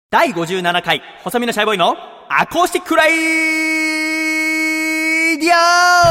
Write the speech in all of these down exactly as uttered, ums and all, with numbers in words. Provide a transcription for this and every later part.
だいごじゅうななかい細身のシャイボーイのアコースティックライディオ。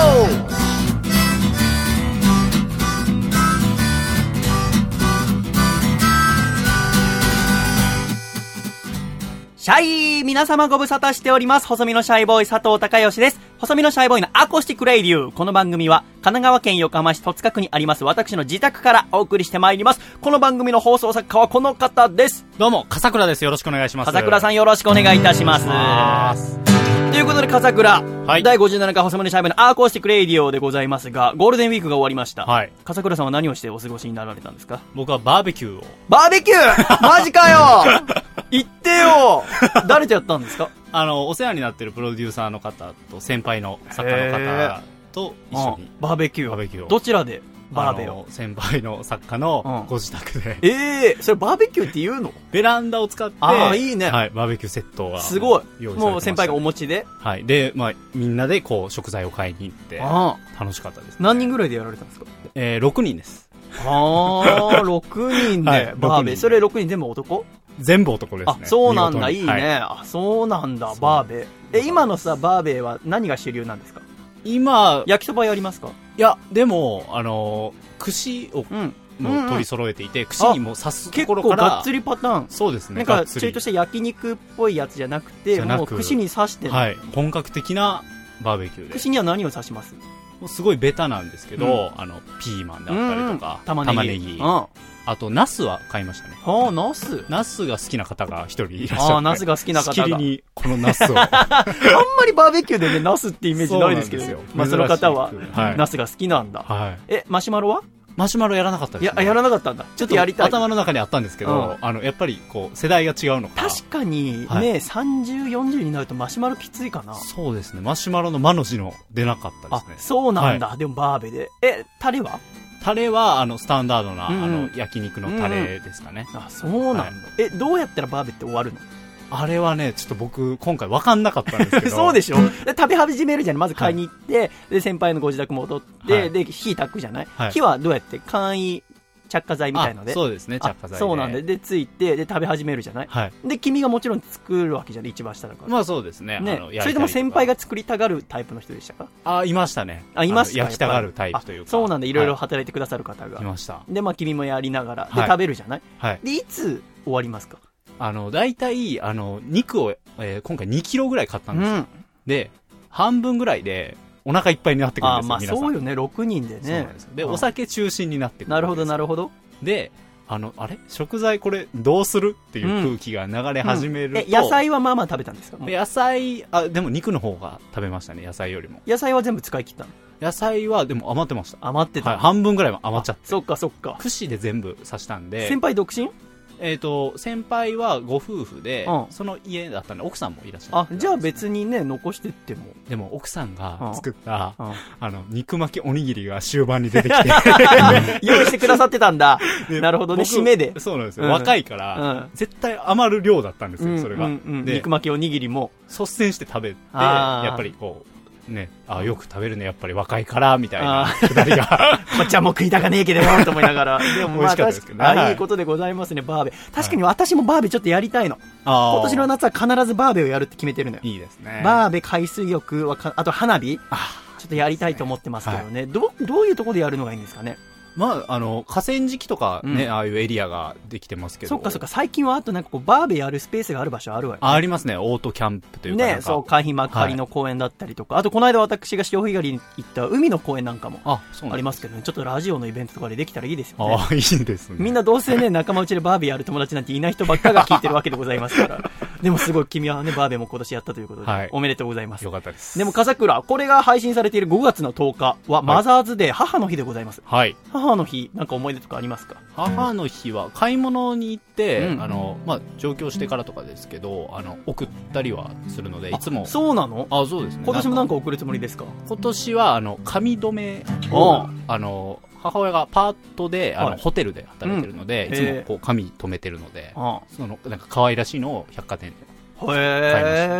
シャイ皆様ご無沙汰しております。細身のシャイボーイ佐藤孝義です。細身のシャイボーイのアコースティックレイディオ。この番組は神奈川県横浜市戸塚区にあります私の自宅からお送りしてまいります。この番組の放送作家はこの方です。 どうも笠倉です。よろしくお願いします。 笠倉さんよろしくお願いいたします。ということで笠倉、はい、だいごじゅうななかい細身のシャイボーイのアコースティックレイディオでございますが、ゴールデンウィークが終わりました。はい、笠倉さんは何をしてお過ごしになられたんですか？ 僕はバーベキューを。 バーベキューマジかよ言ってよ誰とやったんですか？ あのお世話になってるプロデューサーの方と先輩の作家の方と一緒にバーベキュー。 バーベキューを。 どちらでバーベを？ 先輩の作家のご自宅で、 うん、ええー、それバーベキューって言うの？ ベランダを使って、 ああいいね、 はい、バーベキューセットがすごい用意されてました、ね、 もう先輩がお持ちで、 はい、で、まあ、みんなでこう食材を買いに行って楽しかったです、ね、 何人ぐらいでやられたんですか？ えー、ろくにんです。 ああろくにんで、はい、バーベ。それろくにん全部男？ 全部男ですね。 あ、そうなんだ、いいね、はい、あ、そうなんだ、バーベ。え、今のさ、バーベは何が主流なんですか？ 今、 焼きそばやりますか？ いや、でも、あのー、串を、うん、も取り揃えていて、うんうん、串にも刺すところから。 結構がっつりパターン。 そうですね。 なんか、ちょいとした焼肉っぽいやつじゃなくて、もう串に刺してる。 はい。本格的なバーベキューで。 串には何を刺します？ もうすごいベタなんですけど、うん、あの、ピーマンだったりとか、うんうん、玉ねぎ。玉ねぎ。うん、あと、ナスは買いましたね。 はあ、ナスナスが好きな方が一人いらっしゃって。 ああ、ナスが好きな方が。 しきりに、このナスを。 あんまりバーベキューでね、ナスってイメージないですけど。そうなんですよ。まあ、その方は、はい、ナスが好きなんだ。はい。え、マシュマロは？ マシュマロやらなかったです、ね。 いや、やらなかったんだ。ちょっとやりたい。 頭の中にあったんですけど、うん、あの、やっぱり、こう、世代が違うのか。 確かに、ね、はい、さんじゅう、よんじゅうになるとマシュマロきついかな。 そうですね。マシュマロの魔の字の出なかったですね。 あ、そうなんだ。はい、でも、バーベで。え、タレは？ タレは、あの、スタンダードな、うん、あの、焼肉のタレですかね。 うんうん、あ、そうなんだ。はい、え、どうやったらバーベって終わるの？ あれはね、ちょっと僕、今回分かんなかったんですけど。 そうでしょ？で食べ始めるじゃん。まず買いに行って、はい、で、先輩のご自宅戻って、はい、で、火炊くじゃない、はい、火はどうやって？簡易着火剤みたいので。 そうですね、着火剤で。 そうなんで。で、ついて、で、食べ始めるじゃない、はい、で、君がもちろん作るわけじゃない、一番下だから。 まあそうですね。 ね、あのそれとも先輩が作りたがるタイプの人でしたか？ あ、いましたね。 あ、いました。 焼きたがるタイプというか。 そうなんで、いろいろ働いてくださる方が。 はい、いました。 で、まあ君もやりながら、で、食べるじゃない、はい、で、いつ終わりますか？ あの、大体、あの、肉を、えー、今回にキロぐらい買ったんですよ。うん、で、半分ぐらいで、お腹いっぱいになってくるんですよ。 あ、まあそうよね、ろくにんでね。そうなんですよ。 で、お酒中心になってくるんです。 なるほど、なるほど。 で、あの、あれ食材これどうするっていう空気が流れ始めると、うんうん、 え、野菜はまあまあ食べたんですか？ 野菜、あ、でも肉の方が食べましたね、野菜よりも。 野菜は全部使い切ったの？ 野菜はでも余ってました。 余ってた、 はい、半分ぐらいは余っちゃって。 そっかそっか。 串で全部刺したんで。 先輩独身？ えっと、先輩はご夫婦で、うん、その家だったんで、奥さんもいらっしゃる。 あ、じゃあ別にね、残してっても。 でも、奥さんが作った、うんうん、あの、肉巻きおにぎりが終盤に出てきて。 用意してくださってたんだ。なるほどね、締めで。 そうなんですよ。うん、若いから、うん、絶対余る量だったんですよ、それが。うんうんうん、肉巻きおにぎりも。 率先して食べて、やっぱりこう、ね、あ、よく食べるね、やっぱり若いから、みたいなくだりが。 こっちはもう食いたかねえけどよ、と思いながら。でもまあ、美味しかったですけどね。あ、いいことでございますね、バーベ。確かに私もバーベちょっとやりたいの。今年の夏は必ずバーベをやるって決めてるのよ。 いいですね。 バーベ、海水浴はか、あと花火。あ、ちょっとやりたいと思ってますけどね。はい、ど、どういうところでやるのがいいんですかね。 まあ、あの、河川敷とかね、うん、ああいうエリアができてますけど。 そっかそっか、最近はあとなんかこう、バーベやるスペースがある場所あるわよ、ね。 あ、ありますね、オートキャンプというか。 ね、そう、海浜幕張の公園だったりとか、はい、あとこの間私が潮干狩りに行った海の公園なんかもありますけどね、ちょっとラジオのイベントとかでできたらいいですよね。 ああ、いいですね。 みんなどうせね、仲間内でバーベやる友達なんていない人ばっかが聞いてるわけでございますから。でもすごい君はね、バーベも今年やったということで、はい、おめでとうございます。 よかったです。 でも笠倉、これが配信されているごがつのとおかは、マザーズデー、はい、母の日でございます。はい。母の日、なんか思い出とかありますか？ 母の日は買い物に行って、うん、あの、まあ、上京してからとかですけど、あの、送ったりはするので、いつも。 そうなの？ あ、そうですね。 今年もなんか送るつもりですか？ 今年は、あの、髪留めを、あの、母親がパートで、あの、はい、ホテルで働いてるので、うん、いつもこう、髪留めてるので、その、なんか可愛らしいのを百貨店で買いました。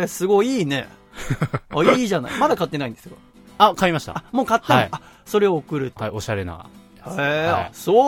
へー、すごいいいね。あ、いいじゃない。まだ買ってないんですよ。 あ、買いました。 あ、もう買ったの？はい、あ、それを送ると。 はい、おしゃれな。 へー、はい、そう。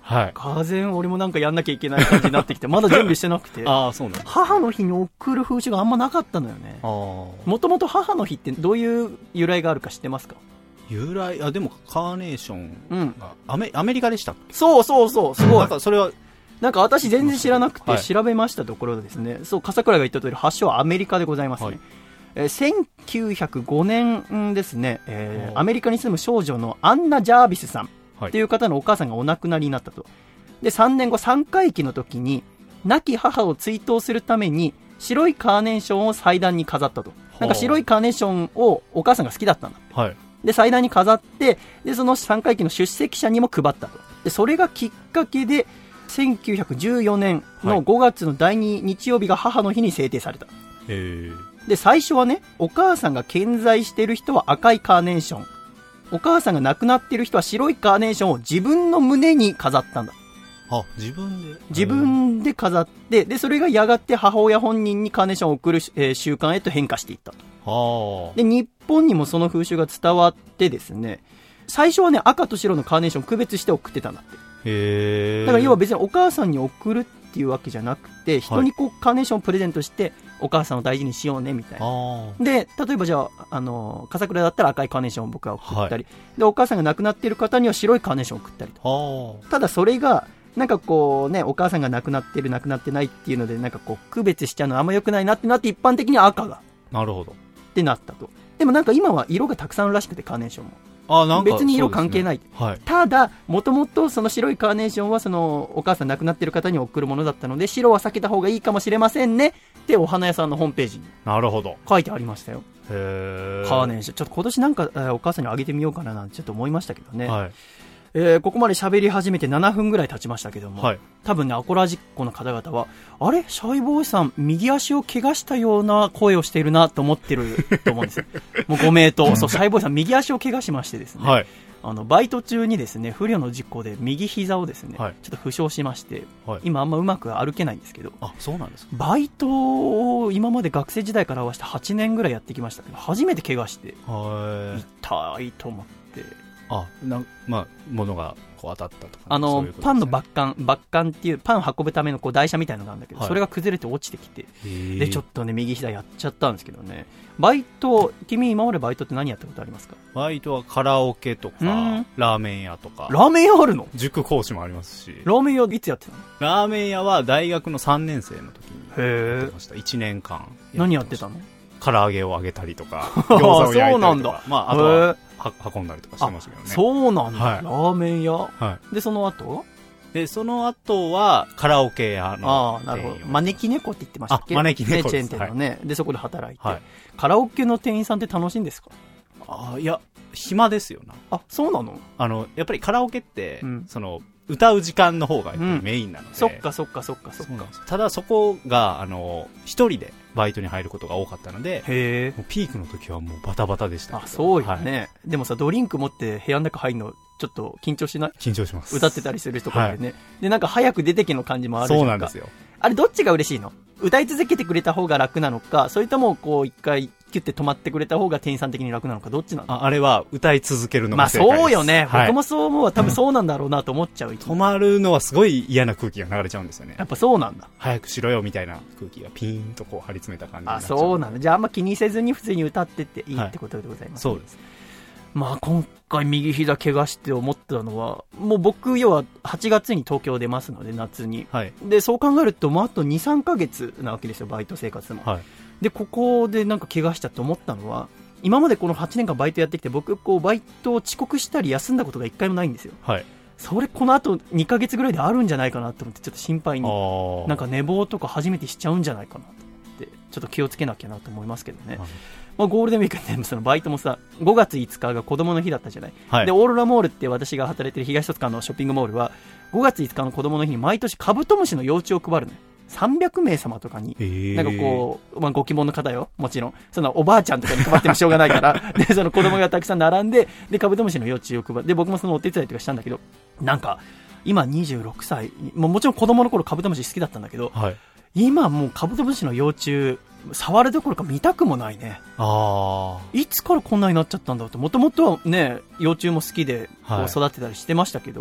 はい。 がぜん俺もなんかやんなきゃいけない感じになってきて、まだ準備してなくて。 ああ、そうなんです。 母の日に送る風習があんまなかったのよね。もともと母の日ってどういう由来があるか知ってますか？ 由来、あ、でもカーネーションが、うん、アメ、アメリカでしたっけ？ そうそうそう、すごい。 なんかそれは、 なんか私全然知らなくて調べましたところですね、はい、そう、笠倉が言った通り発祥はアメリカでございますね。はい、えー、せんきゅうひゃくごねんですね、えー、アメリカに住む少女のアンナ・ジャービスさんっていう方のお母さんがお亡くなりになったと。で、さんねんごさんかいきの時に亡き母を追悼するために白いカーネーションを祭壇に飾ったと。なんか白いカーネーションをお母さんが好きだったんだって、はい、で祭壇に飾って、でそのさんかいきの出席者にも配ったと。でそれがきっかけでせんきゅうひゃくじゅうよねんのごがつのだいに日曜日が母の日に制定された。へー。で最初はね、お母さんが健在している人は赤いカーネーション、お母さんが亡くなっている人は白いカーネーションを自分の胸に飾ったんだ。 あ、自分で自分で飾って、でそれがやがて母親本人にカーネーションを送る、えー、習慣へと変化していったと。で日本にもその風習が伝わってですね、最初はね赤と白のカーネーションを区別して送ってたんだって。へー。だから要は別にお母さんに送るっていうわけじゃなくて、人にこうカーネーションをプレゼントしてお母さんを大事にしようねみたいな。で例えばじゃあ、あの笠倉だったら赤いカーネーションを僕は送ったり、はい、でお母さんが亡くなっている方には白いカーネーションを送ったりと。ただそれがなんかこうね、お母さんが亡くなってる亡くなってないっていうのでなんかこう区別しちゃうのはあんま良くないなってなって、一般的に赤がなるほどってなったと。でもなんか今は色がたくさんあるらしくて、カーネーションもあなんか別に色関係ない、ね、はい、ただもともとその白いカーネーションはそのお母さん亡くなってる方に送るものだったので、白は避けた方がいいかもしれませんねってお花屋さんのホームページになるほど書いてありましたよ。へー。カーネーションちょっと今年なんかお母さんにあげてみようかななんてちょっと思いましたけどね。はい、えー、ここまで喋り始めてななふんぐらい経ちましたけども、はい、多分ねアコラジッコの方々はあれシャイボーイさん右足を怪我したような声をしているなと思ってると思うんですよ。もうご名答。そう、シャイボーイさん右足を怪我しましてですね、はい、あのバイト中にですね不慮の事故で右膝をですね、はい、ちょっと負傷しまして、はい、今あんまうまく歩けないんですけど。 あ、そうなんですか。 バイトを今まで学生時代から合わせてはちねんぐらいやってきましたけど、初めて怪我して痛いと思って、 あなまあ、物がこう当たったとか、ね、 あのうう、ね、パンのバッカンバッカンっていうパン運ぶためのこう台車みたいなのがあるんだけど、はい、それが崩れて落ちてきて、でちょっとね右膝やっちゃったんですけどね。バイト、君今までバイトって何やったことありますか？ バイトはカラオケとかラーメン屋とか。 ラーメン屋あるの？ 塾講師もありますし。 ラーメン屋いつやってたの？ ラーメン屋は大学のさんねん生の時にやってました。いちねんかん何やってたの？ 唐揚げを揚げたりとか餃子を焼いたりとかそうなんだ、まあ、あとは運んだりとかしてましたけどね。 そうなんだ、はい、ラーメン屋、はい、でその後でその後はカラオケ屋の。 あ、なるほど。招き猫って言ってましたっけ？ 招き猫です、 ね、チェーン店のね、はい、でそこで働いて、はい、カラオケの店員さんって楽しいんですか？ あ、いや暇ですよな。 あ、そうなの？ あのやっぱりカラオケって、うん、その歌う時間の方がやっぱりメインなので、うん、 そっかそっかそっかそっか。 ただそこがあの一人でバイトに入ることが多かったので、へもうピークの時はもうバタバタでした。 あ、そうよね、はい、でもさドリンク持って部屋の中入るのちょっと緊張しない？ 緊張します。 歌ってたりする人からね、はい、でなんか早く出てけの感じもあるじゃんか。 そうなんですよ。 あれどっちが嬉しいの？歌い続けてくれた方が楽なのか、それともこう一回キュッて止まってくれた方が店員さん的に楽なのか、どっちなの？ あ, あれは歌い続けるのが正解です。 まあそうよね、はい、僕もそう思うわ。多分そうなんだろうなと思っちゃう、うん、 止まるのはすごい嫌な空気が流れちゃうんですよね。 やっぱそうなんだ。 早くしろよみたいな空気がピーンとこう張り詰めた感じになっちゃう。 あ、そうなんだ。じゃああんま気にせずに普通に歌ってっていいってことでございます、 はい、そうです。 まあ今回右膝怪我して思ったのは、もう僕要ははちがつに東京出ますので夏に、はい、でそう考えるともうあと にさんかげつなわけですよ、バイト生活も、はい、でここでなんか怪我したと思ったのは、今までこのはちねんかんバイトやってきて僕こうバイトを遅刻したり休んだことがいっかいもないんですよ、はい、それこのあとにかげつぐらいであるんじゃないかなと思ってちょっと心配に、なんか寝坊とか初めてしちゃうんじゃないかなと思ってちょっと気をつけなきゃなと思いますけどね、はい。まあ、ゴールデンウィークでそのバイトもさごがついつかが子供の日だったじゃない、はい、でオーロラモールって私が働いてる東戸塚のショッピングモールはごがついつかの子供の日に毎年カブトムシの幼虫を配るのよ。さんびゃくめい様とかになんかこう、まあ、ご希望の方よ、もちろんそのおばあちゃんとかに配ってもしょうがないからでその子供がたくさん並んででカブトムシの幼虫を配るで僕もそのお手伝いとかしたんだけど、なんか今にじゅうろくさい、もうもちろん子供の頃カブトムシ好きだったんだけど、はい、今もうカブトムシの幼虫触るどころか見たくもないね。あ、いつからこんなになっちゃったんだろうって。もともとはね幼虫も好きでこう育てたりしてましたけど、はい、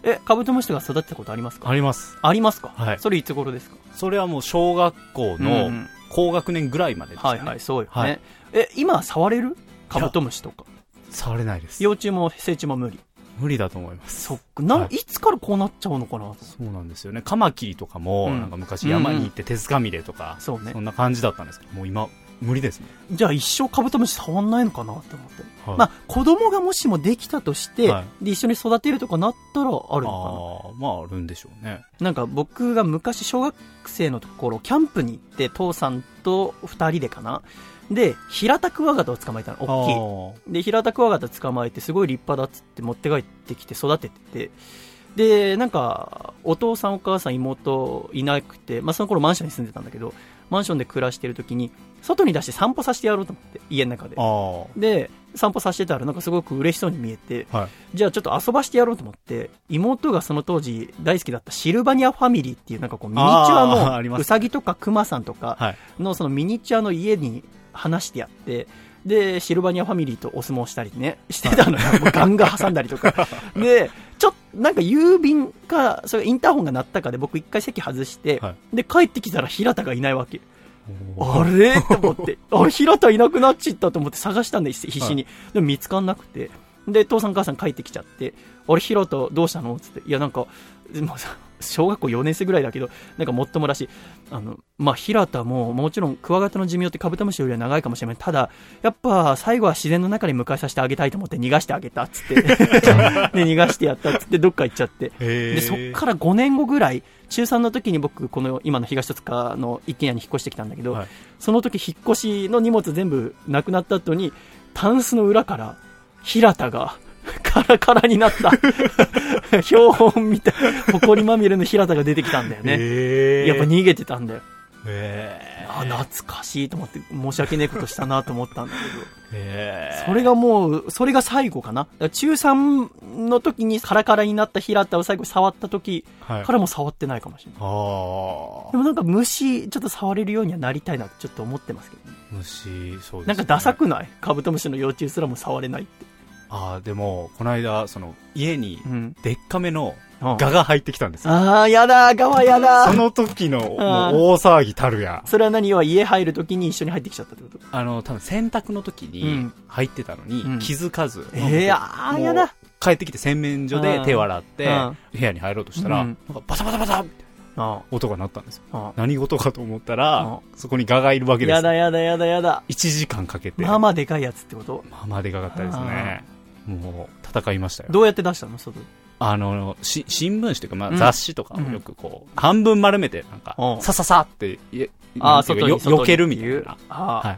え、カブトムシとか育てたことありますか？ あります。 ありますか？ はい。 それいつ頃ですか？ それはもう小学校の高学年ぐらいまでですね。 はいはい、そうよね。はい、え、今触れる？カブトムシとか。 触れないです。 幼虫も成虫も無理。 無理だと思います。 そっか、な、はい、いつからこうなっちゃうのかな。 そうなんですよね。カマキリとかも、うん、なんか昔山に行って手づかみでとか、うんうん、そんな感じだったんですけど、もう今無理ですね。 じゃあ一生カブトムシ触んないのかなって思って、はい、まあ子供がもしもできたとして、はい、で一緒に育てるとかなったらあるのかな。 あ、まああるんでしょうね。 なんか僕が昔小学生のところキャンプに行って父さんと二人でかなでヒラタクワガタを捕まえたの。大きいでヒラタクワガタ捕まえてすごい立派だっつって持って帰ってきて育ててて、でなんかお父さんお母さん妹いなくて、まあ、その頃マンションに住んでたんだけど、マンションで暮らしてる時に外に出して散歩させてやろうと思って家の中でで散歩させてたらなんかすごく嬉しそうに見えて、はい、じゃあちょっと遊ばしてやろうと思って、妹がその当時大好きだったシルバニアファミリーっていうなんかこうミニチュアのウサギとかクマさんとかのそのミニチュアの家に話してやって、でシルバニアファミリーとお相撲したりねしてたのよ。もうガンガン挟んだりとかでちょっとなんか郵便かそれインターホンが鳴ったかで僕一回席外して、はい、で帰ってきたら平田がいないわけ。あれと思ってあれ平田いなくなっちゃったと思って探したんで必死に、はい、でも見つかんなくて、で父さん母さん帰ってきちゃって、あれ平田どうしたのつって、いやなんか小学校よねん生ぐらいだけどなんかもっともらしい、あのまあ平田ももちろんクワガタの寿命ってカブトムシよりは長いかもしれない、ただやっぱ最後は自然の中に迎えさせてあげたいと思って逃がしてあげたっつってで逃がしてやったっつってどっか行っちゃって、でそっからごねんごぐらいちゅうさんの時に僕この今の東戸塚の一軒家に引っ越してきたんだけど、はい、その時引っ越しの荷物全部なくなった後にタンスの裏から平田がカラカラになった標本みたいほこりまみれの平田が出てきたんだよね。やっぱ逃げてたんだよ。あ、懐かしいと思って申し訳ねえことしたなと思ったんだけど、それがもうそれが最後かな。だからちゅうさんの時にカラカラになった平田を最後触った時からも触ってないかもしれない、はい、でもなんか虫ちょっと触れるようにはなりたいなってちょっと思ってますけどね。 虫、そうですね。 なんかダサくない？カブトムシの幼虫すらも触れないって。 ああ、でもこの間その家にでっかめのガが入ってきたんですよ。 ああ、やだ、ガはやだ。 その時のもう大騒ぎたるや。 それは何は家入る時に一緒に入ってきちゃったってこと？ あの多分洗濯の時に入ってたのに気づかず、うん、 えー、ああやだ。 帰ってきて洗面所で手を洗って部屋に入ろうとしたら、うん、なんかバタバタバタって音が鳴ったんですよ。何事かと思ったらそこにガがいるわけです。 やだやだやだやだ。 いちじかんかけて。 まあまあでかいやつってこと？ まあまあでかかったですね。もう戦いましたよ。 どうやって出したの？外で。 あのし新聞紙というか、まあ、雑誌とかをよくこう、うん、半分丸めてなんか、うん、さささってあ外によ避けるみたいな。はい。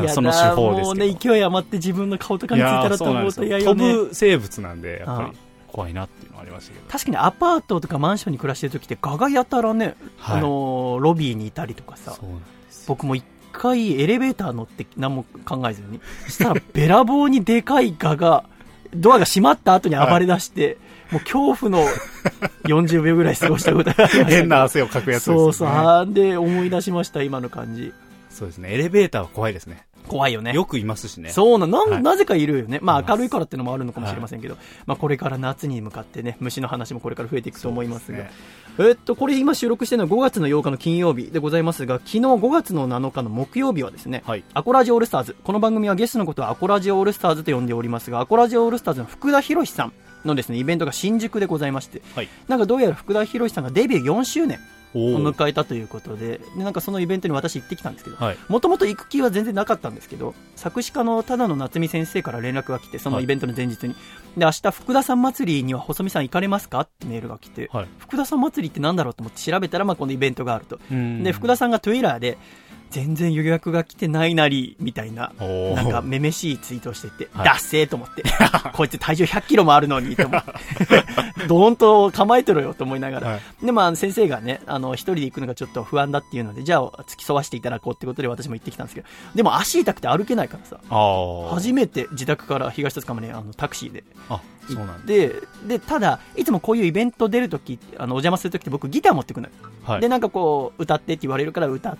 いやその手法ですけど。 もうね勢い余って自分の顔とかについたらと思うと嫌よね。 飛ぶ生物なんでやっぱり怖いなっていうのはありましたけど。 確かにアパートとかマンションに暮らしてる時ってガがやたらね、はい、あのロビーにいたりとかさ。そうなんですよ。僕も一回エレベーター乗って何も考えずにしたらべらぼうにでかいガがドアが閉まった後に暴れ出して、はい、もう恐怖のよんじゅうびょうぐらい過ごしたことがありました。 変な汗をかくやつですね。 そうそう。で思い出しました今の感じ。 そうですね。エレベーターは怖いですね。 怖いよね。 よくいますしね。 そうな、な、はい、なぜかいるよね。まあ明るいからってのもあるのかもしれませんけど、はい、まあこれから夏に向かってね、虫の話もこれから増えていくと思いますが、ね、えっとこれ今収録しているのはごがつのようかの金曜日でございますが、昨日ごがつのなのかの木曜日はですね、はい、アコラジオールスターズ、この番組はゲストのことはアコラジオールスターズと呼んでおりますが、アコラジオールスターズの福田博さんのですねイベントが新宿でございまして、はい、なんかどうやら福田博さんがデビューよんしゅうねんを迎えたということ で, でなんかそのイベントに私行ってきたんですけど、もともと行く気は全然なかったんですけど、作詞家の只野夏美先生から連絡が来て、そのイベントの前日に、はい、で明日福田さん祭りには細見さん行かれますかってメールが来て、はい、福田さん祭りってなんだろうと思って調べたら、まあこのイベントがあると。で福田さんが Twitter で全然予約が来てないなりみたいな、なんかめめしいツイートをしてて、はい、ダッセーと思ってこいつ体重ひゃっキロもあるのにと思ってドーンと構えてろよと思いながら、はい、でまあ先生がね、あの一人で行くのがちょっと不安だっていうので、じゃあ付き添わせていただこうってことで私も行ってきたんですけど、でも足痛くて歩けないからさ、初めて自宅から東戸塚まであのタクシーで行って、でただいつもこういうイベント出るとき、あのお邪魔するときって僕ギター持ってくのよ、はい、でなんかこう歌ってって言われるから歌って、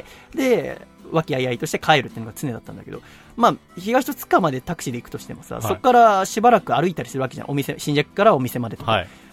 で和気あいあいとして帰るっていうのが常だったんだけど、まあ東戸塚までタクシーで行くとしてもさ、はい、そこからしばらく歩いたりするわけじゃん、お店新宿からお店までとか、はい、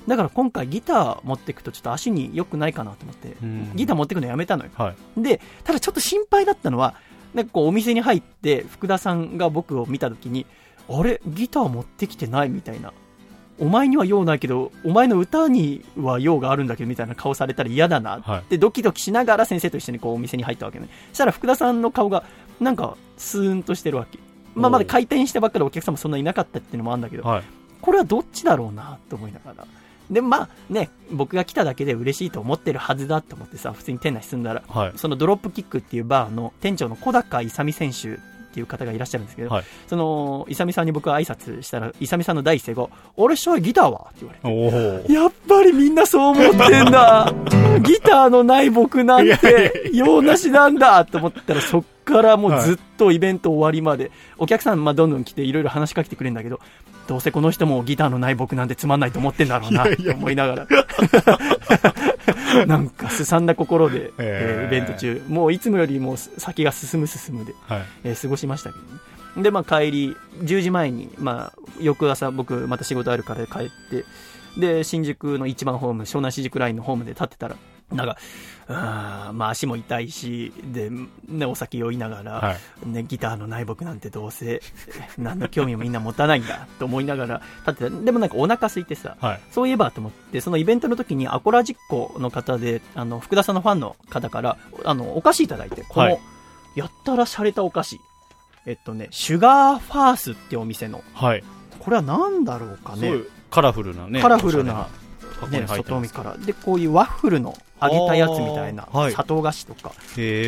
だから今回ギター持ってくとちょっと足に良くないかなと思って、うん、ギター持ってくのやめたのよ、はい、でただちょっと心配だったのはなんかこうお店に入って福田さんが僕を見た時にあれギター持ってきてないみたいな、お前には用ないけどお前の歌には用があるんだけどみたいな顔されたら嫌だなってドキドキしながら先生と一緒にこうお店に入ったわけね。そしたら福田さんの顔がなんかスーンとしてるわけ、まあ、まだ開店してばっかりお客さんもそんないなかったっていうのもあるんだけど、はい、これはどっちだろうなと思いながら、でまあね僕が来ただけで嬉しいと思ってるはずだと思ってさ、普通に店内進んだら、はい、そのドロップキックっていうバーの店長の小高勇選手っていう方がいらっしゃるんですけど、はい、その勇さんに僕は挨拶したら勇さんの第一声が俺シャイギターはって言われて、やっぱりみんなそう思ってんだギターのない僕なんて用なしなんだと思ったら、そっからもうずっとイベント終わりまで、はい、お客さんまあどんどん来ていろいろ話しかけてくれるんだけど、どうせこの人もギターのない僕なんてつまんないと思ってんだろうなと思いながらなんかすさんだ心で、えー、イベント中もういつもよりも先が進む進むで、はいえー、過ごしましたけどね。で、まあ、帰りじゅうじまえに、まあ、翌朝僕また仕事あるから帰って、で新宿の一番ホーム湘南新宿ラインのホームで立ってたらなんかあまあ足も痛いしで、ね、お酒酔いながら、はいね、ギターのない僕なんてどうせ何の興味もみんな持たないんだと思いながら立ってた。でもなんかお腹空いてさ、はい、そういえばと思ってそのイベントの時にアコラジッコの方であの福田さんのファンの方からあのお菓子いただいて、この、はい、やったら洒落たお菓子、えっとねシュガーファースってお店の、はい、これは何だろうかね、カラフルなねカラフルなね、外見からでこういうワッフルの揚げたやつみたいな砂糖菓子とか、はい、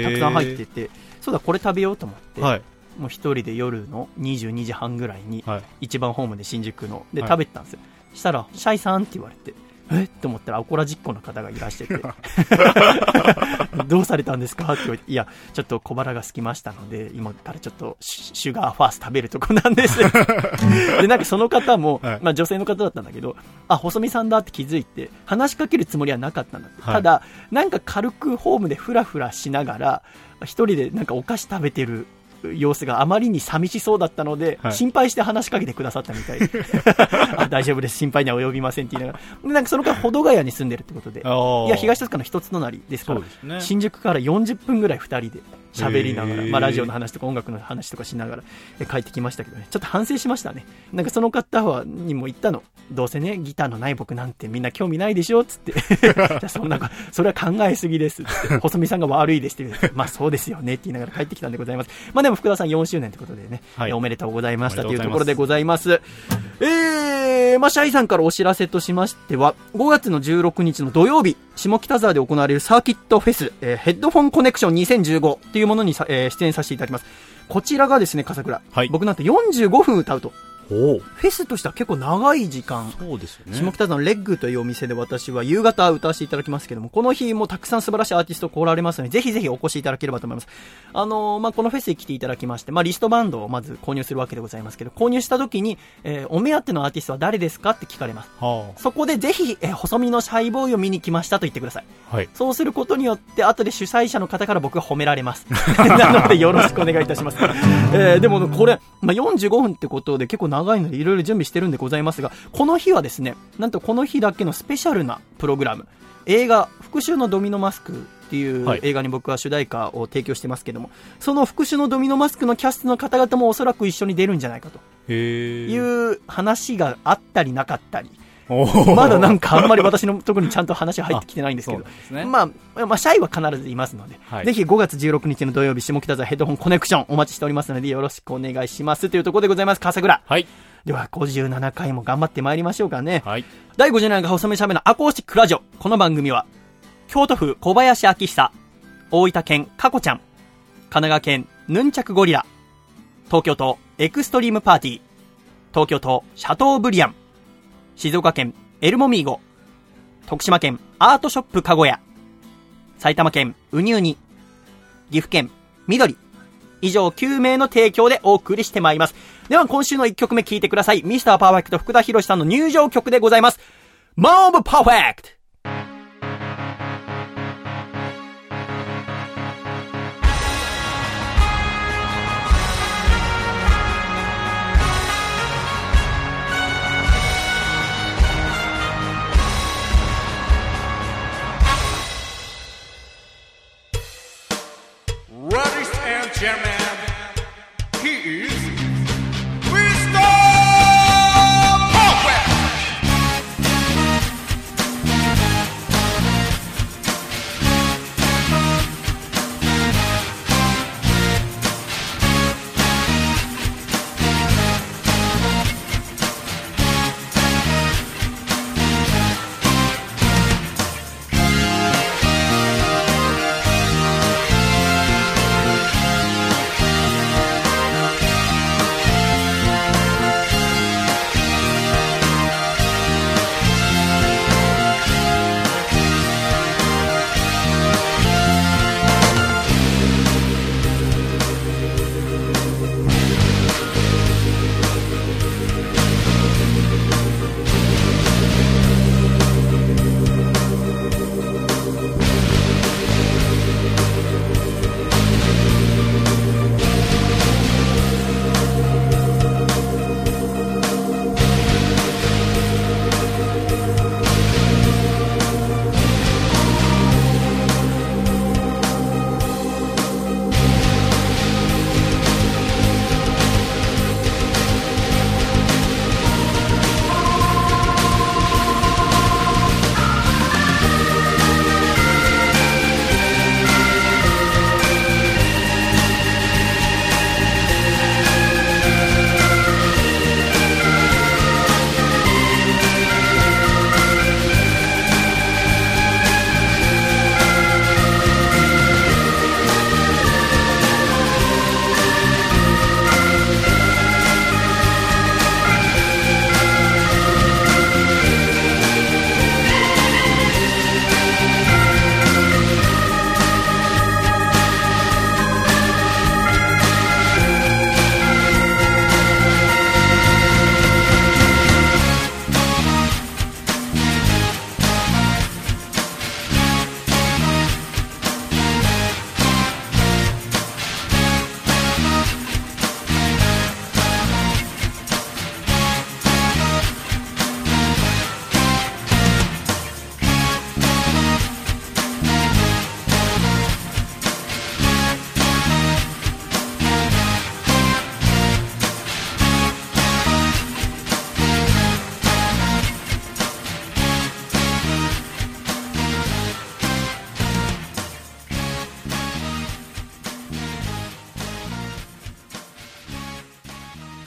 たくさん入ってて、そうだこれ食べようと思って、はい、もう一人で夜のにじゅうにじはんぐらいに一番ホームで新宿ので食べてたんですよ、はい、したらシャイさんって言われてえっと思ったらアコラジッコの方がいらしててどうされたんですかって言われて、いやちょっと小腹が空きましたので今からちょっとシュガーファースト食べるとこなんですでなんかその方も、はいまあ、女性の方だったんだけど、あ細見さんだって気づいて話しかけるつもりはなかったんだって、はい、ただなんか軽くホームでフラフラしながら一人でなんかお菓子食べてる様子があまりに寂しそうだったので、はい、心配して話しかけてくださったみたいであ大丈夫です心配には及びませんって言いながらでなんかその間保土ヶ谷に住んでるってことで、いや東戸塚の一つ隣ですからです、ね、新宿からよんじゅっぷんぐらいふたりで喋りながら、まあ、ラジオの話とか音楽の話とかしながら帰ってきましたけどね、ちょっと反省しましたね。なんかその方はにも言ったの、どうせねギターのない僕なんてみんな興味ないでしょっつってじゃそんなそれは考えすぎですって細見さんが悪いですって言ってまあそうですよねって言いながら帰ってきたんでございます。まあでも福田さんよんしゅうねんということでね、はい、おめでとうございましたというところでございます。えー、まあシャイさんからお知らせとしましてはごがつのじゅうろくにちの土曜日下北沢で行われるサーキットフェス、えー、ヘッドフォンコネクションにせんじゅうごっていうものにさ、えー、出演させていただきます。こちらがですね笠倉、はい、僕なんてよんじゅうごふん歌うとフェスとしては結構長い時間、そうですよね、下北沢のレッグというお店で私は夕方歌わせていただきますけども、この日もたくさん素晴らしいアーティスト来られますのでぜひぜひお越しいただければと思います。あのーまあ、このフェスに来ていただきまして、まあ、リストバンドをまず購入するわけでございますけど、購入した時に、えー、お目当てのアーティストは誰ですかって聞かれます、はあ、そこでぜひ、えー、細身のシャイボーイを見に来ましたと言ってください、はい、そうすることによって後で主催者の方から僕が褒められますなのでよろしくお願いいたします、えー、でもこれ、まあ、よんじゅうごふんってことで結構長いのでいろいろ準備してるんでございますが、この日はですねなんとこの日だけのスペシャルなプログラム、映画復讐のドミノマスクっていう映画に僕は主題歌を提供してますけども、はい、その復讐のドミノマスクのキャストの方々もおそらく一緒に出るんじゃないかという話があったりなかったり、まだなんかあんまり私のところにちゃんと話入ってきてないんですけど、ね、まあ、まあシャイは必ずいますので、はい、ぜひごがつじゅうろくにちの土曜日下北沢ヘッドホンコネクションお待ちしておりますのでよろしくお願いしますというところでございます。笠倉、はい、ではごじゅうななかいも頑張ってまいりましょうかね、はい、だいごじゅうななかい細めしゃべのアコースティックラジオ。この番組は京都府小林明久、大分県かこちゃん、神奈川県ヌンチャクゴリラ、東京都エクストリームパーティー、東京都シャトーブリアン、静岡県エルモミーゴ、徳島県アートショップかごや、埼玉県ウニウニ、岐阜県緑、以上きゅうめいの提供でお送りしてまいります。では今週のいっきょくめ聴いてください。ミスターパーフェクト福田博さんの入場曲でございます。モブパーフェクト。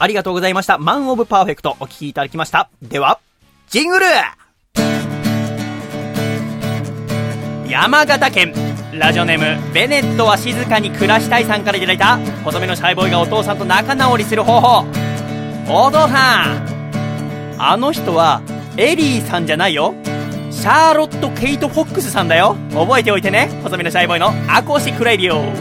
ありがとうございました。マンオブパーフェクトお聞きいただきました。ではジングル。山形県ラジオネームベネットは静かに暮らしたいさんからいただいた細身のシャイボーイがお父さんと仲直りする方法。お父さん、あの人はエリーさんじゃないよ、シャーロット・ケイト・フォックスさんだよ。覚えておいてね。細身のシャイボーイのアコースティック・レディオ。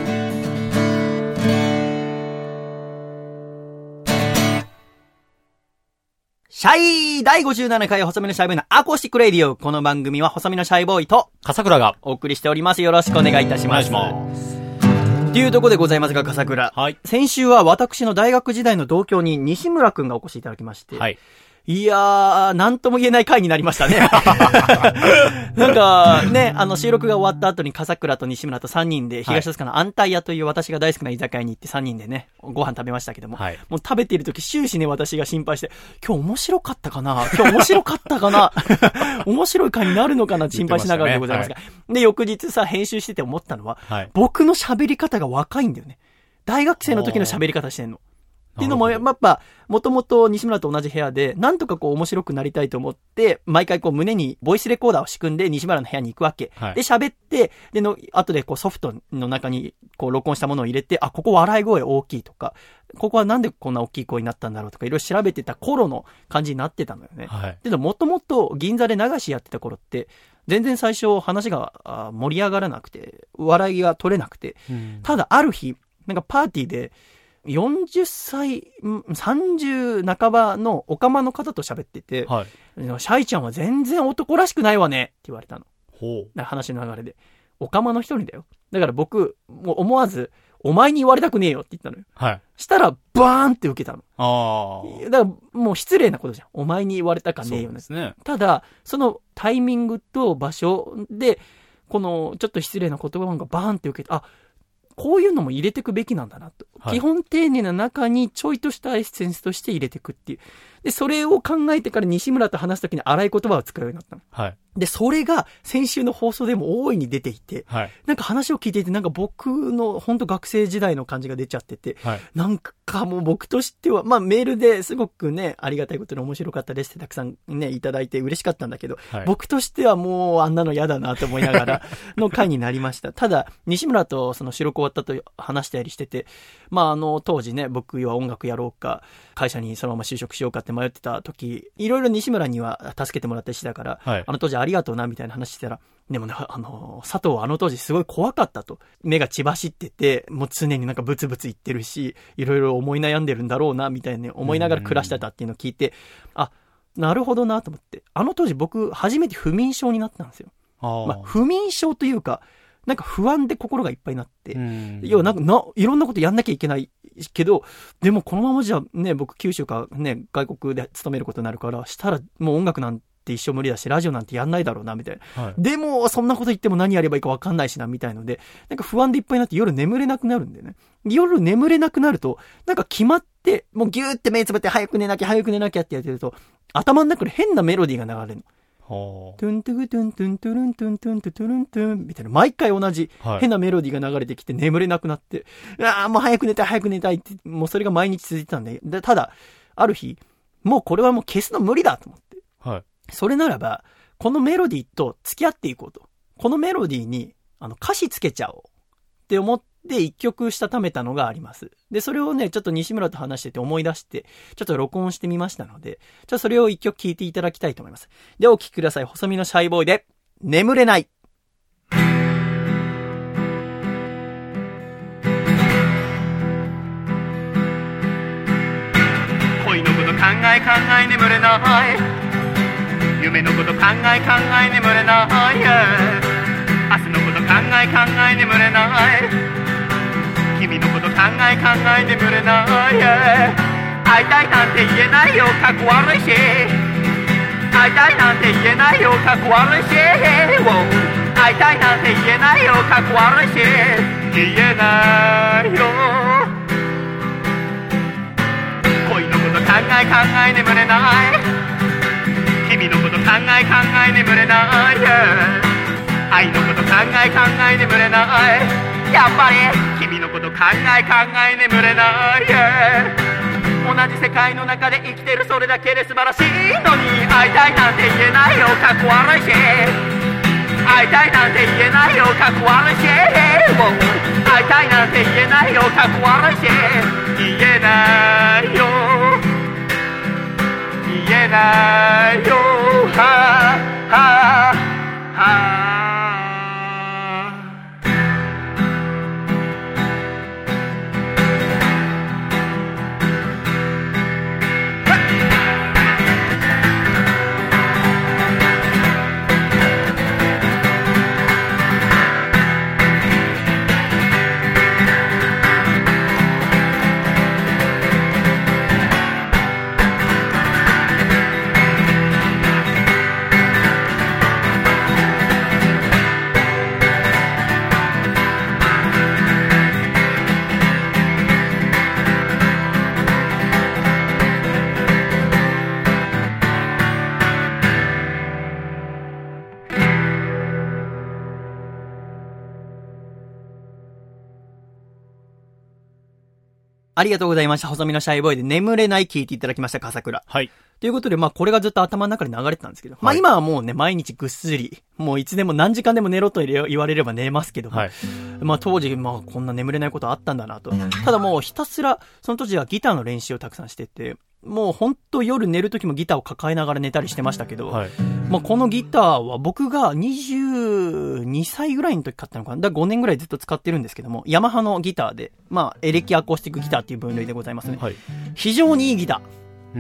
シャイだいごじゅうななかい細身のシャイボーイのアコースティック・レディオ。この番組は細身のシャイボーイと笠倉がお送りしております。よろしくお願いいたします。お願いします。っていうところでございますが、笠倉、はい、先週は私の大学時代の同郷に西村くんがお越しいただきまして、はい、いやー、なんとも言えない回になりましたね。なんか、ね、あの、収録が終わった後に笠倉と西村とさんにんで、東戸塚の安泰屋という私が大好きな居酒屋に行ってさんにんでね、ご飯食べましたけども、はい、もう食べている時終始ね、私が心配して、今日面白かったかな今日面白かったかな面白い回になるのかな心配しながらでございますが、ね、はい、で、翌日さ、編集してて思ったのは、はい、僕の喋り方が若いんだよね。大学生の時の喋り方してんの。っていうのも、やっぱ、もともと西村と同じ部屋で、なんとかこう面白くなりたいと思って、毎回こう胸にボイスレコーダーを仕組んで西村の部屋に行くわけ。はい、で、喋って、での、後でこうソフトの中にこう録音したものを入れて、あ、ここ笑い声大きいとか、ここはなんでこんな大きい声になったんだろうとか、いろいろ調べてた頃の感じになってたのよね。はい。でも、もともと銀座で流しやってた頃って、全然最初話が盛り上がらなくて、笑いが取れなくて、うん、ただある日、なんかパーティーで、よんじゅっさい、さんじゅう半ばのオカマの方と喋ってて、はい、シャイちゃんは全然男らしくないわねって言われたの。ほう。話の流れで。オカマの一人だよ。だから僕、もう思わず、お前に言われたくねえよって言ったのよ。はい。したら、バーンって受けたの。ああ。だから、もう失礼なことじゃん。お前に言われたかねえよね。そうですね。ただ、そのタイミングと場所で、この、ちょっと失礼な言葉がバーンって受けて、あ、こういうのも入れていくべきなんだなと、はい。基本丁寧な中にちょいとしたエッセンスとして入れていくっていう。で、それを考えてから西村と話すときに荒い言葉を使うようになったの。はい。で、それが先週の放送でも大いに出ていて、はい。なんか話を聞いていて、なんか僕の本当学生時代の感じが出ちゃってて、はい。なんかもう僕としては、まあメールですごくね、ありがたいことに面白かったですってたくさんね、いただいて嬉しかったんだけど、はい。僕としてはもうあんなの嫌だなと思いながらの回になりました。ただ、西村とその収録終わったと話したりしてて、まああの当時ね、僕は音楽やろうか、会社にそのまま就職しようかって迷ってた時、いろいろ西村には助けてもらったりしてたから、はい、あの当時ありがとうなみたいな話してたら、でもね、あの佐藤はあの当時すごい怖かったと。目が血走ってて、もう常になんかブツブツ言ってるし、いろいろ思い悩んでるんだろうなみたいな、ね、思いながら暮らしてたっていうのを聞いて、あ、なるほどなと思って、あの当時僕初めて不眠症になったんですよ。あ、まあ、不眠症というか、なんか不安で心がいっぱいになって、要はなんかな、いろんなことやんなきゃいけないけど、でもこのままじゃね、僕九州かね、外国で勤めることになるから、したらもう音楽なんて一生無理だし、ラジオなんてやんないだろうな、みたいな。はい、でも、そんなこと言っても何やればいいか分かんないしな、みたいので、なんか不安でいっぱいになって夜眠れなくなるんだよね。夜眠れなくなると、なんか決まって、もうギューって目つぶって早く寝なきゃ、早く寝なきゃってやってると、頭の中で変なメロディーが流れるの。トゥントゥグトゥントゥントゥルントゥントゥントゥトゥルントゥンみたいな毎回同じ変なメロディーが流れてきて眠れなくなって、はい、ああもう早く寝たい早く寝たいってもうそれが毎日続いてたんで、でただある日もうこれはもう消すの無理だと思って、はい、それならばこのメロディーと付き合っていこうと、このメロディーにあの歌詞つけちゃおうって思ってで一曲したためたのがあります。でそれをねちょっと西村と話してて思い出してちょっと録音してみましたので、じゃあそれを一曲聴いていただきたいと思います。ではお聴きください。細身のシャイボーイで眠れない。恋のこと考え考え眠れない、夢のこと考え考え眠れない、明日のこと考え考え眠れない、君のこと考え考え眠れない、会いたいなんて言えないよかっこ悪いし、会いたいなんて言えないよかっこ悪いし、会いたいなんて言えないよかっこ悪いし、言えないよ、恋のこと考え考え眠れない、君のこと考え考え眠れない、愛のこと考え考え眠れない、やっぱり君のこと考え考え眠れない、 同じ世界の中で生きてるそれだけで素晴らしいのに会いたいなんて言えないよかっこ悪いし会いたいなんて言えないよかっこ悪いし会いたいなんて言えないよかっこ悪いし言えないよ言えないよはぁはぁはぁありがとうございました。細身のシャイボーイで眠れない聞いていただきました、笠倉。 はい。 ということで、まあこれがずっと頭の中で流れてたんですけど、はい、まあ今はもうね、毎日ぐっすり、もういつでも何時間でも寝ろと言われれば寝ますけども、はい、まあ当時、まあこんな眠れないことあったんだなと。ただもうひたすら、その当時はギターの練習をたくさんしてて、もうほんと夜寝る時もギターを抱えながら寝たりしてましたけど、はい、まあこのギターは僕がにじゅうにさいぐらいの時買ったのかな。だからごねんぐらいずっと使ってるんですけども、ヤマハのギターで、まあエレキアコースティックギターっていう分類でございますね。はい、非常にいいギター。うん、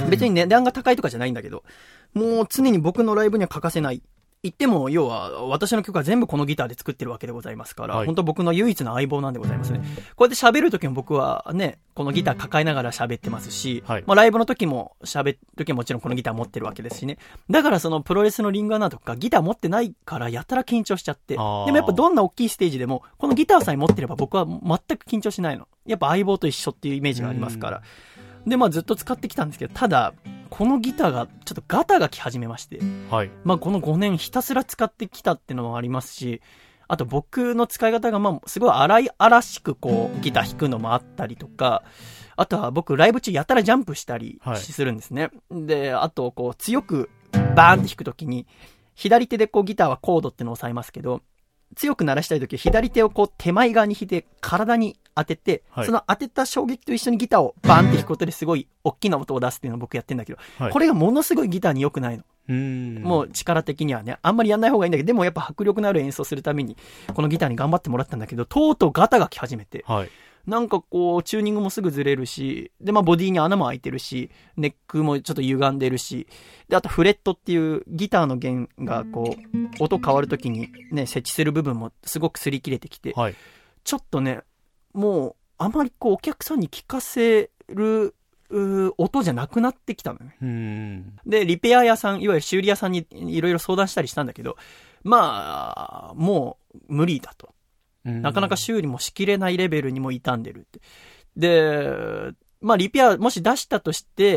別に値段が高いとかじゃないんだけど、もう常に僕のライブには欠かせない。言っても、要は、私の曲は全部このギターで作ってるわけでございますから、はい、本当僕の唯一の相棒なんでございますね。こうやって喋る時も僕はね、このギター抱えながら喋ってますし、はい、まあライブの時も喋る時はもちろんこのギター持ってるわけですしね。だからそのプロレスのリングアナとかギター持ってないからやたら緊張しちゃって、でもやっぱどんな大きいステージでも、このギターさえ持ってれば僕は全く緊張しないの。やっぱ相棒と一緒っていうイメージがありますから。で、まあずっと使ってきたんですけど、ただ、このギターがちょっとガタが来始めまして、はい、まあこのごねんひたすら使ってきたっていうのもありますし、あと僕の使い方がまあすごい荒い荒しくこうギター弾くのもあったりとか、あとは僕ライブ中やたらジャンプしたりするんですね。はい、で、あとこう強くバーンって弾くときに、左手でこうギターはコードってのを押さえますけど、強く鳴らしたいときは左手をこう手前側に引いて体に当てて、はい、その当てた衝撃と一緒にギターをバーンって弾くことですごい大きな音を出すっていうのを僕やってんだけど、はい、これがものすごいギターに良くないの。うーんもう力的にはね、あんまりやんない方がいいんだけど、でもやっぱ迫力のある演奏するために、このギターに頑張ってもらったんだけど、とうとうガタが来始めて、はい、なんかこう、チューニングもすぐずれるし、で、まあボディに穴も開いてるし、ネックもちょっと歪んでるし、で、あとフレットっていうギターの弦がこう、音変わるときにね、設置する部分もすごく擦り切れてきて、はい、ちょっとね、もう、あまりこう、お客さんに聞かせる、音じゃなくなってきたのね。うんで、リペア屋さん、いわゆる修理屋さんにいろいろ相談したりしたんだけど、まあ、もう無理だと。なかなか修理もしきれないレベルにも傷んでるって。で、まあリペアもし出したとして、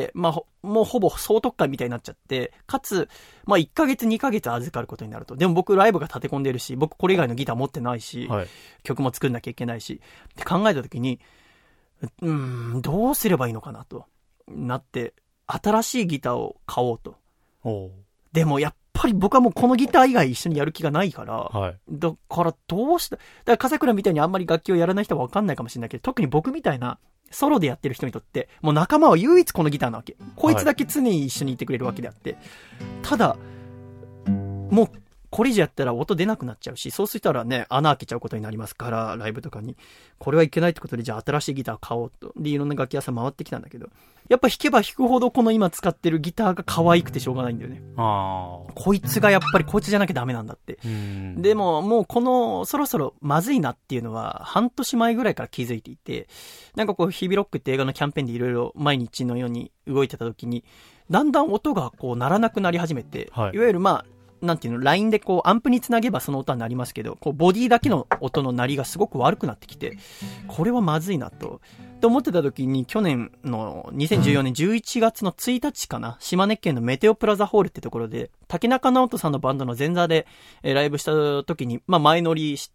まあもうほぼ総特会みたいになっちゃって、かつ、まあいっかげつにかげつ預かることになると。でも僕ライブが立て込んでるし、僕これ以外のギター持ってないし、はい、曲も作んなきゃいけないし、って考えたときに、うーん、どうすればいいのかなとなって、新しいギターを買おうと。おでもやっぱり僕はもうこのギター以外一緒にやる気がないから、はい、だからどうした、だから笠倉みたいにあんまり楽器をやらない人は分かんないかもしれないけど、特に僕みたいなソロでやってる人にとって、もう仲間は唯一このギターなわけ。こいつだけ常に一緒にいてくれるわけであって、はい、ただ、もう、これ以上やったら音出なくなっちゃうし、そうしたらね、穴開けちゃうことになりますから、ライブとかに。これはいけないってことで、じゃあ新しいギターを買おうと。で、いろんな楽器屋さん回ってきたんだけど、やっぱ弾けば弾くほどこの今使ってるギターが可愛くてしょうがないんだよね。ああ。こいつがやっぱりこいつじゃなきゃダメなんだって。うんでも、もうこの、そろそろまずいなっていうのは、半年前ぐらいから気づいていて、なんかこう、ヒビロックって映画のキャンペーンでいろいろ毎日のように動いてた時に、だんだん音がこう、鳴らなくなり始めて、はい、いわゆるまあ、なんていうの、ラインでこう、アンプにつなげばその音は鳴りますけど、こう、ボディだけの音の鳴りがすごく悪くなってきて、これはまずいなと。と思ってた時に、去年のにせんじゅうよねんじゅういちがつのついたちかな、島根県のメテオプラザホールってところで、竹中直人さんのバンドの前座で、えー、ライブした時に、まあ、前乗りして、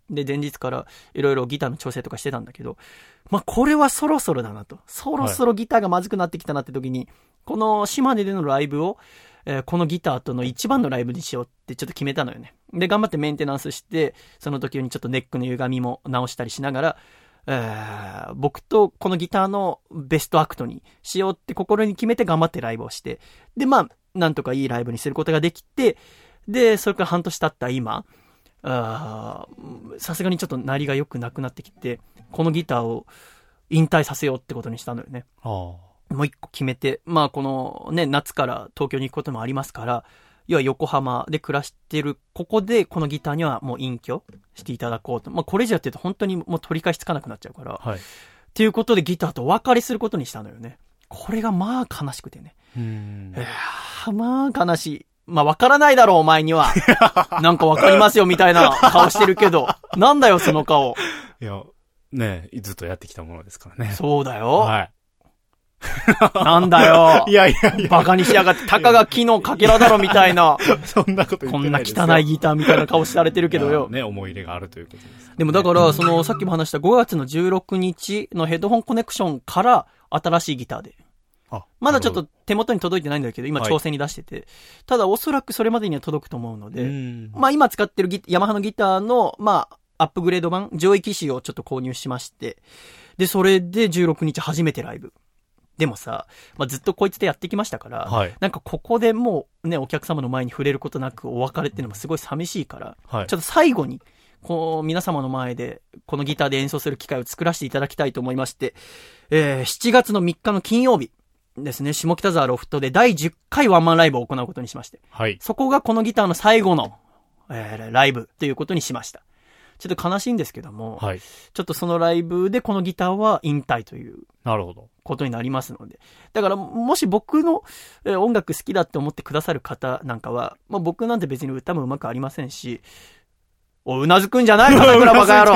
で、前日からいろいろギターの調整とかしてたんだけど、まあ、これはそろそろだなと。そろそろギターがまずくなってきたなって時に、はい、この島根でのライブを、えー、このギターとの一番のライブにしようってちょっと決めたのよね。で、頑張ってメンテナンスして、その時にちょっとネックの歪みも直したりしながら、えー、僕とこのギターのベストアクトにしようって心に決めて頑張ってライブをして、で、まあ、なんとかいいライブにすることができて、で、それから半年経った今、さすがにちょっと鳴りが良くなくなってきて、このギターを引退させようってことにしたのよね。あもう一個決めて、まあこのね、夏から東京に行くこともありますから、要は横浜で暮らしてる、ここでこのギターにはもう隠居していただこうと。まあこれ以上やってると本当にもう取り返しつかなくなっちゃうから。はい。っていうことでギターとお別れすることにしたのよね。これがまあ悲しくてね。うーん。えー、まあ悲しい。まあ、わからないだろう、お前には。なんかわかりますよ、みたいな顔してるけど。なんだよ、その顔。 いや、ねえ、ずっとやってきたものですからね。 そうだよ。 はい。 なんだよ。 いやいやいや。 バカにしやがって、たかが木のかけらだろ、みたいな。 そんなこと言ってないですよ。 こんな汚いギターみたいな顔されてるけどよ。 ね、思い入れがあるということです、ね。 でもだから、その、さっきも話したごがつのじゅうろくにちのヘッドホンコネクションから、新しいギターで。まだちょっと手元に届いてないんだけど、今調整に出してて。はい、ただおそらくそれまでには届くと思うので、まあ今使ってるギヤマハのギターの、まあ、アップグレード版、上位機種をちょっと購入しまして、で、それでじゅうろくにち初めてライブ。でもさ、まあ、ずっとこいつでやってきましたから、はい、なんかここでもうね、お客様の前に触れることなくお別れっていうのもすごい寂しいから、はい、ちょっと最後に、こう、皆様の前で、このギターで演奏する機会を作らせていただきたいと思いまして、えー、しちがつのみっかの金曜日、ですね、下北沢ロフトでだいじゅっかいワンマンライブを行うことにしまして。はい。そこがこのギターの最後の、えー、ライブということにしました。ちょっと悲しいんですけども、はい。ちょっとそのライブでこのギターは引退という。なるほど。ことになりますので。だから、もし僕の、えー、音楽好きだって思ってくださる方なんかは、まあ僕なんて別に歌も上手くありませんし、お、うなずくんじゃないかな、くらバカ野郎。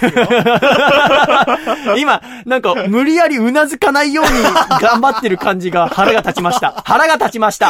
今、なんか、無理やりうなずかないように頑張ってる感じが腹が立ちました。腹が立ちました。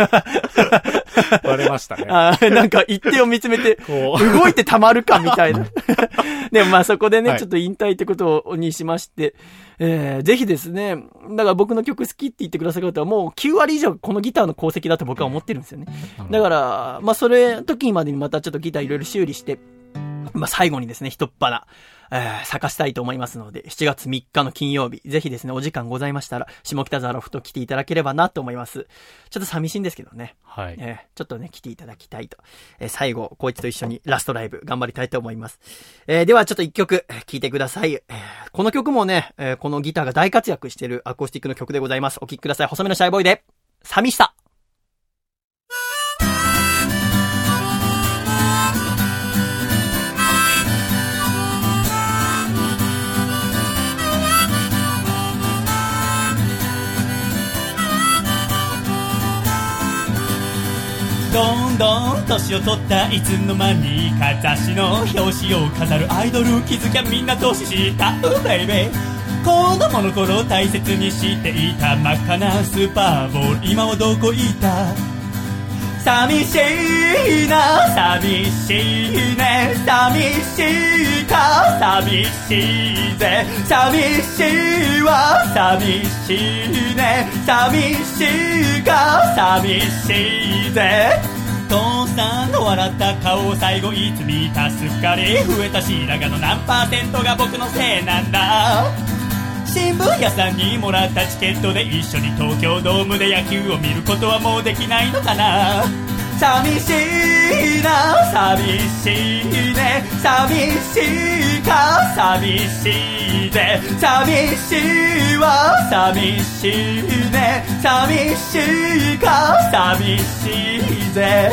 割れましたね。 あなんか、一定を見つめて、動いてたまるか、みたいな。でもまあそこでね、はい、ちょっと引退ってことにしまして、えー、ぜひですね、だから僕の曲好きって言ってくださる方はもうきゅうわり以上このギターの功績だと僕は思ってるんですよね。だから、まあそれ時までにまたちょっとギターいろいろ修理して、まあ最後にですね、一っ花、えー、咲かしたいと思いますので、しちがつみっかの金曜日、ぜひですね、お時間ございましたら、下北沢ロフト来ていただければなと思います。ちょっと寂しいんですけどね。はい。えー、ちょっとね、来ていただきたいと。えー、最後、こいつと一緒にラストライブ頑張りたいと思います。えー、ではちょっと一曲、聴いてください。えー、この曲もね、えー、このギターが大活躍しているアコースティックの曲でございます。お聴きください。細めのシャイボーイで、寂しさ。 どんどん年を取ったいつの間にか雑誌の表紙を飾るアイドル気づきゃみんな年下うベイベー子供の頃大切にしていた真っ赤なスーパーボール今はどこ行った寂しいな寂しいね寂しいか寂しいぜ寂しいわ寂しいね寂しいか寂しいぜ父さんの笑った顔を最後いつ見たすっかり増えた白髪の何パーセントが僕のせいなんだ新聞屋さんにもらったチケットで一緒に東京ドームで野球を見ることはもうできないのかな寂しいな寂しいね寂しいか寂しいぜ寂しいわ寂しいね寂しいか寂しいぜ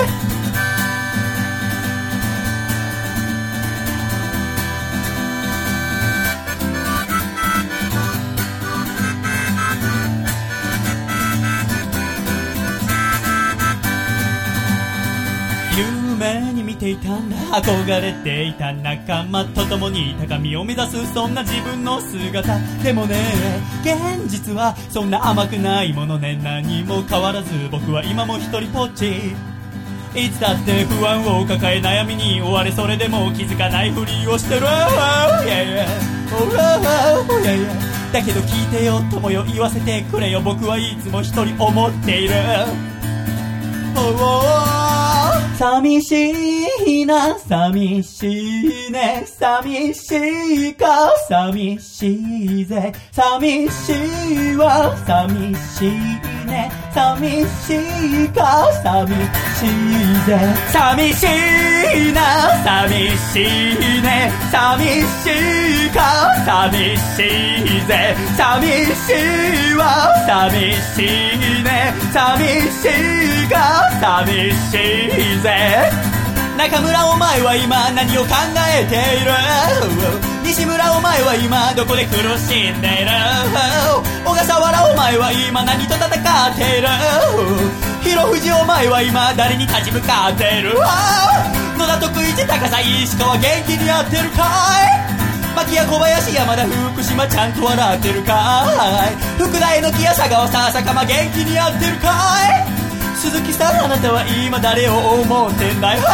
夢に見ていたんだ憧れていた仲間と共に高みを目指すそんな自分の姿でもね現実はそんな甘くないものね何も変わらず僕は今も一人ぽっちいつだって不安を抱え悩みに追われそれでも気づかないふりをしてる、yeah, yeah. Oh, oh, yeah, yeah. だけど聞いてよ友よ言わせてくれよ僕はいつも一人思っている、oh, oh, oh. 寂しいな寂しいね寂しいか寂しいぜ寂しいわ寂しいね寂しいか寂しいぜ寂しいな寂しいね寂しいか寂しいぜ寂しいわ寂しいね寂しいか寂しいぜ中村お前は今何を考えている西村お前は今どこで苦しんでいる小笠原お前は今何と戦っている広藤お前は今誰に立ち向かっている野田徳一高さ石川元気にやってるかい牧谷小林山田福島ちゃんと笑ってるかい福田榎木や佐川さ坂間元気にやってるかい鈴木さんあなたは今誰を思ってんだよ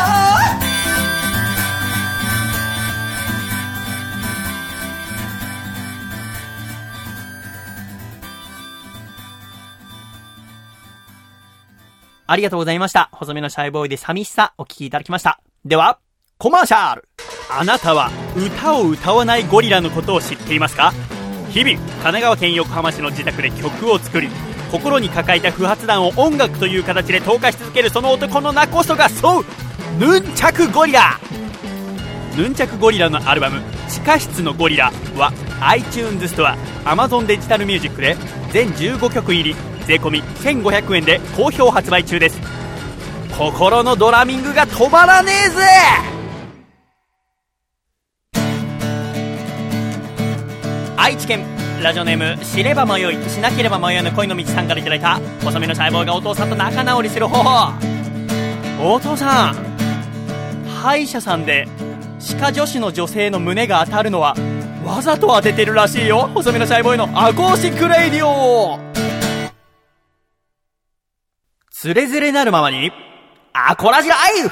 ありがとうございました。細身のシャイボーイで寂しさお聞きいただきました。ではコマーシャル。あなたは歌を歌わないゴリラのことを知っていますか？日々神奈川県横浜市の自宅で曲を作り心に抱えた不発弾を音楽という形で投下し続けるその男の名こそがそうヌンチャクゴリラ。ヌンチャクゴリラのアルバム地下室のゴリラは iTunes ストア Amazon デジタルミュージックで全じゅうごきょく入り税込みせんごひゃくえんで好評発売中です。心のドラミングが止まらねえぜ。愛知県ラジオネーム知れば迷いしなければ迷わぬ恋の道さんからいただいた細身のシャイボーイがお父さんと仲直りする方法。お父さん歯医者さんで歯科助手の女性の胸が当たるのはわざと当ててるらしいよ。細身のシャイボーイのアコースティックレイディオ。つれづれなるままにアコラジライフ。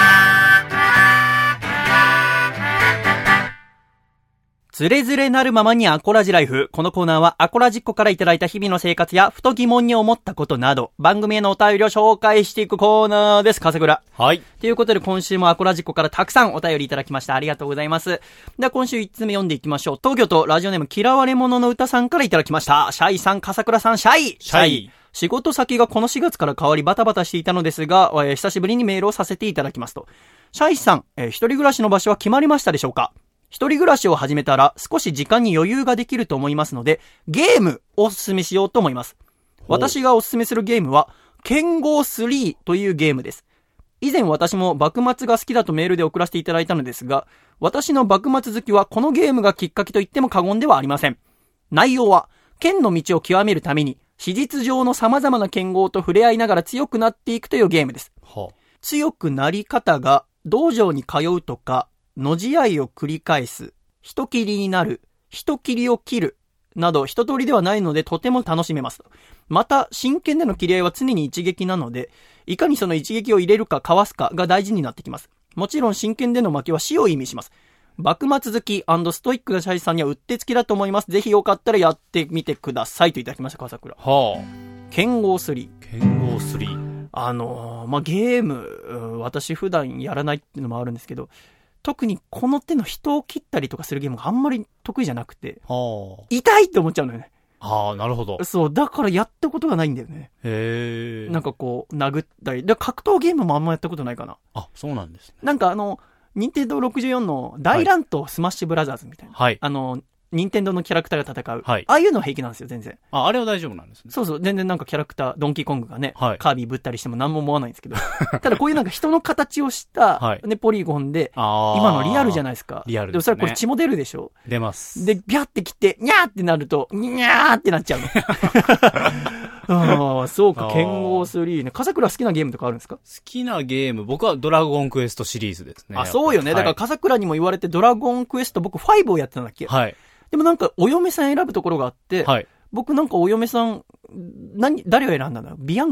つれづれなるままにアコラジライフ。このコーナーはアコラジっ子からいただいた日々の生活やふと疑問に思ったことなど番組へのお便りを紹介していくコーナーです。笠倉。 はい。 ということで今週もアコラジっ子からたくさんお便りいただきました。ありがとうございます。では今週いちつめ読んでいきましょう。東京都ラジオネーム嫌われ者の歌さんからいただきました。シャイさん、笠倉さん、シャイ。 シャイ。 仕事先がこのしがつから変わりバタバタしていたのですが、えー、久しぶりにメールをさせていただきますと。シャイさん、えー、一人暮らしの場所は決まりましたでしょうか？一人暮らしを始めたら少し時間に余裕ができると思いますので、ゲームをおすすめしようと思います。私がおすすめするゲームは、剣豪スリーというゲームです。以前私も幕末が好きだとメールで送らせていただいたのですが、私の幕末好きはこのゲームがきっかけと言っても過言ではありません。内容は、剣の道を極めるために、史実上の様々な剣豪と触れ合いながら強くなっていくというゲームです。 はあ、 強くなり方が、道場に通うとか、のじ合いを繰り返す、人斬りになる、人斬りを切る、など一通りではないのでとても楽しめます。また、真剣での切り合いは常に一撃なので、いかにその一撃を入れるかかわすかが大事になってきます。もちろん真剣での負けは死を意味します。幕末好き&ストイックなシャイさんにはうってつきだと思います。ぜひよかったらやってみてくださいといただきました。川桜。 はあ。 剣豪スリー。剣豪スリー。 あのー、まあ、ゲーム、私普段やらないっていうのもあるんですけど、特にこの手の人を切ったりとかするゲームがあんまり得意じゃなくて、はあ、痛いって思っちゃうのよね。 ああ、なるほど。 そう、だからやったことがないんだよね。 へえ。 なんかこう、殴ったり。で、格闘ゲームもあんまやったことないかな。 あ、そうなんですね。 なんかあの、任天堂ろくじゅうよんの大乱闘スマッシュブラザーズみたいな。 はい。 あの、任天堂のキャラクターが戦う。 はい。 ああいうの平気なんですよ、全然。 あ、あれは大丈夫なんですね。 そうそう、全然なんかキャラクター、ドンキーコングがね、 はい、 カービィぶったりしても何も思わないんですけど。ただこういうなんか人の形をした、はい、ね、ポリゴンで、今のリアルじゃないですか。 リアルですね。 でもそれこれ血も出るでしょ？ 出ます。 で、ビャってきて、ニャーってなると、ニャーってなっちゃうの。ああ、そうか、剣豪スリーね。笠倉好きなゲームとかあるんですか？ 好きなゲーム、僕はドラゴンクエストシリーズですね。 あ、そうよね。だから笠倉にも言われてドラゴンクエスト僕ファイブをやってたんだっけ？ はい。 でもなんかお嫁さん選ぶところがあって、はい、僕なんかお嫁さん、何、誰を選んだんだろう？ビアンカ？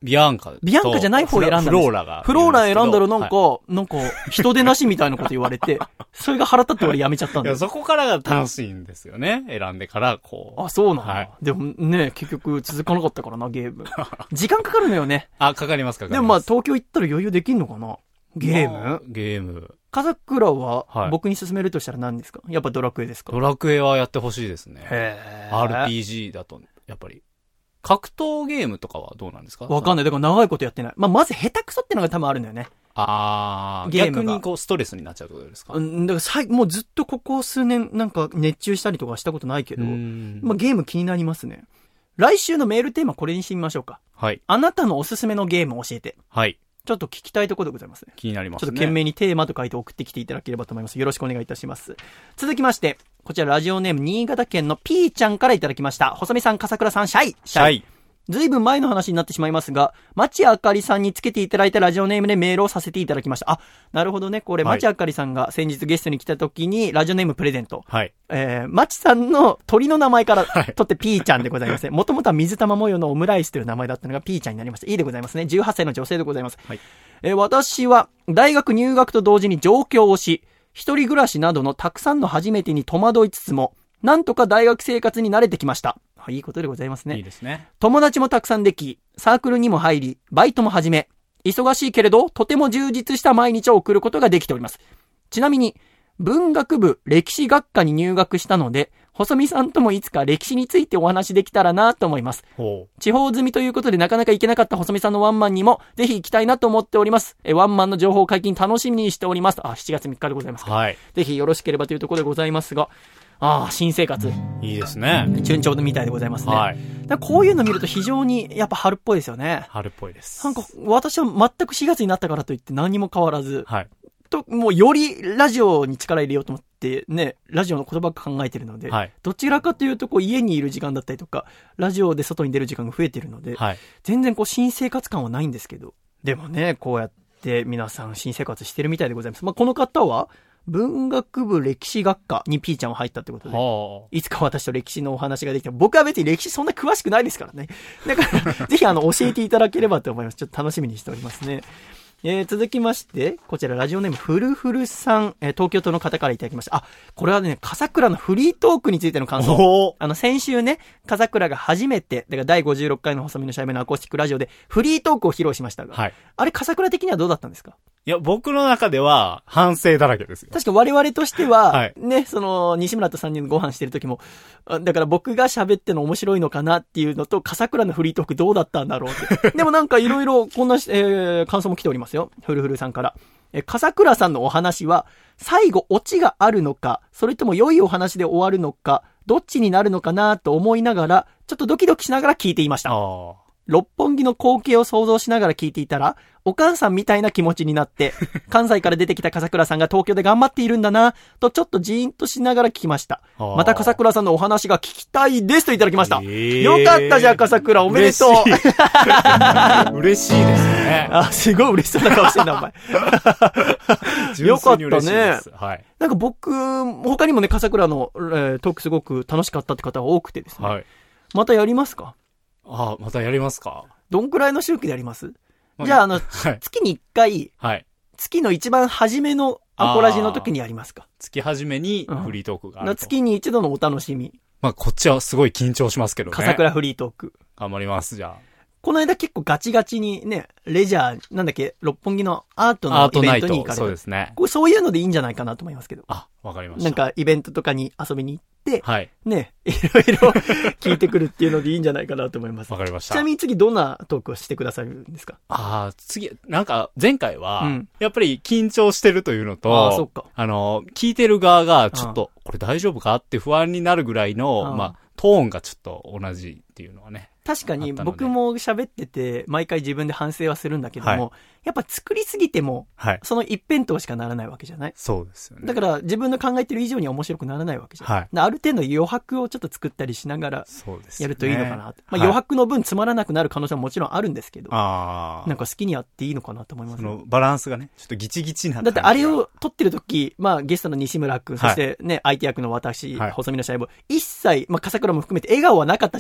ビアンカ。 ビアンカじゃない方を選んだんです。 フローラが。 フローラ選んだらなんか、はい、なんか、人手なしみたいなこと言われて、それが腹立って俺やめちゃったんだ。 いや、そこからが楽しいんですよね。選んでから、こう。 あ、そうなんだ。はい、でもね、結局続かなかったからな、ゲーム。時間かかるのよね。 あ、かかりますかかります。 でもまあ、東京行ったら余裕できんのかなゲーム、まあ、 ゲーム。 風倉は、僕に勧めるとしたら何ですか？やっぱドラクエですか？ ドラクエはやってほしいですね。 へー。アールピージー だと、やっぱり。格闘ゲームとかはどうなんですか？ わかんない。だから長いことやってない。まあ、まず下手くそってのが多分あるんだよね。 あー。ゲーム逆にこうストレスになっちゃうってことですか？ うん、だからさい、もうずっとここ数年なんか熱中したりとかしたことないけど、まあ、ゲーム気になりますね。来週のメールテーマこれにしてみましょうか。 はい。 あなたのおすすめのゲームを教えて。 はい。 ちょっと聞きたいところでございますね。 気になりますね。 ちょっと懸命にテーマと書いて送ってきていただければと思います。よろしくお願いいたします。続きまして、こちらラジオネーム新潟県のピーちゃんからいただきました。細見さん、笠倉さん、シャイ。 シャイ。 ずいぶん前の話になってしまいますが、町あかりさんにつけていただいたラジオネームでメールをさせていただきました。あ、なるほどね。これ、はい、町あかりさんが先日ゲストに来た時にラジオネームプレゼント。 はい。 えー、町さんの鳥の名前から取ってピーちゃんでございますね。もともとは水玉模様のオムライスという名前だったのがピーちゃんになりました。いいでございますね。じゅうはっさいの女性でございます。 はい。 えー、私は大学入学と同時に上京をし、一人暮らしなどのたくさんの初めてに戸惑いつつも、なんとか大学生活に慣れてきました。いいことでございますね。 いいですね。 友達もたくさんでき、サークルにも入り、バイトも始め、忙しいけれど、とても充実した毎日を送ることができております。ちなみに、文学部歴史学科に入学したので、細見さんともいつか歴史についてお話できたらなと思います。地方済みということでなかなか行けなかった細見さんのワンマンにも、ぜひ行きたいなと思っております。え、ワンマンの情報解禁楽しみにしております。あ、しちがつみっかでございます。 はい。 ぜひよろしければというところでございますが、ああ、新生活。 いいですね。 順調みたいでございますね。 はい。 だこういうの見ると非常にやっぱ春っぽいですよね。 春っぽいです。 なんか私は全くしがつになったからといって何も変わらず。 はい。 と、もうよりラジオに力入れようと思ってね、ラジオのことばっか考えてるので、 はい。 どちらかというとこう家にいる時間だったりとか、ラジオで外に出る時間が増えてるので、 はい。 全然こう新生活感はないんですけど、でもね、こうやって皆さん新生活してるみたいでございます。まあ、この方は、文学部歴史学科にピーちゃんは入ったってことで、はあ、いつか私と歴史のお話ができても、僕は別に歴史そんな詳しくないですからね。だからぜひあの教えていただければと思います。ちょっと楽しみにしておりますね。えー、続きまして、こちらラジオネームフルフルさん、えー、東京都の方からいただきました。あ、これはね、笠倉のフリートークについての感想。あの、先週ね、笠倉が初めて、だからだいごじゅうろっかいの細身のシャイメのアコースティックラジオでフリートークを披露しましたが、 はい。 あれ笠倉的にはどうだったんですか？ いや、僕の中では反省だらけですよ。 確か我々としては、 はい、 ね、その、西村とさんにんでご飯してる時も、だから僕が喋っての面白いのかなっていうのと、笠倉のフリートークどうだったんだろうって。でもなんかいろいろこんな、えー、感想も来ておりますよ。フルフルさんから。え、笠倉さんのお話は、最後オチがあるのか、それとも良いお話で終わるのか、どっちになるのかなと思いながら、ちょっとドキドキしながら聞いていました。 あ六本木の光景を想像しながら聞いていたら、お母さんみたいな気持ちになって、関西から出てきた笠倉さんが東京で頑張っているんだな、とちょっとジーンとしながら聞きました。また笠倉さんのお話が聞きたいですといただきました。えー、よかったじゃあ笠倉おめでとう。 嬉しい、嬉しいですね。 あ、すごい嬉しそうな顔してんだお前。よかったね。 はい。 なんか僕、他にもね、笠倉の、えー、トークすごく楽しかったって方が多くてですね。はい。またやりますか？ ああ、またやりますか？ どんくらいの周期でやります？じゃあ、あの、はい、月にいっかい、 はい。 月の一番初めのアコラジの時にやりますか？ 月初めにフリートークがあると、うん、 月に一度のお楽しみ。 まあ、こっちはすごい緊張しますけどね。 笠倉フリートーク。 頑張ります、じゃあ。 この間結構ガチガチにね、レジャー、なんだっけ、六本木のアートのイベントに行かれる。 そうですね。 これそういうのでいいんじゃないかなと思いますけど。 あ、わかりました。 なんかイベントとかに遊びに行って、 はい。 ね、いろいろ聞いてくるっていうのでいいんじゃないかなと思います。 わかりました。 ちなみに次どんなトークをしてくださるんですか？ ああ、次、なんか前回は、うん、やっぱり緊張してるというのと、 あ、そっか。 あの、聞いてる側がちょっと、これ大丈夫かって不安になるぐらいの、あまあ、トーンがちょっと同じっていうのはね。 確かに僕も喋ってて毎回自分で反省はするんだけども、はい、やっぱ作りすぎても、はい、その一辺倒しかならないわけじゃない？ そうですよね。 だから自分の考えてる以上に面白くならないわけじゃない、はい、ある程度余白をちょっと作ったりしながらやるといいのかな、ね。まあ、余白の分つまらなくなる可能性ももちろんあるんですけど、はい、なんか好きにやっていいのかなと思います、ね。 そのバランスがね、ちょっとギチギチな。 だってあれを撮ってる時、まあゲストの西村くん、そしてね、はい、相手役の私、はい、細身のシャイボーイ、一切、まあ笠倉も含めて笑顔はなかったじゃないですか。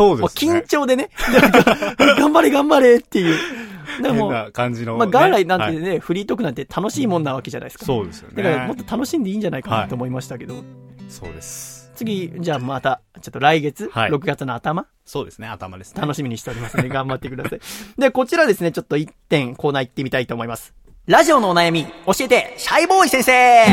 そうですね。 緊張でね、頑張れ頑張れっていう。 でも、変な感じの、ね。 まあ、元来なんてね、はい、フリートークなんて楽しいもんなわけじゃないですか。 そうですよね。 だからもっと楽しんでいいんじゃないかなと思いましたけど。はい、 そうです。 次、じゃあまた、ちょっと来月、はい、ろくがつの頭そうですね、頭ですね。 楽しみにしておりますので、頑張ってください。で、こちらですね、ちょっと一点コーナー行ってみたいと思います。ラジオのお悩み、教えて、シャイボーイ先生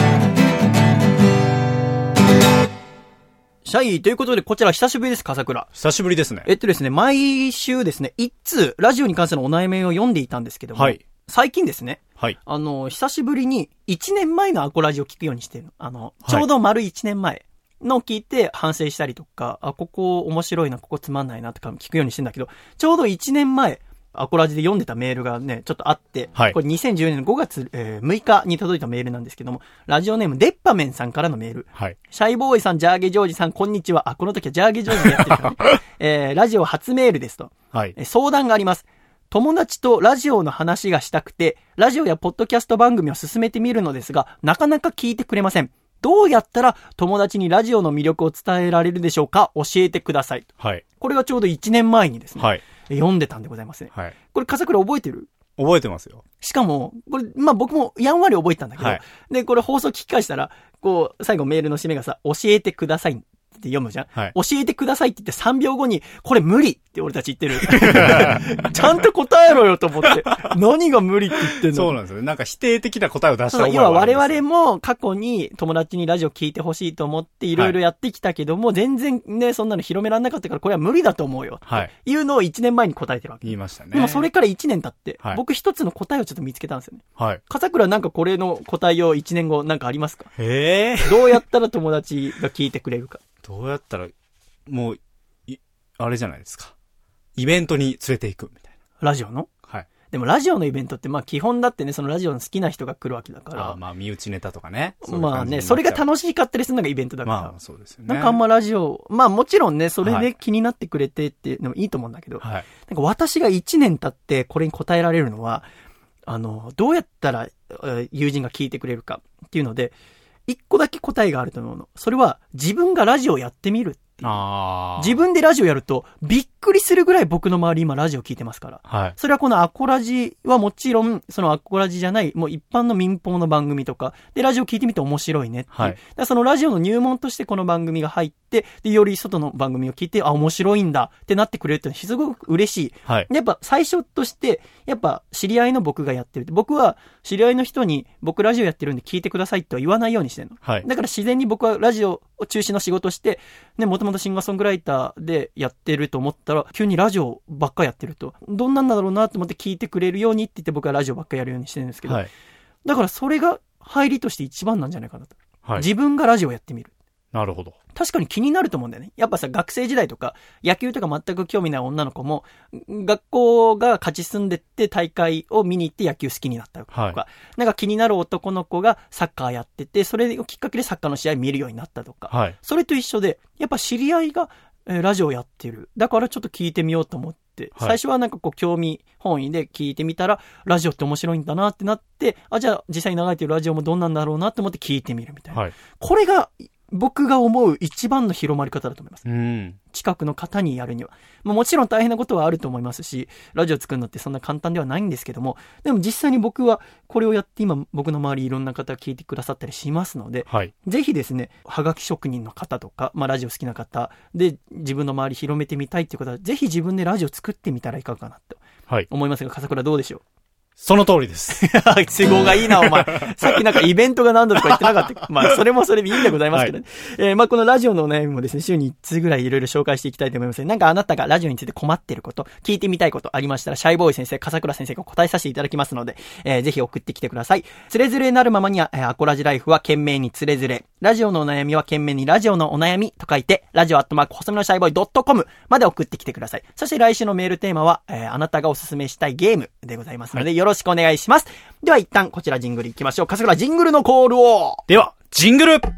シャイということで、こちら久しぶりです、笠倉。 久しぶりですね。 えっとですね、毎週ですね、一通、ラジオに関するお悩みを読んでいたんですけども、はい、最近ですね、はい、あの、久しぶりにいちねんまえのアコラジを聞くようにしてるの。あの、ちょうど丸いちねんまえのを聞いて反省したりとか、あ、ここ面白いな、ここつまんないなとか聞くようにしてんだけど、ちょうどいちねんまえ、アコラジで読んでたメールがね、ちょっとあって、はい、これにせんじゅうねんのごがつ、えー、むいかに届いたメールなんですけども、ラジオネームデッパメンさんからのメール。はい、シャイボーイさん、ジャーゲジョージさん、こんにちは。あ、この時はジャーゲジョージでやってるからね。えー、ラジオ初メールですと。はい、えー、相談があります。友達とラジオの話がしたくて、ラジオやポッドキャスト番組を進めてみるのですが、なかなか聞いてくれません。どうやったら友達にラジオの魅力を伝えられるでしょうか？教えてください。はい。これがちょうどいちねんまえにですね。はい。読んでたんでございますね。はい。これ、笠倉覚えてる？ 覚えてますよ。 しかも、これ、まあ、僕もやんわり覚えてたんだけど、はい、で、これ放送聞き返したら、こう、最後メールの締めがさ、教えてくださいって読むじゃん、はい、教えてくださいって言ってさんびょうごに、これ無理って俺たち言ってる。ちゃんと答えろよと思って。何が無理って言ってんの？ そうなんですよね。なんか否定的な答えを出した覚え要は我々も過去に友達にラジオ聞いてほしいと思っていろいろやってきたけども、はい、全然ね、そんなの広められなかったからこれは無理だと思うよ。はい。いうのをいちねんまえに答えてるわけ。 言いましたね。 でもそれからいちねん経って、はい、僕一つの答えをちょっと見つけたんですよね。はい。笠倉なんかこれの答えをいちねんごなんかありますか？ へー。 どうやったら友達が聞いてくれるか。 どうやったら、もう、い、あれじゃないですか。イベントに連れて行くみたいな。 ラジオの？はい。でもラジオのイベントってまあ基本だってね、そのラジオの好きな人が来るわけだから。 あまあ身内ネタとかね。 まあね、それが楽しかったりするのがイベントだから。 まあそうですよね。 なんかあんまラジオ、まあもちろんね、それで気になってくれてっていうのもいいと思うんだけど、はい、なんか私がいちねん経ってこれに答えられるのは、あの、どうやったら友人が聞いてくれるかっていうので、一個だけ答えがあると思うの。それは自分がラジオをやってみる。あ自分でラジオやるとびっくりするぐらい僕の周り今ラジオ聞いてますから。はい。それはこのアコラジはもちろん、そのアコラジじゃない、もう一般の民放の番組とか、で、ラジオ聞いてみて面白いねっていう。はい。だからそのラジオの入門としてこの番組が入って、で、より外の番組を聞いて、あ、面白いんだってなってくれるってすごく嬉しい。はい。やっぱ最初として、やっぱ知り合いの僕がやってるって、僕は知り合いの人に僕ラジオやってるんで聞いてくださいとは言わないようにしてるの。はい。だから自然に僕はラジオを中心の仕事して、ね、もともとシンガーソングライターでやってると思ったら、急にラジオばっかやってると、どんなんだろうなと思って聞いてくれるようにって言って僕はラジオばっかやるようにしてるんですけど、はい、だからそれが入りとして一番なんじゃないかなと。はい、自分がラジオやってみる。 なるほど。 確かに気になると思うんだよね。やっぱさ、学生時代とか、野球とか全く興味ない女の子も、学校が勝ち進んでって大会を見に行って野球好きになったとか、はい、なんか気になる男の子がサッカーやってて、それをきっかけでサッカーの試合見るようになったとか、はい、それと一緒で、やっぱ知り合いが、えー、ラジオやってる。だからちょっと聞いてみようと思って、はい、最初はなんかこう興味本位で聞いてみたら、ラジオって面白いんだなってなって、あ、じゃあ実際に流れてるラジオもどんなんだろうなって思って聞いてみるみたいな。はい、これが、僕が思う一番の広まり方だと思います。うん、近くの方にやるには。まあ、もちろん大変なことはあると思いますし、ラジオ作るのってそんな簡単ではないんですけども、でも実際に僕はこれをやって今僕の周りいろんな方が聞いてくださったりしますので、はい、ぜひですね、はがき職人の方とか、まあラジオ好きな方で自分の周り広めてみたいっていう方は、ぜひ自分でラジオ作ってみたらいかがかなと思いますが、笠倉どうでしょう？ その通りです。 都合がいいな、お前。さっきなんかイベントが何だとか言ってなかった。まあ、それもそれでいいんでございますけどね。はい、えー、まあ、このラジオのお悩みもですね、週にいっつうぐらいいろいろ紹介していきたいと思います。なんかあなたがラジオについて困っていること、聞いてみたいことありましたら、シャイボーイ先生、笠倉先生が答えさせていただきますので、えー、ぜひ送ってきてください。つれづれなるままには、えー、アコラジライフは懸命につれづれ。ラジオのお悩みは懸命にラジオのお悩みと書いて、ラジオアットマーク細身のシャイボーイドットコムまで送ってきてください。そして来週のメールテーマは、えー、あなたがおすすめしたいゲームでございますので、はい、よろしくお願いします。では一旦こちらジングル行きましょう。笠倉ジングルのコールを。 では、ジングル。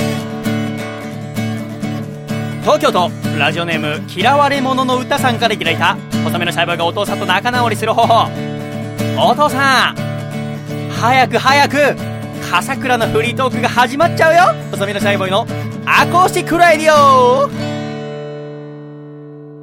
東京都ラジオネーム嫌われ者の歌さんからいただいた細めのシャイボーイがお父さんと仲直りする方法。お父さん、早く早く笠倉のフリートークが始まっちゃうよ。細めのシャイボーイのアコースティックラディオ。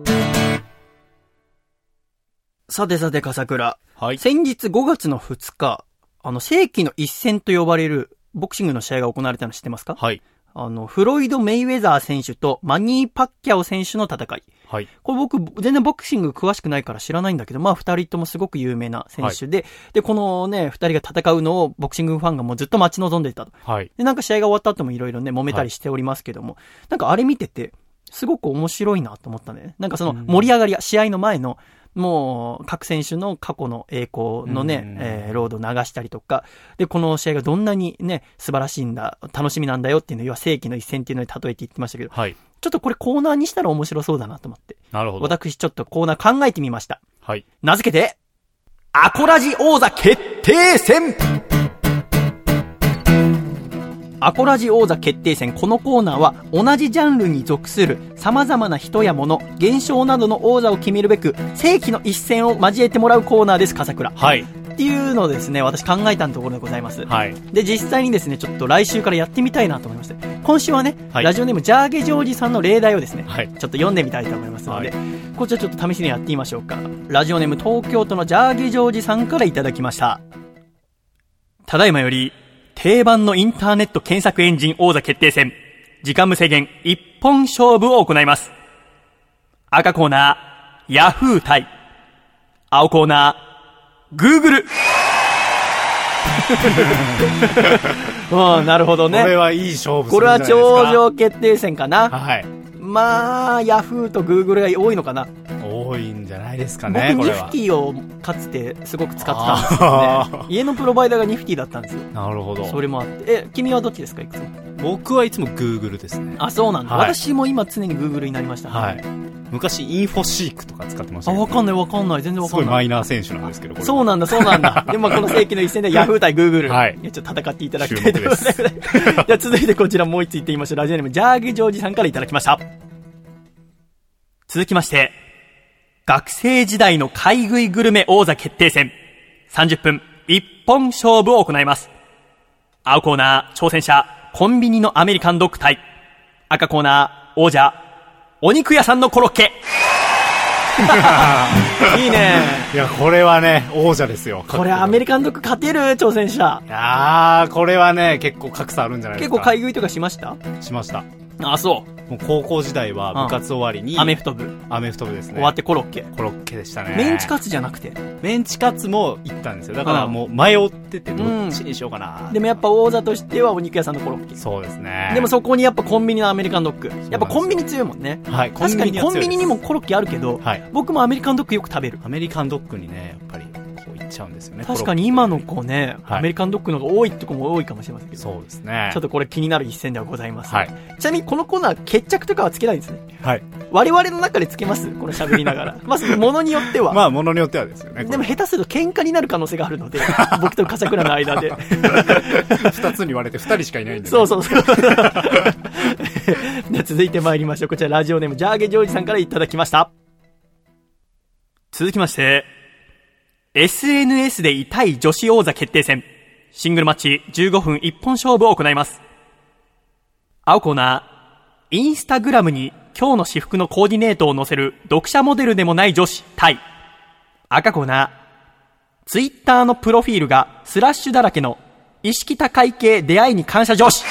さてさて、笠倉。 はい。 先日ごがつのふつか、あの、世紀の一戦と呼ばれるボクシングの試合が行われたの知ってますか？ はい。 あの、フロイド・メイウェザー選手とマニー・パッキャオ選手の戦い。 はい。 これ僕、全然ボクシング詳しくないから知らないんだけど、まあ二人ともすごく有名な選手で、はい、で、このね、二人が戦うのをボクシングファンがもうずっと待ち望んでいたと。 はい。 で、なんか試合が終わった後もいろいろね、揉めたりしておりますけども、はい、なんかあれ見てて、すごく面白いなと思ったね。なんかその盛り上がりや、試合の前の、もう各選手の過去の栄光のね、えー、ロードを流したりとか、で、この試合がどんなにね、素晴らしいんだ、楽しみなんだよっていうのを、要は世紀の一戦っていうのに例えて言ってましたけど、 はい。 ちょっとこれコーナーにしたら面白そうだなと思って。 なるほど。 私ちょっとコーナー考えてみました。 はい。 名付けて、アコラジ王座決定戦。アコラジ王座決定戦。このコーナーは同じジャンルに属する様々な人や物、現象などの王座を決めるべく世紀の一戦を交えてもらうコーナーです。笠倉。 はい。 っていうのをですね、私考えたところでございます。 はい。 で、実際にですね、ちょっと来週からやってみたいなと思いまして、今週はね、 はい、 ラジオネームジャーゲジョージさんの例題をですね、 はい、 ちょっと読んでみたいと思いますので、 はい、 こちらちょっと試しにやってみましょうか。ラジオネーム東京都のジャーゲジョージさんからいただきました。ただいまより、定番のインターネット検索エンジン王座決定戦、時間無制限一本勝負を行います。赤コーナー、ヤフー対、青コーナー、グーグル。うん、なるほどね。 これはいい勝負すこれるんじゃないですか。 は頂上決定戦かな。 はい。 まあ、ヤフーとグーグルが多いのかな。 多いんじゃないですかね。 僕、ニフティをかつてすごく使ってたんですけどね。家のプロバイダーがニフティだったんですよ。 なるほど。 それもあって。え、君はどっちですかいくつも。 僕はいつもグーグルですね。 あ、そうなんだ。 はい、 私も今常にグーグルになりましたね。 はい。昔、インフォシークとか使ってましたけど、 ね。あ、わかんないわかんない。全然わかんない。 すごいマイナー選手なんですけど、これ。 そうなんだ、そうなんだ。でもこの世紀の一戦でヤフー対グーグル。 はい。 ちょっと戦っていただきたいと思います。じゃあ続いてこちらもう一つ言ってみましょう。ラジオネームジャーゲジョージさんからいただきました。続きまして、学生時代の買い食いグルメ王座決定戦。さんじゅっぷん、一本勝負を行います。青コーナー、挑戦者、コンビニのアメリカンドッグ対。赤コーナー、王者、お肉屋さんのコロッケ。いいね。 いや、これはね、王者ですよ。 これアメリカンドッグ勝てる挑戦者。 いやー、これはね、結構格差あるんじゃないですか。 結構買い食いとかしました？ しました。 あ、そう。 もう高校時代は部活終わりに、 うん、アメフト部。 アメフト部ですね。 終わってコロッケ。 コロッケでしたね。 メンチカツじゃなくて。 メンチカツも行ったんですよ。だからもう迷っててどっちにしようかな、 うん。でもやっぱ王座としてはお肉屋さんのコロッケ。 そうですね。 でもそこにやっぱコンビニのアメリカンドッグ。やっぱコンビニ強いもんね。 はい。 確かにコンビニにもコロッケあるけど、はい、僕もアメリカンドッグよく食べる。 アメリカンドッグにね、やっぱりこう行っちゃうんですよね。 確かに今の子ね、はい、アメリカンドッグの方が多いって子も多いかもしれませんけど。 そうですね。 ちょっとこれ気になる一戦ではございます。 はい。 ちなみにこのコーナー決着とかはつけないんですね。 はい。 我々の中でつけます？この喋りながら。まあ、ものによっては。 まあ、ものによってはですよね。 でも下手すると喧嘩になる可能性があるので、僕と笠倉の間で。 二つに割れて二人しかいないんで、ね。 そうそうそう。じゃあ続いて参りましょう。こちらラジオネームジャーゲジョージさんからいただきました。続きまして、エスエヌエス で痛い女子王座決定戦。シングルマッチじゅうごふん一本勝負を行います。青コーナー、インスタグラムに今日の私服のコーディネートを載せる読者モデルでもない女子対。赤コーナー、ツイッターのプロフィールがスラッシュだらけの意識高い系出会いに感謝女子。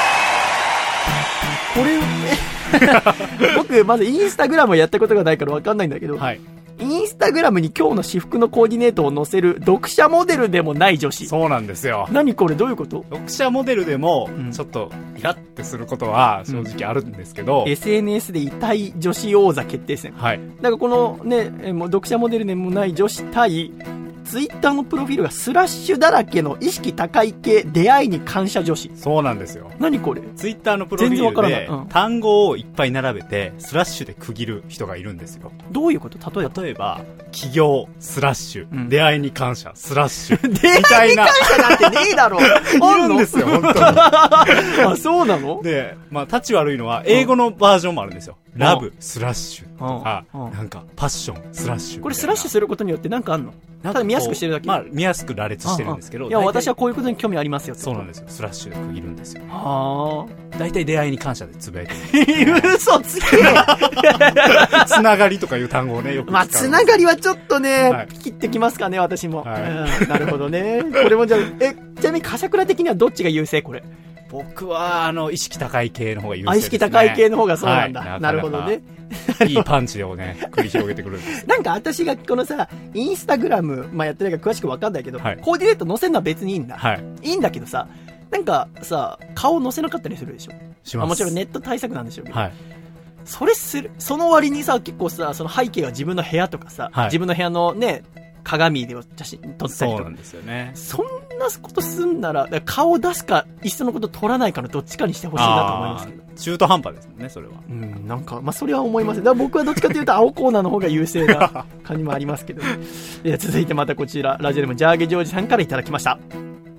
これ僕まずインスタグラムをやったことがないから分かんないんだけど、はい、インスタグラムに今日の私服のコーディネートを載せる読者モデルでもない女子。 そうなんですよ。 何これどういうこと？ 読者モデルでもちょっとイラってすることは正直あるんですけど、 うん、エスエヌエス で痛い女子王座決定戦。はい。だからこのね、もう読者モデルでもない女子対ツイッターのプロフィールがスラッシュだらけの意識高い系出会いに感謝女子。 そうなんですよ。 何これ？ ツイッターのプロフィールで、うん、単語をいっぱい並べてスラッシュで区切る人がいるんですよ。 どういうこと？例えば例えば起業スラッシュ、うん、出会いに感謝スラッシュ出会いに感謝なんてねえだろ。 いるんですよ本当に。 あ、そうなの？ で、まあ立ち悪いのは英語のバージョンもあるんですよ。 ラブスラッシュとか、なんかパッションスラッシュ。 これスラッシュすることによってなんかあんの？ただ見やすくしてるだけ。 まあ見やすく羅列してるんですけど、 いや私はこういうことに興味ありますよって。 そうなんですよ。スラッシュで区切るんですよ。 はあ。大体出会いに感謝でつぶやいてる。嘘つけ。 つながりとかいう単語をねよく使う。 まあつながりはちょっとね、はい、切ってきますかね私も。はい、うん、なるほどね。これもじゃあえちなみに笠倉的にはどっちが優勢これ？ 僕はあの意識高い系の方が優勢ですね。 意識高い系の方がそうなんだ。はい、な, なるほどね。 いいパンチをね繰り広げてくるんです。 なんか私がこのさインスタグラムまあやってないから詳しく分かんないけど、はい、コーディネート載せるのは別にいいんだ。はい、いいんだけどさなんかさ顔載せなかったりするでしょ。 します。 もちろんネット対策なんでしょうけど。 はい。 それするその割にさ結構さその背景が自分の部屋とかさ、はい、自分の部屋のね鏡で写真撮ったりとか。 そうなんですよね。 そんなことすんなら、ら顔出すか、いっそのこと撮らないかのどっちかにしてほしいなと思いますけど。 中途半端ですもんね、それは。 うん、なんか、まあ、それは思います。だから僕はどっちかというと青コーナーの方が優勢な感じもありますけど、ね。いや、続いてまたこちら、ラジオネームジャーゲジョージさんからいただきました。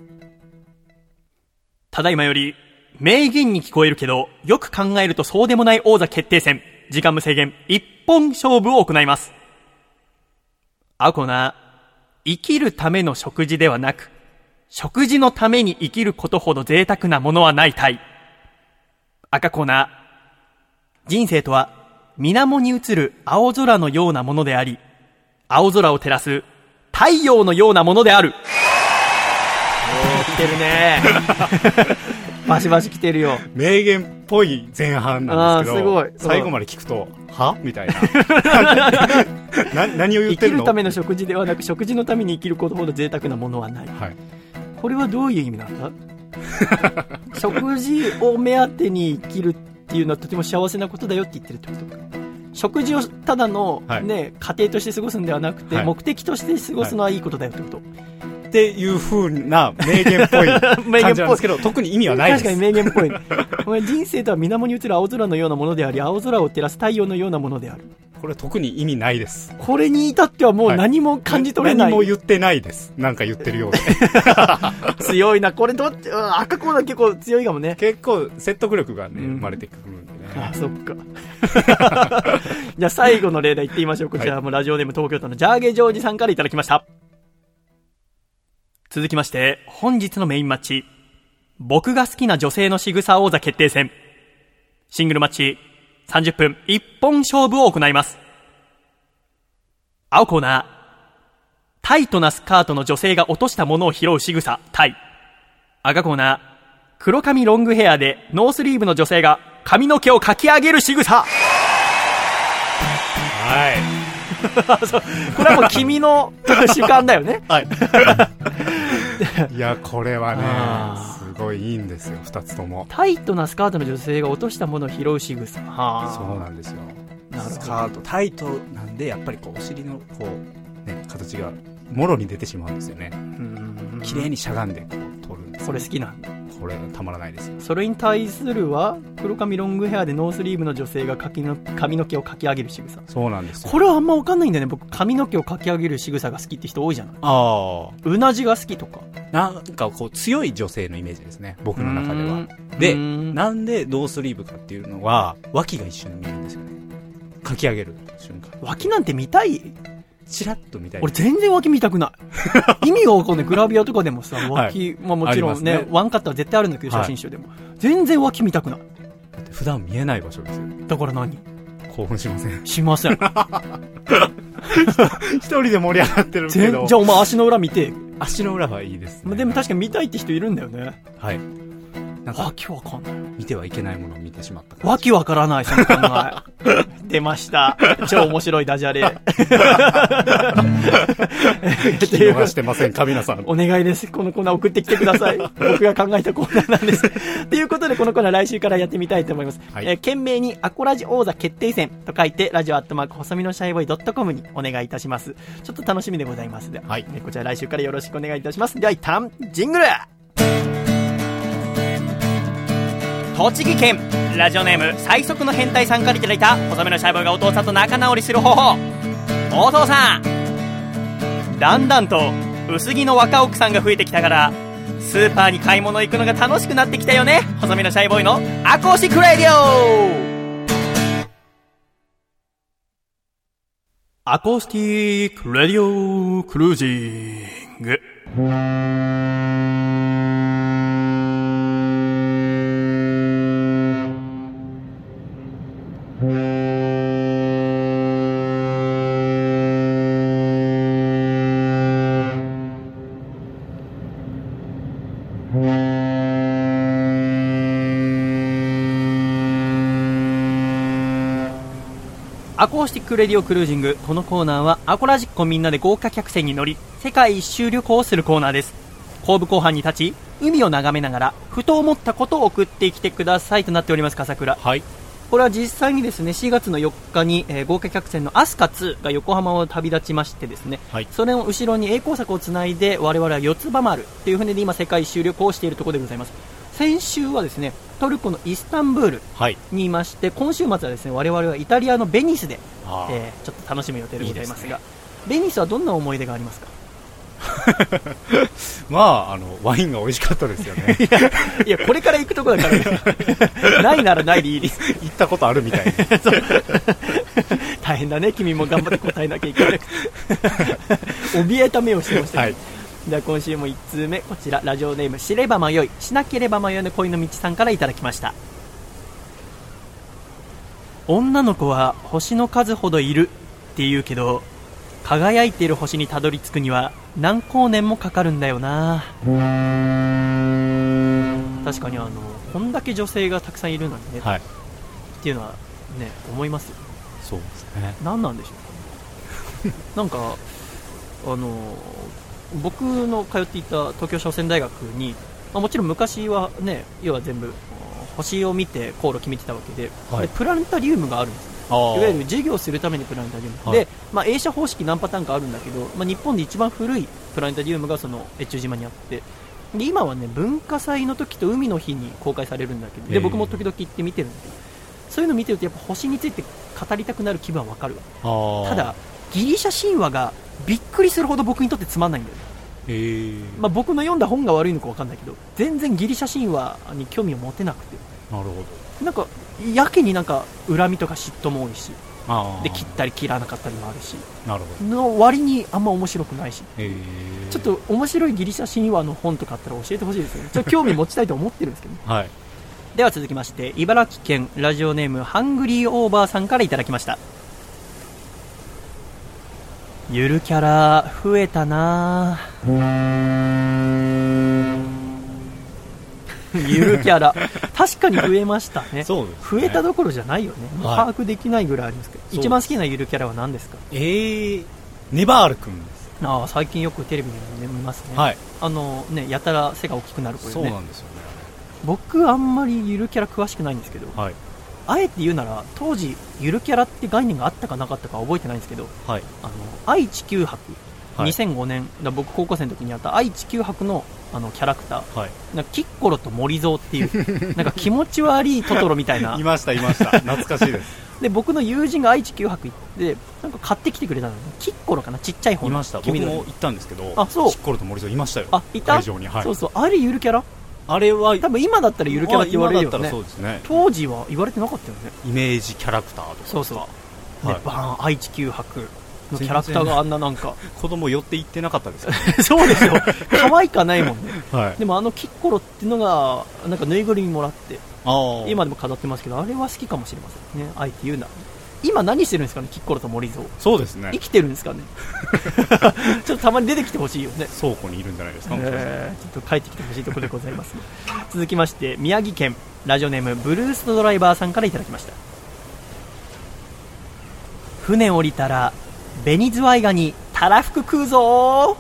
ただいまより、名言に聞こえるけど、よく考えるとそうでもない王座決定戦、時間無制限、一本勝負を行います。青コーナー、生きるための食事ではなく、食事のために生きることほど贅沢なものはないたい。赤コーナー、人生とは水面に映る青空のようなものであり、青空を照らす太陽のようなものである。おー、来てるねバシバシ来てるよ。 名言っぽい前半なんですけど、 あーすごい。 最後まで聞くとはみたいなな何を言ってるの。 生きるための食事ではなく食事のために生きることほど贅沢なものはない、はい、これはどういう意味なんだ食事を目当てに生きるっていうのはとても幸せなことだよって言ってるってことか。食事をただの、ね、はい、家庭として過ごすんではなくて、はい、目的として過ごすのはいいことだよってこと、はい、 っていう風な名言っぽい感じなんですけど特に意味はないです。 確かに名言っぽいお前人生とは水面に映る青空のようなものであり、青空を照らす太陽のようなものである。 これ特に意味ないです。 これに至ってはもう何も感じ取れない、 はい、何も言ってないです。なんか言ってるようで強いなこれ。どっち赤コーナー結構強いかもね。 結構説得力がね、うん、生まれてくるんでね。 あ、そっかじゃあ最後の例題言ってみましょう。こちらもラジオネーム東京都のジャーゲジョージさんからいただきました。続きまして本日のメインマッチ、僕が好きな女性の仕草王座決定戦、シングルマッチさんじゅっぷん一本勝負を行います。青コーナー、タイトなスカートの女性が落としたものを拾う仕草タイ。赤コーナー、黒髪ロングヘアでノースリーブの女性が髪の毛をかき上げる仕草。 はいこれはもう君の主観だよねはいいやこれはねすごいいいんですよ。ふたつともタイトなスカートの女性が落としたものを拾う仕草。 はそうなんですよ。スカートタイトなんでやっぱりこうお尻のこう、ね、形がもろに出てしまうんですよね。綺麗にしゃがんでこう取るんです。 これ好きなんだ。 これたまらないですよ。 それに対するは黒髪ロングヘアでノースリーブの女性が髪の、髪の毛をかき上げる仕草。 そうなんですよ。 これはあんま分かんないんだよね。僕髪の毛をかき上げる仕草が好きって人多いじゃない。 ああ、 うなじが好きとかなんかこう強い女性のイメージですね、僕の中では。でなんでノースリーブかっていうのは脇が一緒に見えるんですよね。かき上げる瞬間。 脇なんて見たい？ チラッと見たい。 俺全然脇見たくない意味がわかんない。グラビアとかでもさ脇、はい、まあ、もちろん ね, ねワンカットは絶対あるんだけど写真集でも、はい、全然脇見たくない。 だって普段見えない場所ですよ。 だから何興奮しません？ しません一人で盛り上がってるけど。 じゃあお前足の裏見て。 足の裏はいいですね。 でも確かに見たいって人いるんだよね。 はい。 なんか脇わかんない。 見てはいけないものを見てしまったわけわからないその考え出ました。超面白いダジャレ聞き逃してませんか皆さん。 お願いです。このコーナー送ってきてください僕が考えたコーナーなんですということでこのコーナー来週からやってみたいと思います、はい。えー、懸命にアコラジ王座決定戦と書いてラジオアットマーク細身のシャイボーイドットコムにお願いいたします。ちょっと楽しみでございます。では、はい、えー、こちら来週からよろしくお願いいたします。では一旦ジングル。栃木県ラジオネーム最速の変態さんからいただいた細めのシャイボーイがお父さんと仲直りする方法。お父さん、だんだんと薄着の若奥さんが増えてきたからスーパーに買い物行くのが楽しくなってきたよね。細めのシャイボーイのアコーシックラディオ。 アコースティックラディオクルージング。アコースティックレディオクルージング。このコーナーはアコラジッコみんなで豪華客船に乗り世界一周旅行をするコーナーです。後部後半に立ち海を眺めながらふと思ったことを送ってきてくださいとなっております。笠倉、 はい、 これは実際にですねしがつのよっかに、えー、豪華客船のアスカツーが横浜を旅立ちましてですね、はい、それの後ろに栄光策をつないで我々は四つ葉丸という船で今世界一周旅行をしているところでございます。先週はですねトルコのイスタンブールにいまして、はい、今週末はですね我々はイタリアのベニスで、えー、ちょっと楽しむ予定でございますが、いいですね、ベニスはどんな思い出がありますか？ まあ、あのワインが美味しかったですよね。 いや、いやこれから行くところだからないならないでいいです。 行ったことあるみたいな。 大変だね、君も頑張って答えなきゃいけなくて怯えた目をしてましたけど、はい、では今週もいち通目、こちらラジオネーム知れば迷いしなければ迷いの恋の道さんからいただきました。女の子は星の数ほどいるって言うけど輝いている星にたどり着くには何光年もかかるんだよな。確かにあのこんだけ女性がたくさんいるのにね、はい、っていうのはね思いますよ。 そうですね。 何なんでしょうなんかあの僕の通っていた東京商船大学に、まあ、もちろん昔はね要は全部星を見て航路決めてたわけで、はい、でプラネタリウムがあるんです。いわゆる授業するためにプラネタリウム、はい、で、まあ、映写方式何パターンかあるんだけど、まあ、日本で一番古いプラネタリウムがその越中島にあって、で今はね文化祭の時と海の日に公開されるんだけど、で僕も時々行って見てるんだけど、そういうの見てるとやっぱ星について語りたくなる気分はわかるわ。ただギリシャ神話がびっくりするほど僕にとってつまんないんだよね。へー、まあ、僕の読んだ本が悪いのかわかんないけど全然ギリシャ神話に興味を持てなくて、 なるほど、なんかやけになんか恨みとか嫉妬も多いし、で切ったり切らなかったりもあるし、なるほどの割にあんま面白くないし、ちょっと面白いギリシャ神話の本とかあったら教えてほしいですよね。ちょっと興味持ちたいと思ってるんですけど、ねはい、では続きまして茨城県ラジオネームハングリーオーバーさんからいただきました。ゆるキャラ増えたなゆるキャラ確かに増えましたね。そうですね、増えたどころじゃないよね、はい、把握できないぐらいありますけど、一番好きなゆるキャラは何ですか？ えー、ネバール君です。 あ最近よくテレビで見ますね、はい、あのねやたら背が大きくなる子ね。 そうなんですよね。 僕あんまりゆるキャラ詳しくないんですけど、はい、あえて言うなら当時ゆるキャラって概念があったかなかったか覚えてないんですけど、はい、あの愛・地球博、はい、にせんごねんだ僕高校生の時にあった愛・地球博のあのキャラクター、はい、なんかキッコロと森蔵っていうなんか気持ち悪いトトロみたいないましたいました懐かしいですで僕の友人が愛・地球博行ってなんか買ってきてくれたのね。キッコロかな、ちっちゃい方の。 いました。僕も行ったんですけど、 あそうキッコロと森蔵いましたよ。 あいた会場に、はい、 そうそう、あれゆるキャラ、 あれは多分今だったらゆるキャラって言われるよね。 今だったらそうですね。 当時は言われてなかったよね。 イメージキャラクターとか。 そうそう、はい、でバーン愛・地球博のキャラクターがあんななんか子供寄って行ってなかったですかそうですよ、可愛かないもんね、はい、でもあのキッコロっていうのがなんかぬいぐるみもらって今でも飾ってますけど、あれは好きかもしれませんね。あえて言うな。今何してるんですかね、キッコロと森蔵。 そうですね、 生きてるんですかねちょっとたまに出てきてほしいよね。 倉庫にいるんじゃないですか、 えー、ちょっと帰ってきてほしいところでございます続きまして宮城県ラジオネームブルースドライバーさんからいただきました。船降りたらベニズワイガニたらふく食うぞ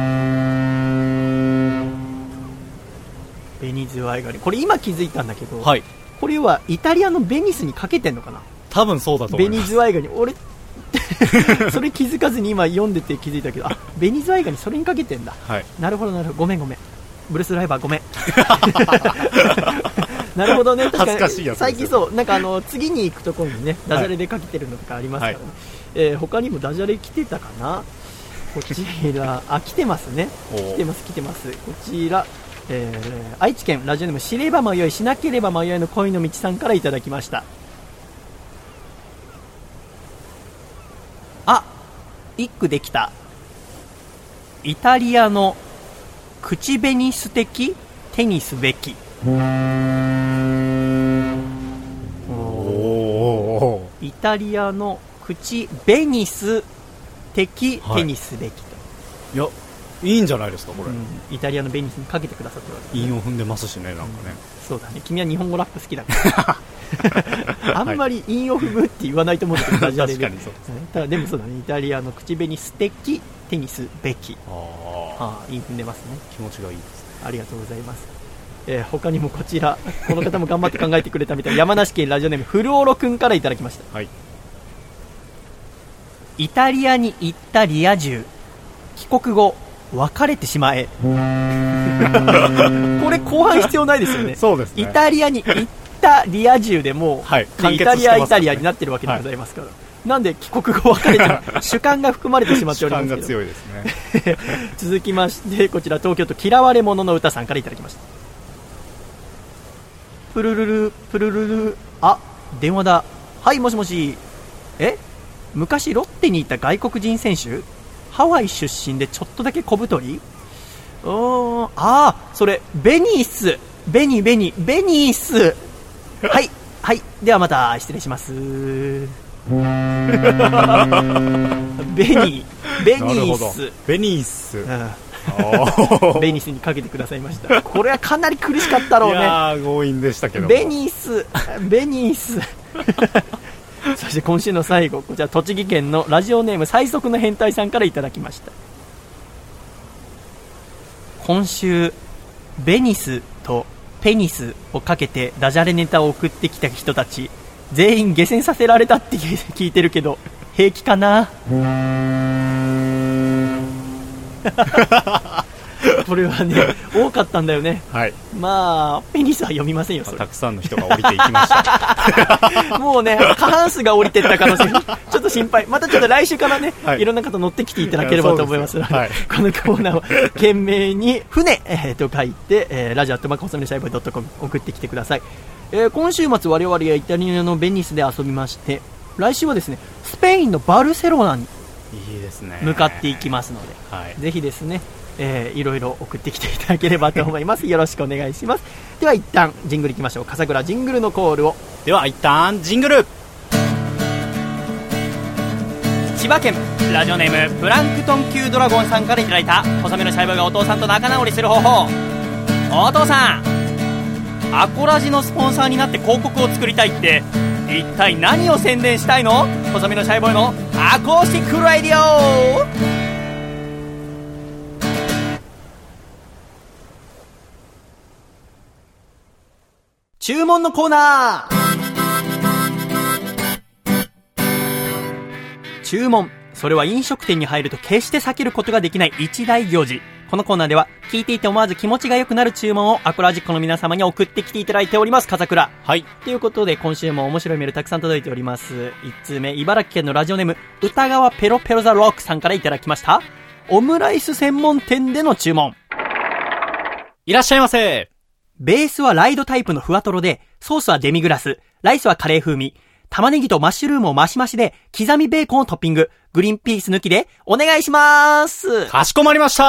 ー。ベニズワイガニ、これ今気づいたんだけど、はい、これはイタリアのベニスにかけてんのかな。 多分そうだと思います。 ベニズワイガニ、俺それ気づかずに今読んでて気づいたけど、あベニズワイガニそれにかけてんだ、はい、なるほどなるほど、ごめんごめんブルースドライバーごめんなるほどね、確かに恥ずかしいやつですよ。最近そうなんかあの次に行くところにねダジャレでかけてるのとかありますからね、はい、えー、他にもダジャレ来てたかな。こちらあ来てますね、来てます来てます。こちら、えー、愛知県ラジオネーム知れば迷いしなければ迷いの恋の道さんからいただきました。あ一句できた。イタリアの口紅素敵手にすべき。おイタリアの口紅素敵手にすべきと、 はい、いやいいんじゃないですかこれ、うん、 イタリアのベニスにかけてくださってるわけ、 韻を踏んでますしね、なんかね、 うん、そうだね、君は日本語ラップ好きだからあんまり韻を踏むって言わないと思うんだけど、確かにそうです、ね、ただでもそうだね、イタリアの口紅素敵手にすべき、ああ、韻踏んでますね、 気持ちがいいですね、 ありがとうございます。えー、他にもこちら、この方も頑張って考えてくれたみたい山梨県ラジオネームフルオロくんからいただきました、はい、イタリアに行ったリア充、帰国後別れてしまえこれ後半必要ないですよね。 そうですね、 イタリアに行ったリア充でもう、はい、イタリアイタリアになってるわけでございますから、はい、なんで帰国後別れて主観が含まれてしまっておりますけど、 主観が強いですね続きましてこちら東京都嫌われ者の歌さんからいただきました。プルルルプルルル、あ、電話だ、はい、もしもし、え、昔ロッテにいた外国人選手、ハワイ出身でちょっとだけ小太り、うーん、あー、それベニース、ベニベニベニース、はいはい、ではまた失礼しますベニーベニースベニース、うんベニスにかけてくださいました。これはかなり苦しかったろうね。いやー強引でしたけども、 ベニスベニスそして今週の最後、こちら栃木県のラジオネーム最速の変態さんからいただきました。今週ベニスとペニスをかけてダジャレネタを送ってきた人たち全員下船させられたって聞いてるけど平気かなこれはね多かったんだよね、はい、まあペニスは読みませんよ、それたくさんの人が降りていきましたもうね過半数が降りていった可能性ちょっと心配、またちょっと来週からね、はい、いろんな方乗ってきていただければと思いますので、はい、このコーナーは懸命に船、えー、と書いて、えー、ラジオアットマーク細身のシャイボーイドットコム送ってきてください。えー、今週末我々はイタリアのベニスで遊びまして、来週はですねスペインのバルセロナにいいですね向かっていきますので、はい、ぜひですね、えー、いろいろ送ってきていただければと思いますよろしくお願いします。では一旦ジングルいきましょう。笠倉ジングルのコールを。 では一旦ジングル。 千葉県ラジオネームプランクトン級ドラゴンさんからいただいた細身のシャイボーイがお父さんと仲直りする方法。お父さん、アコラジのスポンサーになって広告を作りたいって一体何を宣伝したいの？細身のシャイボーイのアコースティックラディオ。注文のコーナー。注文、それは飲食店に入ると決して避けることができない一大行事。このコーナーでは聞いていて思わず気持ちが良くなる注文をアコラジックの皆様に送ってきていただいております。笠倉、 はい、 ということで今週も面白いメールたくさん届いております。一通目、茨城県のラジオネーム歌川ペロペロザロックさんからいただきました。オムライス専門店での注文。 いらっしゃいませ。 ベースはライドタイプのふわとろで、ソースはデミグラス、ライスはカレー風味、玉ねぎとマッシュルームをマシマシで、刻みベーコンをトッピング、グリーンピース抜きでお願いします。 かしこまりました。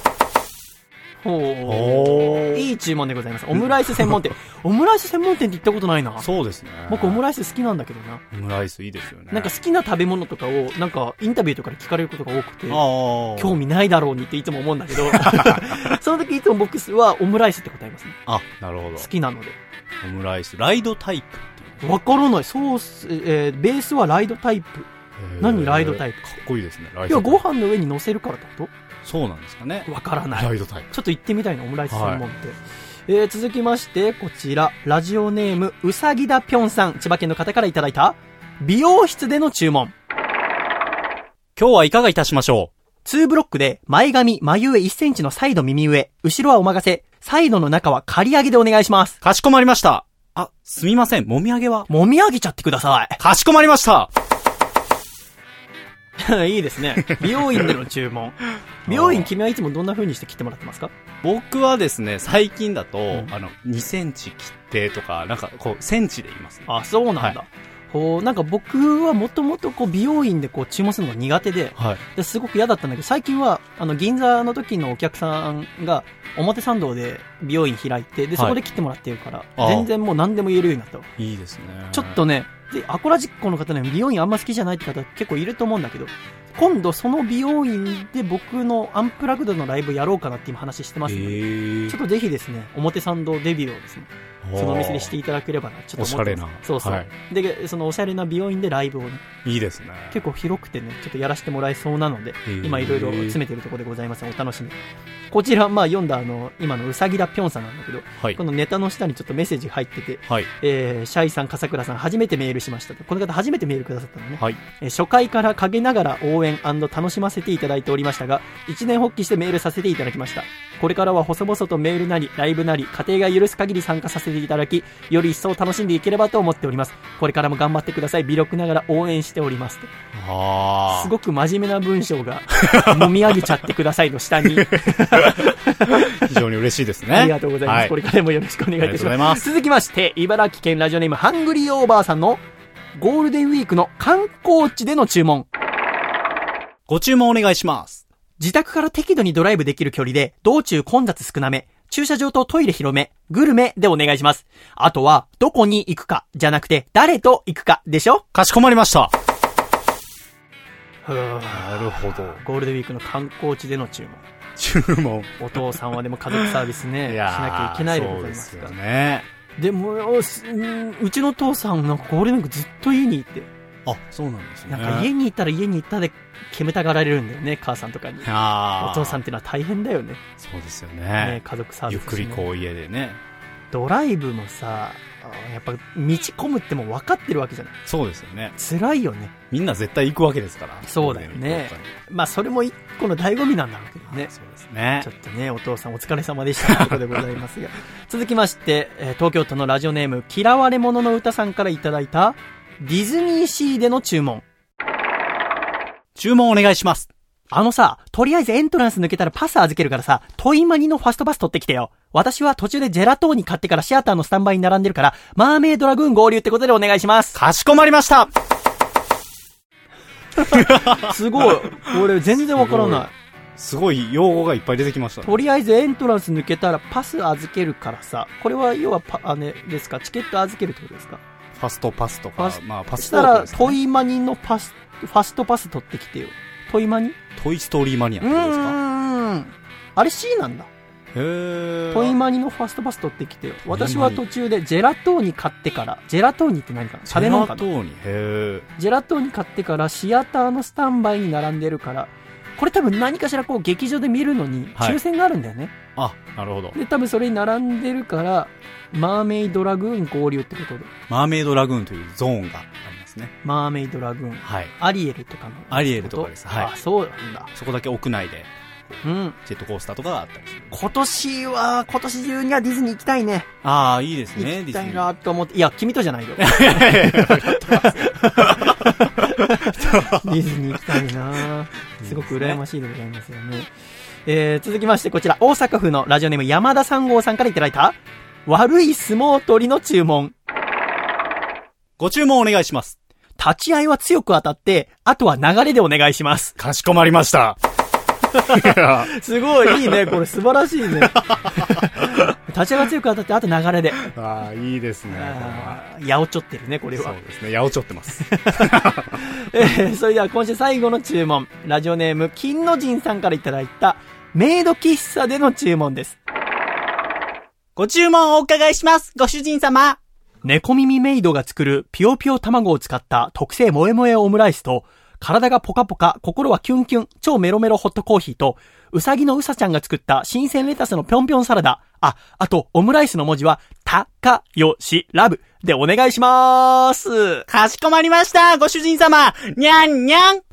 ほう、いい注文でございます。オムライス専門店オムライス専門店って行ったことないな。 そうですね、 僕オムライス好きなんだけどな。 オムライスいいですよね。 なんか好きな食べ物とかをなんかインタビューとかで聞かれることが多くて、興味ないだろうにっていつも思うんだけどその時いつも僕はオムライスって答えますね。 あ、なるほど。 好きなので。 オムライスライドタイプっていう。 わからない。ソース、えー、ベースはライドタイプ。何ライドタイプ。 かっこいいですね。 ライドタイプ。今日ご飯の上に乗せるからってこと？ そうなんですかね。 わからない。 ライドタイプ。 ちょっと行ってみたいな、オムライス専門店。はい、えー、続きまして、こちら、ラジオネーム、うさぎだぴょんさん、千葉県の方からいただいた、美容室での注文。 今日はいかがいたしましょう。 にブロックで、前髪、眉上いっセンチのサイド耳上、後ろはお任せ、サイドの中は刈り上げでお願いします。 かしこまりました。あ、すみません、もみあげはもみあげちゃってください。 かしこまりました。 いいですね。美容院での注文。美容院、君はいつもどんな風にして切ってもらってますか？ 僕はですね、最近だと、うん、あのにセンチ切ってとか、なんかこうセンチで言いますね。 あ、そうなんだ。はい、 こうなんか僕はもともとこう美容院でこう注文するのが苦手で、 はい、 ですごく嫌だったんだけど、最近はあの銀座の時のお客さんが表参道で美容院開いて、でそこで切ってもらってるから、はい、全然もう何でも言えるようになったわ。 いいですね。 ちょっとね、でアコラジックの方ね、美容院あんま好きじゃないって方結構いると思うんだけど、今度その美容院で僕のアンプラグドのライブやろうかなって今話してますので、ちょっとぜひですね、表参道デビューをですね、そのお店にしていただければな、ちょっと思ってます。おしゃれな。そうそう。はい、で、そのおしゃれな美容院でライブをね。 いいですね。 結構広くてね、ちょっとやらせてもらえそうなので、今いろいろ詰めてるところでございます。お楽しみ。こちら、まあ読んだあの、今のうさぎだぴょんさんなんだけど、はい、このネタの下にちょっとメッセージ入ってて、はい、えー、シャイさん、笠倉さん、初めてメールしましたと。この方初めてメールくださったのね。はい、えー、初回から陰ながら応援&楽しませていただいておりましたが、一年発起してメールさせていただきました。これからは細々とメールなり、ライブなり、家庭が許す限り参加させていただき、より一層楽しんでいければと思っております。これからも頑張ってください。微力ながら応援しておりますと。あ、すごく真面目な文章がもみ上げちゃってくださいの下に非常に嬉しいですね。 ありがとうございます、はい、これからもよろしくお願いいたします。続きまして茨城県ラジオネームハングリーオーバーさんのゴールデンウィークの観光地での注文。 ご注文お願いします。 自宅から適度にドライブできる距離で道中混雑少なめ、駐車場とトイレ広め、グルメでお願いします。あとは、どこに行くか、じゃなくて、誰と行くか、でしょ？ かしこまりました。 なるほど。 ゴールデンウィークの観光地での注文。 注文。 お父さんはでも家族サービスね、しなきゃいけないでございますから。 そうですよね。 でも、うちの父さんなんかゴールデンウィークずっと家にいて。 あ、そうなんですね。 なんか家に行ったら家に行ったで煙たがられるんだよね、母さんとかに。あ、お父さんってのは大変だよね。 そうですよね。 ね、家族サービス、ね、 ゆっくりこう家でね。 ドライブもさ、やっぱ道込むっても分かってるわけじゃない。 そうですよね。 辛いよね。 みんな絶対行くわけですから。 そうだよね。まあそれも一個の醍醐味なんだろうけどね。 そうですね。 ちょっとね、お父さんお疲れ様でしたということでございますが。続きまして、えー、東京都のラジオネーム嫌われ者の歌さんからいただいたディズニーシーでの注文。 注文お願いします。 あのさ、とりあえずエントランス抜けたらパス預けるからさ、トイマニのファストパス取ってきてよ。私は途中でジェラトーニ買ってからシアターのスタンバイに並んでるから、マーメイドラグーン合流ってことでお願いします。 かしこまりました。 すごい。俺全然わからない。 すごい用語がいっぱい出てきました、ね。 とりあえずエントランス抜けたらパス預けるからさ、これは要はパ、あれですか、チケット預けるってことですか？ ファストパスとか、まあパスポートですね。したらトイマニのパス、ファストパス取ってきてよ。トイマニ？ トイストーリーマニアってことですか？うーん。あれ C なんだ。 へー。 トイマニのファストパス取ってきてよ。私は途中でジェラトーニ買ってから、ジェラトーニって何かな？食べ物かな？ジェラトーニ。 へー。 ジェラトーニ買ってからシアターのスタンバイに並んでるから、これ多分何かしらこう劇場で見るのに抽選があるんだよね。 はい、あ、なるほど。 で、多分それに並んでるから、マーメイドラグーン合流ってことで。 マーメイドラグーンというゾーンがありますね。 マーメイドラグーン。はい。アリエルとかの。 アリエルとかです。はい。 あ、そうなんだ。 そこだけ屋内で、 うん。 ジェットコースターとかがあったりする。 今年は、今年中にはディズニー行きたいね。 ああ、いいですね。 行きたいなと思って。いや、君とじゃないよ。ディズニー行きたいな。すごく羨ましいでございますよね。えー、続きましてこちら、大阪府のラジオネーム山田さん号さんからいただいた、悪い相撲取りの注文。 ご注文お願いします。 立ち合いは強く当たって、あとは流れでお願いします。 かしこまりました。 すごいいいね、これ素晴らしいね。立ち合いが強く当たって、あと流れで。 ああ、いいですね。 やおちょってるね、これは。 そうですね、やおちょってます。 えー、それでは今週最後の注文。ラジオネーム、金の神さんからいただいた、メイド喫茶での注文です。 ご注文お伺いします、ご主人様。 猫耳メイドが作るピヨピヨ卵を使った特製萌え萌えオムライスと、体がポカポカ、心はキュンキュン、超メロメロホットコーヒーと、うさぎのうさちゃんが作った新鮮レタスのぴょんぴょんサラダ。あ、あと、オムライスの文字は、たかよしラブでお願いしまーす。 かしこまりました、ご主人様。にゃんにゃん。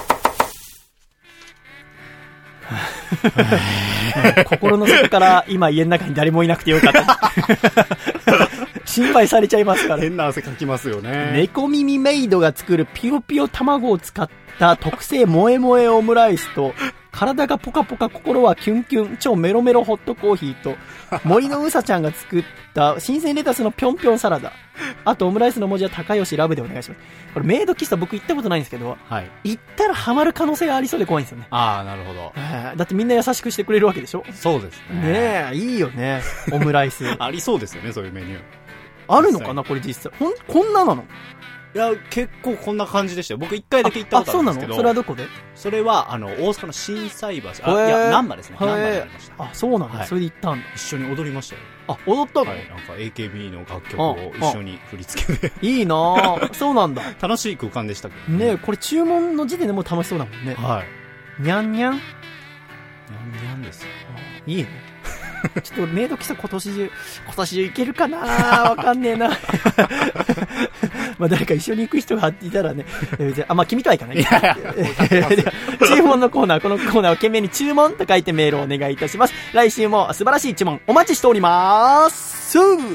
心の底から今家の中に誰もいなくてよかった。心配されちゃいますから。 変な汗かきますよね。 猫耳メイドが作るピヨピヨ卵を使った特製萌え萌えオムライスと体がポカポカ心はキュンキュン超メロメロホットコーヒーと森のうさちゃんが作った新鮮レタスのぴょんぴょんサラダ、あとオムライスの文字は高吉ラブでお願いします。これメイド喫茶僕行ったことないんですけど、はい、行ったらハマる可能性がありそうで怖いんですよね。 ああ、なるほど、 えー、だってみんな優しくしてくれるわけでしょ。 そうですね。 ねえ、いいよねオムライスありそうですよね、そういうメニューあるのかなこれ実際。ほんこんななの。 いや、結構こんな感じでしたよ。僕一回だけ行ったことあるんですけど。 あ、そうなの。それはどこで？ それは、あの、大阪の心斎橋。あ、いや、難波ですね。難波でありました。 あ、そうなんだ、はい。それで行ったんだ。 一緒に踊りましたよ。 あ、踊ったの？ はい。なんか エーケービー の楽曲を一緒に振り付けで。 いいなぁ。そうなんだ。 楽しい空間でしたけどね。ねえ、これ注文の時点でもう楽しそうだもんね。 はい。 にゃんにゃん？にゃんにゃんですよ。 いいね。ちょっとメイド喫茶今年中、今年中行けるかなわかんねえな。まあ誰か一緒に行く人がいたらね、あ、まあ君とはいかない。いやいや注文のコーナー、このコーナーは懸命に注文と書いてメールをお願いいたします。来週も素晴らしい注文お待ちしております。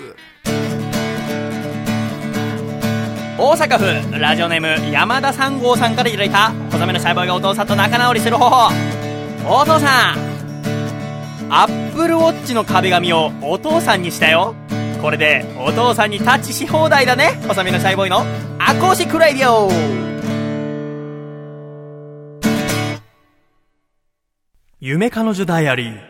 大阪府ラジオネーム山田三号さんからいただいた細めのシャイボーイがお父さんと仲直りする方法。お父さん、アップルウォッチの壁紙をお父さんにしたよ。これでお父さんにタッチし放題だね。細身のシャイボーイのアコーシックラディオ。 夢彼女ダイアリー。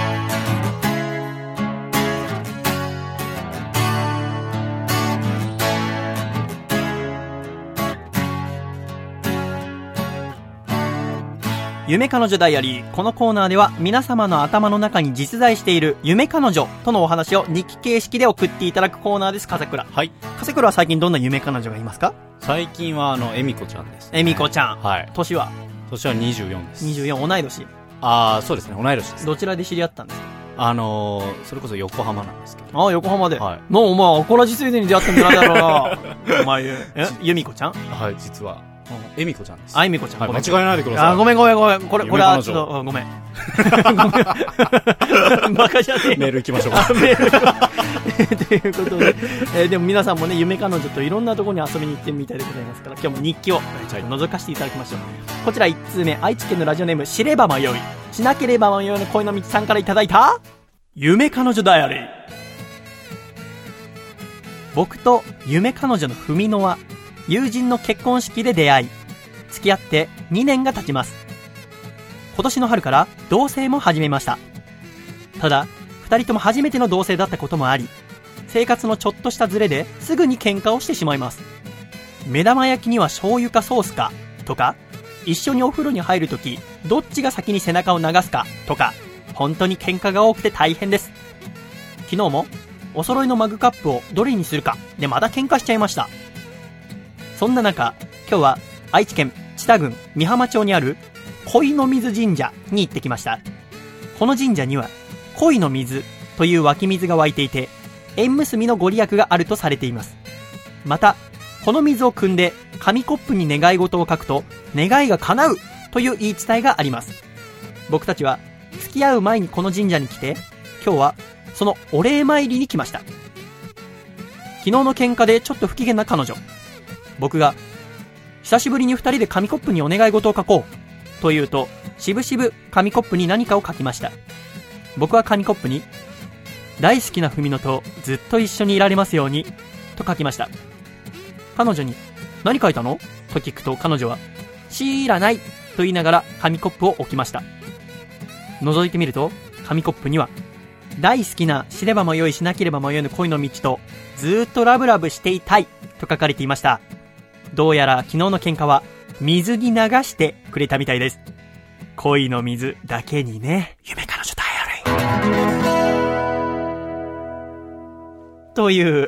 夢彼女ダイアリー。このコーナーでは皆様の頭の中に実在している夢彼女とのお話を日記形式で送っていただくコーナーです。笠倉。 はい。 笠倉は最近どんな夢彼女がいますか？ 最近はあの、恵美子ちゃんです、 ね。恵美子ちゃん。 はい。 年は？ 年はにじゅうよんです。 にじゅうよん、同い年。 ああ、そうですね、同い年です、ね。 どちらで知り合ったんですか？ あのー、それこそ横浜なんですけど。 ああ、横浜で。 はい。 もうお前、アコラジついでに出会ったんじゃないだろうな。お前、え、由美子ちゃん？ はい、実は。恵美子ちゃんです。 あ、恵美子ちゃん。 はい、間違えないでください。 あ、ごめんごめんごめん。これ、これはちょっと、ごめん。バカじゃねえ。 メール行きましょうか。 メール。ということで、えー、でも皆さんもね、夢彼女といろんなところに遊びに行ってみたいでございますから、今日も日記をちょっと覗かせていただきましょう。こちらいち通目、愛知県のラジオネーム、知れば迷い。しなければ迷いの恋の道さんからいただいた、夢彼女ダイアリー。僕と夢彼女の文乃は、友人の結婚式で出会い、付き合ってにねんが経ちます。今年の春から同棲も始めました。ただふたりとも初めての同棲だったこともあり、生活のちょっとしたズレですぐに喧嘩をしてしまいます。目玉焼きには醤油かソースかとか、一緒にお風呂に入るときどっちが先に背中を流すかとか、本当に喧嘩が多くて大変です。昨日もお揃いのマグカップをどれにするかでまた喧嘩しちゃいました。そんな中、今日は愛知県知多郡美浜町にある恋の水神社に行ってきました。この神社には恋の水という湧き水が湧いていて、縁結びのご利益があるとされています。またこの水を汲んで紙コップに願い事を書くと願いが叶うという言い伝えがあります。僕たちは付き合う前にこの神社に来て、今日はそのお礼参りに来ました。昨日の喧嘩でちょっと不機嫌な彼女、僕が久しぶりに二人で紙コップにお願い事を書こうと言うと、しぶしぶ紙コップに何かを書きました。僕は紙コップに、大好きな文乃とずっと一緒にいられますようにと書きました。彼女に何書いたのと聞くと、彼女は知らないと言いながら紙コップを置きました。覗いてみると、紙コップには大好きな知れば迷いしなければ迷いの恋の道とずっとラブラブしていたいと書かれていました。どうやら昨日の喧嘩は水に流してくれたみたいです。恋の水だけにね。夢彼女ダイアリーという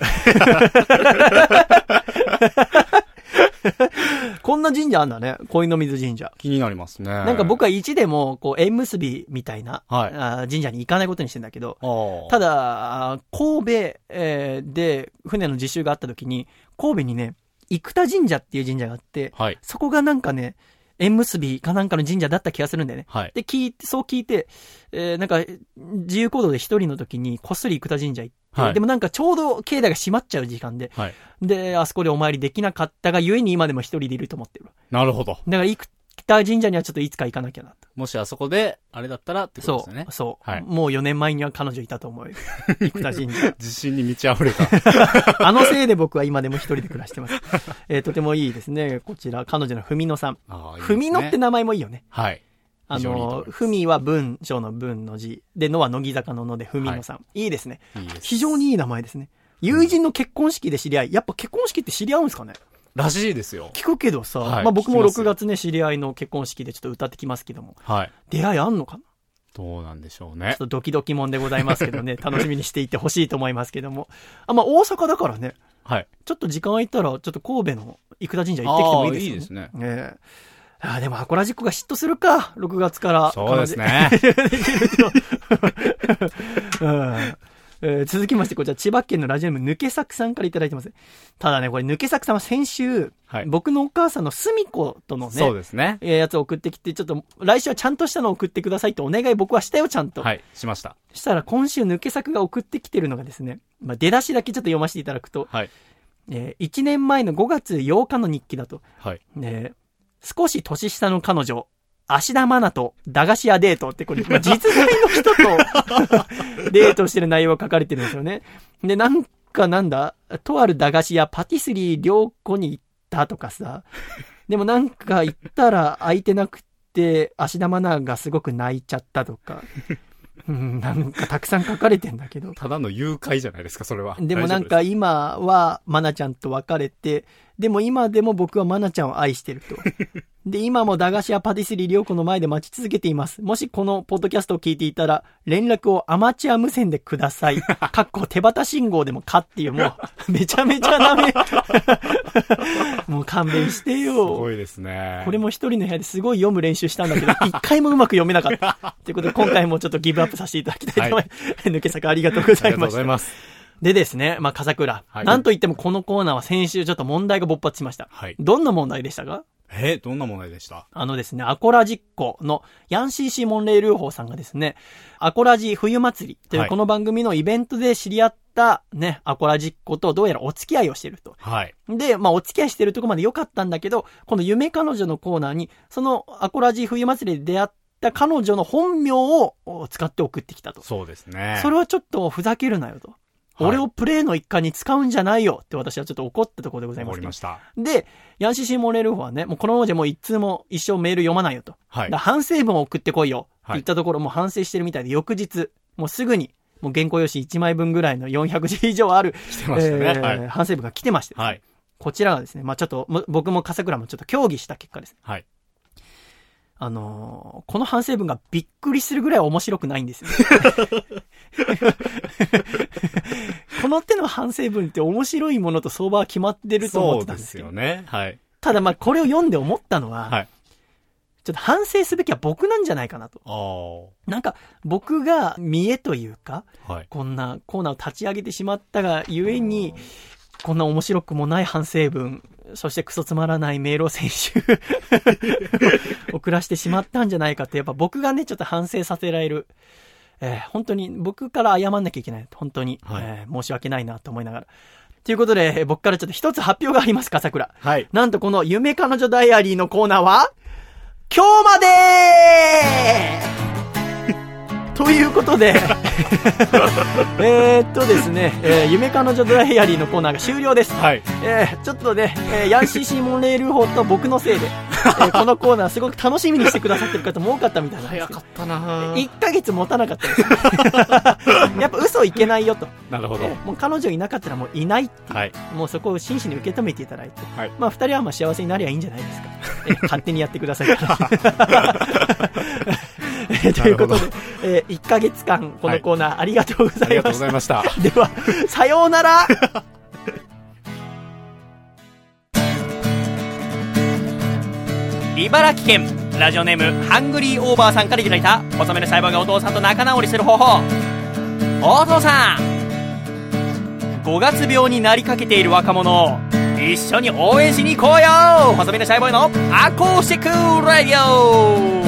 こんな神社あんだね。恋の水神社。 気になりますね。 なんか僕はいちでもこう縁結びみたいな、はい、あ神社に行かないことにしてんだけど、ただ神戸、えー、で船の実習があった時に神戸にね、生田神社っていう神社があって、はい、そこがなんかね、縁結びかなんかの神社だった気がするんだよね。はい、で、聞いて、そう聞いて、えー、なんか、自由行動で一人の時にこっそり生田神社行って、はい、でもなんかちょうど境内が閉まっちゃう時間で、はい、で、あそこでお参りできなかったがゆえに今でも一人でいると思ってる。 なるほど。 だから生田神社にはちょっといつか行かなきゃなと。 もしあそこで、あれだったらってことですよね。 そう、そう。はい、もうよねんまえには彼女いたと思うよ。生田神社。 自信に満ち溢れた。 あのせいで僕は今でも一人で暮らしてます。えー、とてもいいですね。こちら、彼女のふみのさん。ふみのって名前もいいよね。 はい。 あの、ふみは文章の文の字。で、のは乃木坂のので、ふみのさん。はい、いいですね。いいです。非常にいい名前ですね。友人の結婚式で知り合い。やっぱ結婚式って知り合うんですかね？ らしいですよ。 聞くけどさ、はい、まあ僕もろくがつね、知り合いの結婚式でちょっと歌ってきますけども。はい。出会いあんのかな？ どうなんでしょうね。 ちょっとドキドキもんでございますけどね、楽しみにしていてほしいと思いますけども。あ、まあ大阪だからね。はい。ちょっと時間空いたら、ちょっと神戸の生田神社行ってきてもいいですよね。いいですね。ねえ。あ、でもアコラジックが嫉妬するか、ろくがつから。 そうですね。 うんえー、続きまして、こちら千葉県のラジオネーム抜け作さんからいただいてます。ただね、これ抜け作さんは先週、はい、僕のお母さんのすみことのね、 そうですね。 えー、やつを送ってきて、ちょっと来週はちゃんとしたのを送ってくださいってお願い僕はしたよ、ちゃんと。 はい、しました。 したら今週抜け作が送ってきてるのがですね、まあ、出だしだけちょっと読ませていただくと、はい、えー、いちねんまえのごがつようかの日記だと、はい、ね、少し年下の彼女、芦田愛菜と駄菓子屋デートってこれ、まあ、実在の人とデートしてる内容が書かれてるんですよね。で、なんかなんだ、とある駄菓子屋パティスリー良子に行ったとかさ、でもなんか行ったら空いてなくて、芦田愛菜がすごく泣いちゃったとか、うん、なんかたくさん書かれてんだけど。 ただの誘拐じゃないですか、それは。 でもなんか今は愛菜ちゃんと別れて、でも今でも僕は愛菜ちゃんを愛してると。で、今も駄菓子屋パティスリー良子の前で待ち続けています。もしこのポッドキャストを聞いていたら、連絡をアマチュア無線でください。かっこ手旗信号でもかっていう、もう、めちゃめちゃダメ。もう勘弁してよ。すごいですね。 これも一人の部屋ですごい読む練習したんだけど、一回もうまく読めなかった。ということで、今回もちょっとギブアップさせていただきたいと思います。はい、抜け坂ありがとうございました。ありがとうございます。でですね、まあ、笠倉、はい。なんといってもこのコーナーは先週ちょっと問題が勃発しました。はい。どんな問題でしたか？ えー、どんな問題でした？ あのですね、アコラジッコのヤンシーシーモンレールーホーさんがですね、アコラジ冬祭りというこの番組のイベントで知り合ったね、アコラジッコとどうやらお付き合いをしてると。はい。で、まあお付き合いしてるとこまで良かったんだけど、この夢彼女のコーナーに、そのアコラジ冬祭りで出会った彼女の本名を使って送ってきたと。 そうですね。 それはちょっとふざけるなよと。はい、俺をプレイの一環に使うんじゃないよって私はちょっと怒ったところでございます。怒りました。で、ヤンシーシーモンレールーホーはね、もうこのままじゃもう一通も一生メール読まないよと。はい。だ反省文を送ってこいよって言ったところ、もう反省してるみたいで、翌日、もうすぐに、もう原稿用紙いちまいぶんぐらいのよんひゃくじ以上ある、 来てましたね。えーはい、 反省文が来てまして、ね、はい。こちらがですね、まあちょっと、僕も笠倉もちょっと協議した結果です。はい。あのー、この反省文がびっくりするぐらい面白くないんですよ。この手の反省文って面白いものと相場は決まってると思ってたんですよ。 そうですよね。はい。 ただまあこれを読んで思ったのは、はい、ちょっと反省すべきは僕なんじゃないかなと。あなんか僕が見栄というか、はい、こんなコーナーを立ち上げてしまったがゆえに、こんな面白くもない反省文、そしてクソつまらないメールを先週送らせてしまったんじゃないかって、やっぱ僕がね、ちょっと反省させられる。えー、本当に僕から謝んなきゃいけない。本当に、はいえー、申し訳ないなと思いながら。ということで、僕からちょっと一つ発表があります、笠倉。はい。なんとこの夢彼女ダイアリーのコーナーは、今日までということで、えーっとですね、えー、夢彼女ダイアリーのコーナーが終了です。はい。えー、ちょっとね、えー、ヤンシーシーモンレールーホーと僕のせいで、えー、このコーナーすごく楽しみにしてくださってる方も多かったみたいなんです。 早かったなぁ。 いっかげつ持たなかったです。やっぱ嘘いけないよと。 なるほど。えー、 もう彼女いなかったらもういないっていう。はい。もうそこを真摯に受け止めていただいて。はい。まあ二人はまあ幸せになりゃいいんじゃないですか。えー、勝手にやってくださいから。ということで、えー、いっかげつかんこのコーナー、はい、ありがとうございました。ありがとうございました。では、さようなら。 茨城県ラジオネームハングリーオーバーさんからいただいた細めの細胞がお父さんと仲直りする方法。お父さん、ごがつ病になりかけている若者を一緒に応援しに行こうよ。細めの細胞のアコースティックラディオ。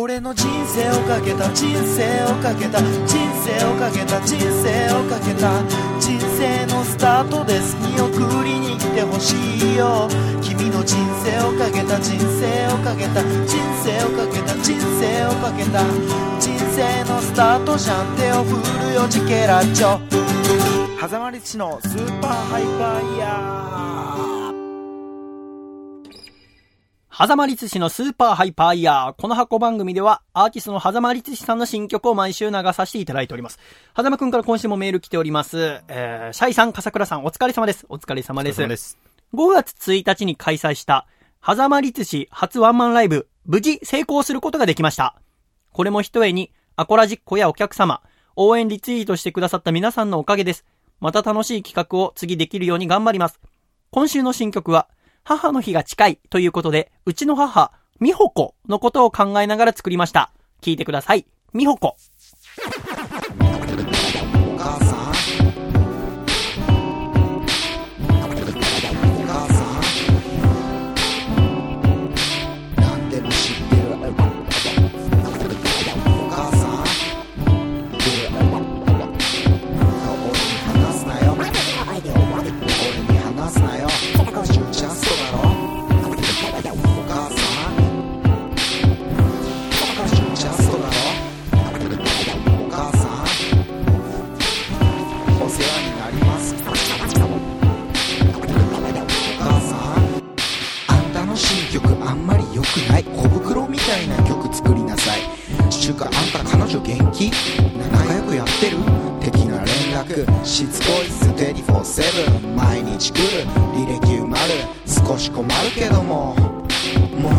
俺の人生をかけた人生をかけた人生をかけた人生をかけた人生のスタートです見送りに来てほしいよ君の人生をかけた人生をかけた人生をかけた人生をかけた人生のスタートじゃん手を振るよジケラッチョ狭間律師のスーパーハイパーイヤー狭間律師のスーパーハイパーイヤー。この箱番組ではアーティストの狭間律師さんの新曲を毎週流させていただいております。狭間くんから今週もメール来ております。えー、シャイさん、笠倉さん、お疲れ様です。お疲れ様です。ですごがつついたちに開催した狭間律師初ワンマンライブ、無事成功することができました。これもひとえにアコラジッコやお客様、応援リツイートしてくださった皆さんのおかげです。また楽しい企画を次できるように頑張ります。今週の新曲は母の日が近いということで、うちの母、美穂子のことを考えながら作りました。聞いてください。美穂子。 お母さんお母さん何でも知ってるお母さん俺に話すなよ俺に話すなよジャストだろお母さんジャストだろお母さんお世話になりますお母さんあんたの新曲あんまり良くない小袋みたいな曲作りなさいちゅうかあんた彼女元気仲良くやってる的な連絡しつこいっす にじゅうよじかん毎日来る履歴埋まる少し困るけどもも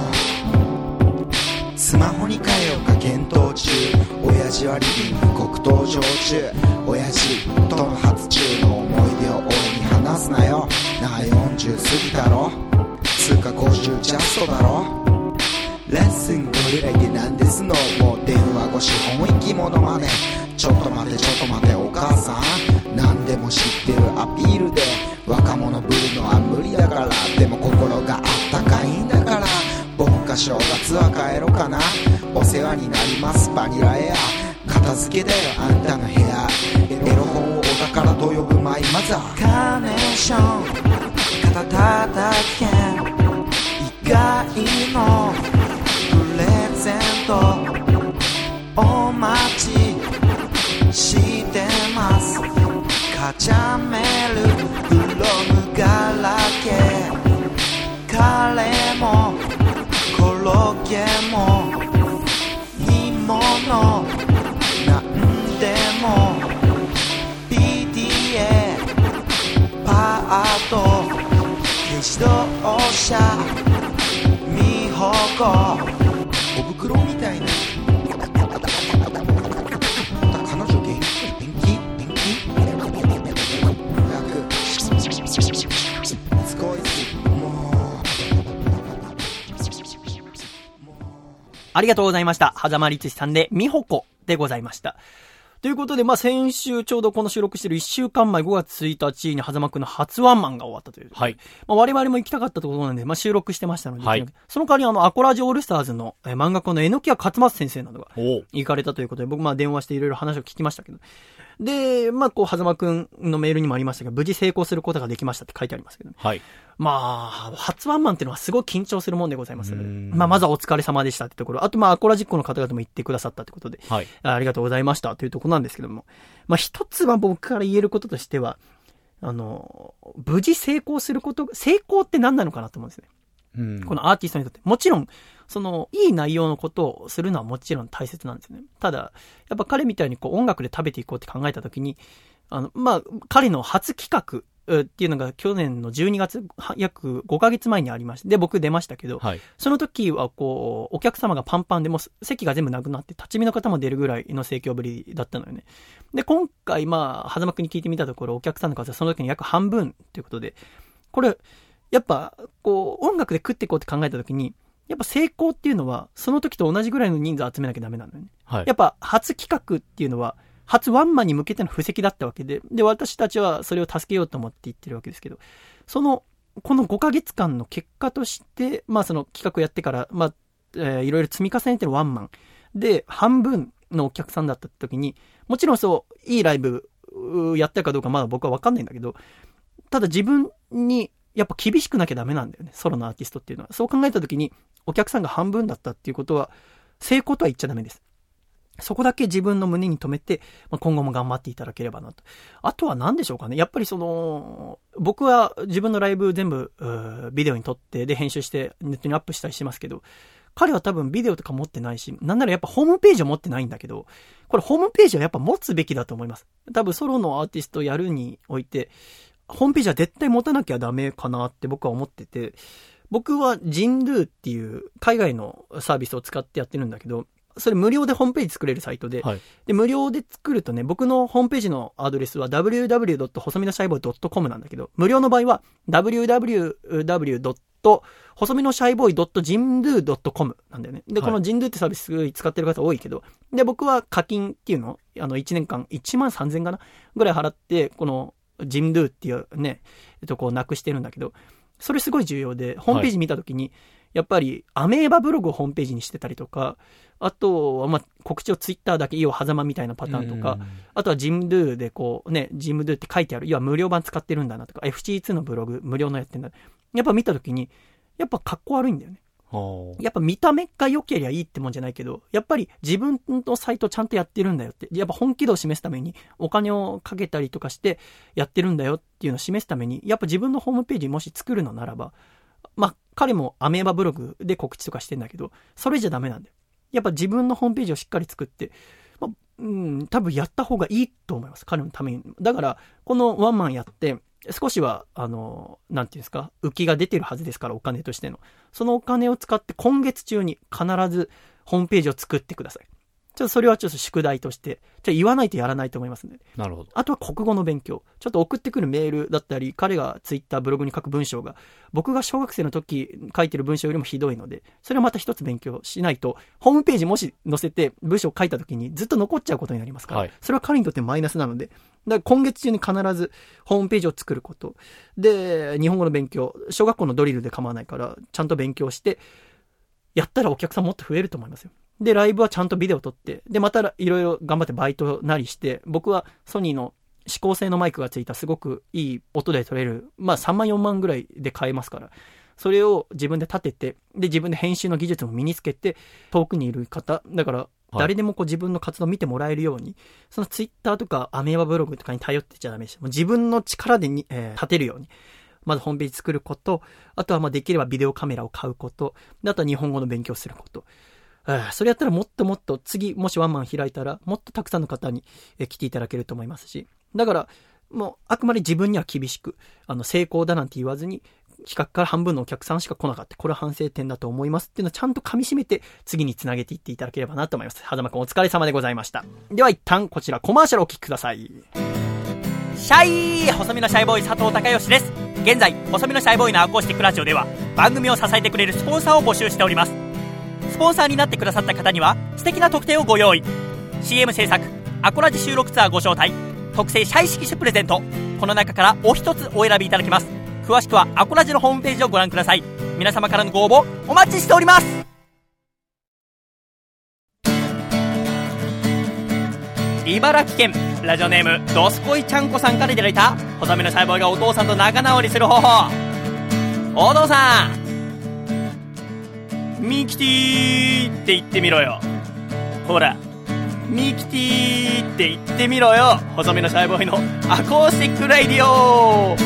うスマホに変えようか検討中親父はリビング黒糖焼酎親父との初中の思い出を俺に話すなよなあよんじゅう過ぎたろつうかごじゅうジャストだろレッスンぐらいでなんですのもう電話越し本生き物までちょっと待てちょっと待てお母さん何でも知ってるアピールで若者ぶるのは無理だからでも心があったかいんだから僕か正月は帰ろうかなお世話になりますバニラエア片付けだよあんたの部屋エロ本をお宝と呼ぶマイマザーカーネーション肩たたき券意外のプレゼントお待ちしてますカチャメルフロムガラケーカレーもコロッケもいいものなんでも ピーディーエー パート軽自動車美穂子お袋みたいなありがとうございました。狭間律師さんで、美穂子でございました。ということで、まあ、先週ちょうどこの収録してるいっしゅうかんまえごがつついたちに狭間くんの初ワンマンが終わったという。 はい。 まあ、我々も行きたかったところなんで、まあ、収録してましたので、はい、その代わりあの、アコラジオールスターズの、えー、漫画家の榎谷勝松先生などが行かれたということで、僕まあ電話していろいろ話を聞きましたけど、で、まあ、こう、狭間くんのメールにもありましたが、無事成功することができましたって書いてありますけどね。 はい。 まあ、初ワンマンっていうのはすごい緊張するもんでございますので、まあ、まずはお疲れ様でしたってところ、あとまあ、アコラジッコの方々も言ってくださったってことで、はい。ありがとうございましたというところなんですけども、まあ、一つは僕から言えることとしては、あの、無事成功すること、成功って何なのかなと思うんですね。うん、このアーティストにとって。もちろん、その、いい内容のことをするのはもちろん大切なんですよね。ただ、やっぱ彼みたいにこう音楽で食べていこうって考えたときに、あの、まあ、彼の初企画っていうのが去年のじゅうにがつ、約ごかげつまえにありまして、で、僕出ましたけど、はい、その時はこう、お客様がパンパンでもう席が全部なくなって、立ち見の方も出るぐらいの盛況ぶりだったのよね。で、今回、まあ、狭間くんに聞いてみたところ、お客さんの数はその時に約半分ということで、これ、やっぱ、こう、音楽で食っていこうって考えたときに、やっぱ成功っていうのは、その時と同じぐらいの人数集めなきゃダメなのよね。はい。やっぱ、初企画っていうのは、初ワンマンに向けての布石だったわけで、で、私たちはそれを助けようと思って言ってるわけですけど、その、このごかげつかんの結果として、まあその企画やってから、まあ、 えー、いろいろ積み重ねてるワンマンで半分のお客さんだった時に、もちろんそういいライブやったかどうかまだ僕は分かんないんだけど、ただ自分にやっぱ厳しくなきゃダメなんだよね、ソロのアーティストっていうのは。そう考えた時にお客さんが半分だったっていうことは成功とは言っちゃダメです。そこだけ自分の胸に留めて、まあ、今後も頑張っていただければなと。あとは何でしょうかね。やっぱりその、僕は自分のライブ全部、ビデオに撮って、で編集してネットにアップしたりしますけど、彼は多分ビデオとか持ってないし、なんならやっぱホームページを持ってないんだけど、これホームページはやっぱ持つべきだと思います。多分ソロのアーティストをやるにおいて、ホームページは絶対持たなきゃダメかなって僕は思ってて、僕はジンドゥっていう海外のサービスを使ってやってるんだけど、それ無料でホームページ作れるサイトで、はい、で無料で作るとね、僕のホームページのアドレスは ダブリューダブリューダブリュー 細身のシャイボーイ ドットコム なんだけど、無料の場合は ダブリューダブリューダブリュー 細身のシャイボーイ ドットジンドゥ ドットコム なんだよね。で、このジンドゥってサービス使ってる方多いけど、で、僕は課金っていうの、あのいちねんかんいちまんさんぜんかなぐらい払って、このジンドゥっていうね、えっとこうなくしてるんだけど、それすごい重要で、ホームページ見たときに、はい、やっぱりアメーバブログをホームページにしてたりとか、あとはまあ告知をツイッターだけ、要は狭間みたいなパターンとか、あとはジムドゥでこうね、ジムドゥって書いてある、要は無料版使ってるんだなとか、エフシーツー のブログ無料のやってんだ。やっぱ見たときに、やっぱ格好悪いんだよね。やっぱ見た目が良ければいいってもんじゃないけど、やっぱり自分のサイトちゃんとやってるんだよって、やっぱ本気度を示すためにお金をかけたりとかしてやってるんだよっていうのを示すために、やっぱ自分のホームページもし作るのならば、まあ彼もアメーバブログで告知とかしてんだけど、それじゃダメなんだよ。やっぱ自分のホームページをしっかり作って、まあ、うん、多分やった方がいいと思います。彼のために。だからこのワンマンやって少しはあのなんていうんですか、浮きが出てるはずですから、お金としてのそのお金を使って今月中に必ずホームページを作ってください。ちょっとそれはちょっと宿題としてじゃ言わないとやらないと思いますね。 なるほど。 あとは国語の勉強、ちょっと送ってくるメールだったり、彼がツイッターブログに書く文章が僕が小学生の時書いてる文章よりもひどいので、それはまた一つ勉強しないと、ホームページもし載せて文章を書いた時にずっと残っちゃうことになりますから、はい、それは彼にとってマイナスなので、だから今月中に必ずホームページを作ることで、日本語の勉強、小学校のドリルで構わないからちゃんと勉強してやったらお客さんもっと増えると思いますよ。で、ライブはちゃんとビデオ撮って、で、またいろいろ頑張ってバイトなりして、僕はソニーの指向性のマイクがついたすごくいい音で撮れる、まあさんまんよんまんぐらいで買えますから、それを自分で立てて、で、自分で編集の技術も身につけて、遠くにいる方、だから誰でもこう自分の活動を見てもらえるように、はい、そのツイッターとかアメーバブログとかに頼ってちゃダメです。もう自分の力でに、えー、立てるように。まずホームページ作ること、あとはまあできればビデオカメラを買うこと、あとは日本語の勉強すること。それやったらもっともっと次もしワンマン開いたらもっとたくさんの方に来ていただけると思いますし、だからもうあくまで自分には厳しく、あの成功だなんて言わずに、企画から半分のお客さんしか来なかった、これは反省点だと思いますっていうのをちゃんと噛み締めて次につなげていっていただければなと思います。はざまくんお疲れ様でございました。では一旦こちらコマーシャルをお聞きください。 シャイ細身のシャイボーイ佐藤孝義です。現在細身のシャイボーイのアコースティックラジオでは番組を支えてくれるスポンサーを募集しております。スポンサーになってくださった方には素敵な特典をご用意。 シーエム 制作、アコラジ収録ツアーご招待、特製シャイ色紙プレゼント、この中からお一つお選びいただけます。詳しくはアコラジのホームページをご覧ください。皆様からのご応募お待ちしております。茨城県ラジオネームドスコイちゃんこさんからいただいた細身のシャイボーイがお父さんと仲直りする方法。お父さん、ミキティーって言ってみろよ。ほらミキティーって言ってみろよ。細身のシャイボーイのアコースティックラディオ。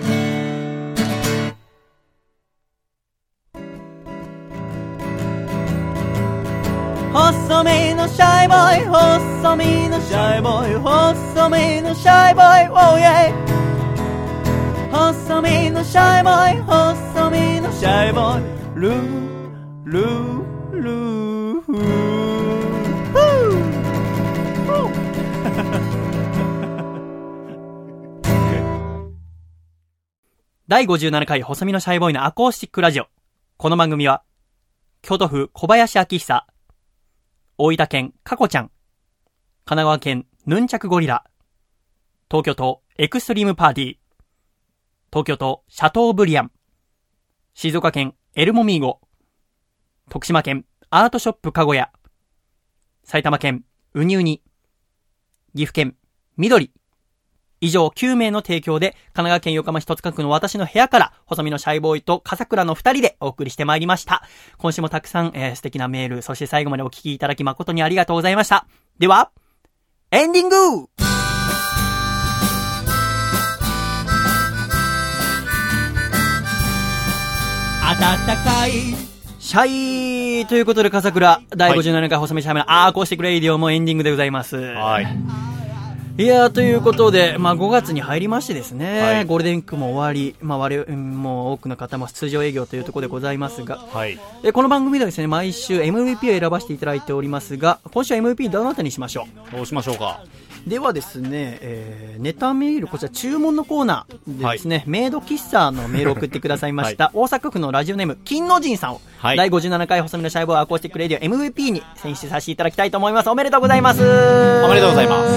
細身のシャイボーイ、細身のシャイボーイ、細身のシャイボーイ、oh yeah。細身のシャイボーイ、細身のシャイボーイ、ルールールーフーだいごじゅうななかい細身のシャイボーイのアコースティックラジオ。この番組は京都府小林明久、大分県かこちゃん、神奈川県ヌンチャクゴリラ、東京都エクストリームパーティー、東京都シャトーブリアン、静岡県エルモミーゴ、徳島県アートショップかごや、埼玉県うにうに、岐阜県緑、以上きゅうめいの提供で、神奈川県横浜市戸塚区の私の部屋から、細身のシャイボーイと笠倉の二人でお送りしてまいりました。今週もたくさん、えー、素敵なメール、そして最後までお聞きいただき誠にありがとうございました。では、エンディング暖かいシャイということで、笠倉、だいごじゅうななかい細身シャイボーイのアーコースティックレイディオもエンディングでございます。 はい。 いやー、ということで、まあごがつに入りましてですね、 はい、 ゴールデンウィークも終わり、まあ我々も多くの方も通常営業というところでございますが、 はい、 でこの番組ではですね、毎週 エムブイピー を選ばせていただいておりますが、今週は エムブイピー どなたにしましょう？ どうしましょうか。 ではですね、えー、ネタメール、こちら注文のコーナーでですね、はい、メイド喫茶のメールを送ってくださいました、はい、大阪府のラジオネーム金の神さんを、はい、だいごじゅうななかい細身のシャイボーイアコースティックレディオ エムブイピー に選出させていただきたいと思います。おめでとうございます。 おめでとうございます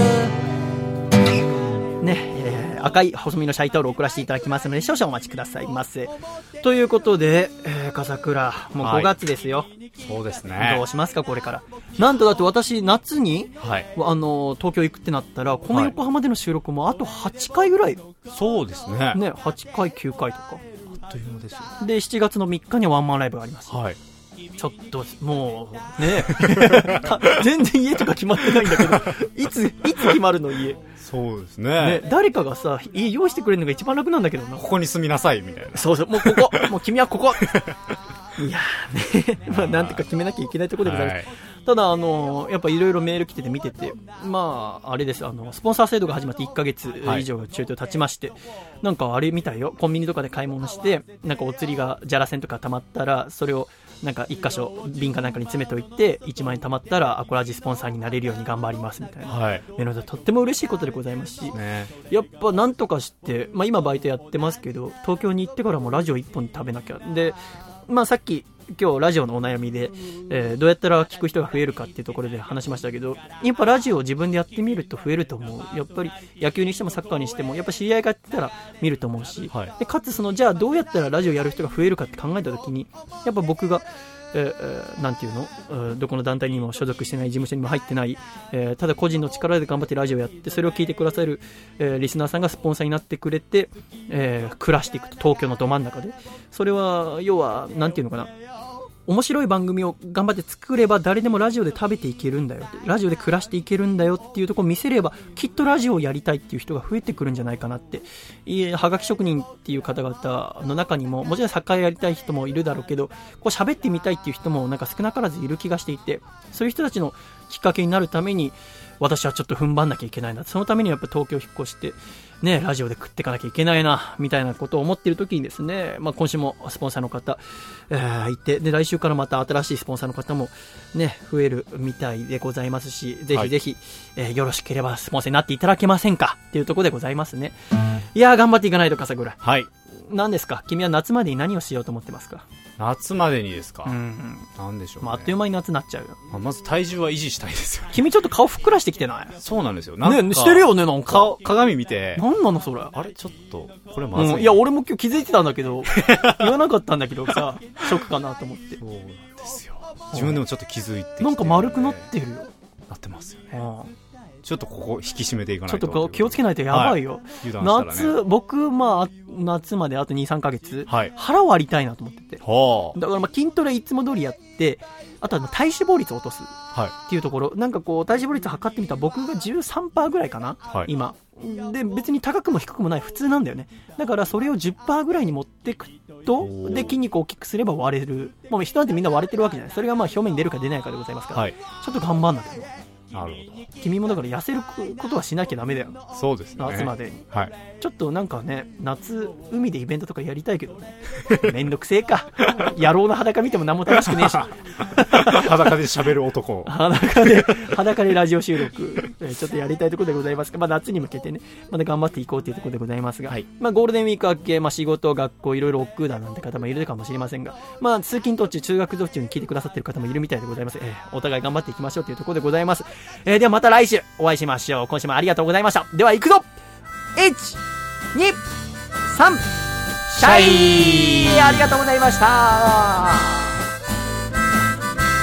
ね、えー、赤い細身のシャイタオルを送らせていただきますので、少々お待ちくださいませ。ということで、えー、笠倉、もうごがつですよ、はい、 そうですね。 どうしますかこれから。なんとだって私夏に、 はい、 あの東京行くってなったら、この横浜での収録もあとはちかいぐらい、 そうですね。 ね、はちかいきゅうかいとかあっという間ですよ。 でしちがつのみっかにはワンマンライブがあります、 はい、 ちょっともうね全然家とか決まってないんだけどいついつ決まるの家。 そうです ね, ね誰かがさ家用意してくれるのが一番楽なんだけどな。 ここに住みなさいみたいな。 そうそう、もうここもう君はここいやーねまあなんとか決めなきゃいけないところでございます、はい、ただあのやっぱいろいろメール来てて見てて、まああれです、あのスポンサー制度が始まっていっかげつ以上中途経ちまして、はい、なんかあれみたいよ、コンビニとかで買い物してなんかお釣りがじゃらせんとか溜まったら、それをなんか一箇所瓶かなんかに詰めておいていちまんえん貯まったらアコラジスポンサーになれるように頑張りますみたいな、はい、メールでとっても嬉しいことでございますし、ね、やっぱなんとかして、まあ、今バイトやってますけど東京に行ってからもラジオいっぽん食べなきゃで、まあ、さっき今日ラジオのお悩みで、えー、どうやったら聞く人が増えるかっていうところで話しましたけど、やっぱラジオを自分でやってみると増えると思う。やっぱり野球にしてもサッカーにしてもやっぱ知り合いがやってたら見ると思うし、はい、でかつそのじゃあどうやったらラジオやる人が増えるかって考えた時にやっぱ僕がえー、なんていうの、えー、どこの団体にも所属してない、事務所にも入ってない、えー、ただ個人の力で頑張ってラジオやって、それを聞いてくださる、えー、リスナーさんがスポンサーになってくれて、えー、暮らしていくと、東京のど真ん中で。それは要はなんていうのかな、面白い番組を頑張って作れば誰でもラジオで食べていけるんだよ、ラジオで暮らしていけるんだよっていうところを見せれば、きっとラジオをやりたいっていう人が増えてくるんじゃないかなって。いえ、はがき職人っていう方々の中にももちろん作家やりたい人もいるだろうけど、こう喋ってみたいっていう人もなんか少なからずいる気がしていて、そういう人たちのきっかけになるために私はちょっと踏ん張んなきゃいけないな、そのためにやっぱ東京引っ越してね、ラジオで食っていかなきゃいけないなみたいなことを思っている時にですね、まあ、今週もスポンサーの方、えー、いて、で来週からまた新しいスポンサーの方もね増えるみたいでございますし、ぜひぜひ、はい、えー、よろしければスポンサーになっていただけませんかっていうところでございますね。いやー頑張っていかないと、笠倉。 はい。 何ですか、君は夏までに何をしようと思ってますか？ 夏までにですか、うんうん、なんでしょう、ね、 まあ、あっという間に夏になっちゃうよ。 まあ、まず体重は維持したいですよ、ね、 君ちょっと顔ふっくらしてきてない？ そうなんですよ。なんかね、してるよね、なんか顔鏡見て、 なんなのそれ、 あれちょっとこれまずい、 うん、いや俺も今日気づいてたんだけど言わなかったんだけどさ、ショックかなと思って。 そうなんですよ、自分でもちょっと気づいてきて、 なんか丸くなってるよ。 なってますよね。ああ、ちょっとここ引き締めていかないと。 ちょっと気をつけないとやばいよ、はい、夏、ね、僕、まあ、夏まであと にさんかげつ、はい、腹割りたいなと思ってて、はあ、だからまあ筋トレいつも通りやって、あとは体脂肪率を落とすっていうところ、はい、なんかこう体脂肪率測ってみたら僕が じゅうさんパーセント ぐらいかな、はい、今で別に高くも低くもない普通なんだよね。だからそれを じゅっパーセント ぐらいに持っていくと、で筋肉を大きくすれば割れる、もう人なんてみんな割れてるわけじゃない。それがまあ表面に出るか出ないかでございますから、はい、ちょっと頑張んなきゃ。 なるほど。 君もだから痩せることはしなきゃダメだよ。 そうですね。 夏までに、 はい、 ちょっとなんかね、夏海でイベントとかやりたいけどねめんどくせえか野郎の裸見ても何も楽しくねえし裸で喋る男裸で裸でラジオ収録ちょっとやりたいところでございますが、まあ、夏に向けてねまだ頑張っていこうというところでございますが、はい、まあ、ゴールデンウィーク明け、まあ、仕事学校いろいろ億劫だなんて方もいるかもしれませんが、まあ、通勤途中通学途中に聞いてくださっている方もいるみたいでございます。えー、お互い頑張っていきましょうというところでございます。えー、ではまた来週お会いしましょう。今週もありがとうございました。では行くぞ。いち、に、さん、シャイ。ありがとうございました。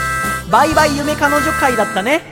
バイバイ夢彼女会だったね。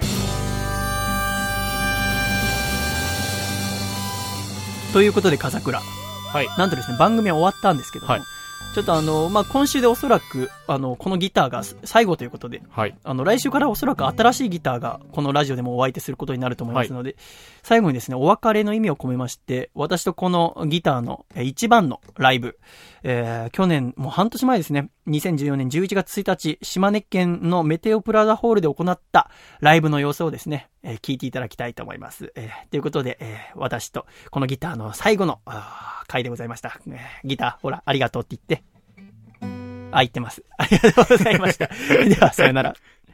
ということで笠倉、はい、なんとですね番組は終わったんですけども、はい、ちょっとあの、まあ、今週でおそらくあのこのギターが最後ということで、はい、あの来週からおそらく新しいギターがこのラジオでもお相手することになると思いますので、はい、最後にですねお別れの意味を込めまして、私とこのギターの一番のライブ、えー、去年もう半年前ですね、にせんじゅうよねんじゅういちがつついたち、島根県のメテオプラザホールで行ったライブの様子をですね、えー、聞いていただきたいと思います。えー、ということで、えー、私とこのギターの最後の回でございました。えー、ギターほらありがとうって言って、あ、言ってます。ありがとうございました。ではさよなら。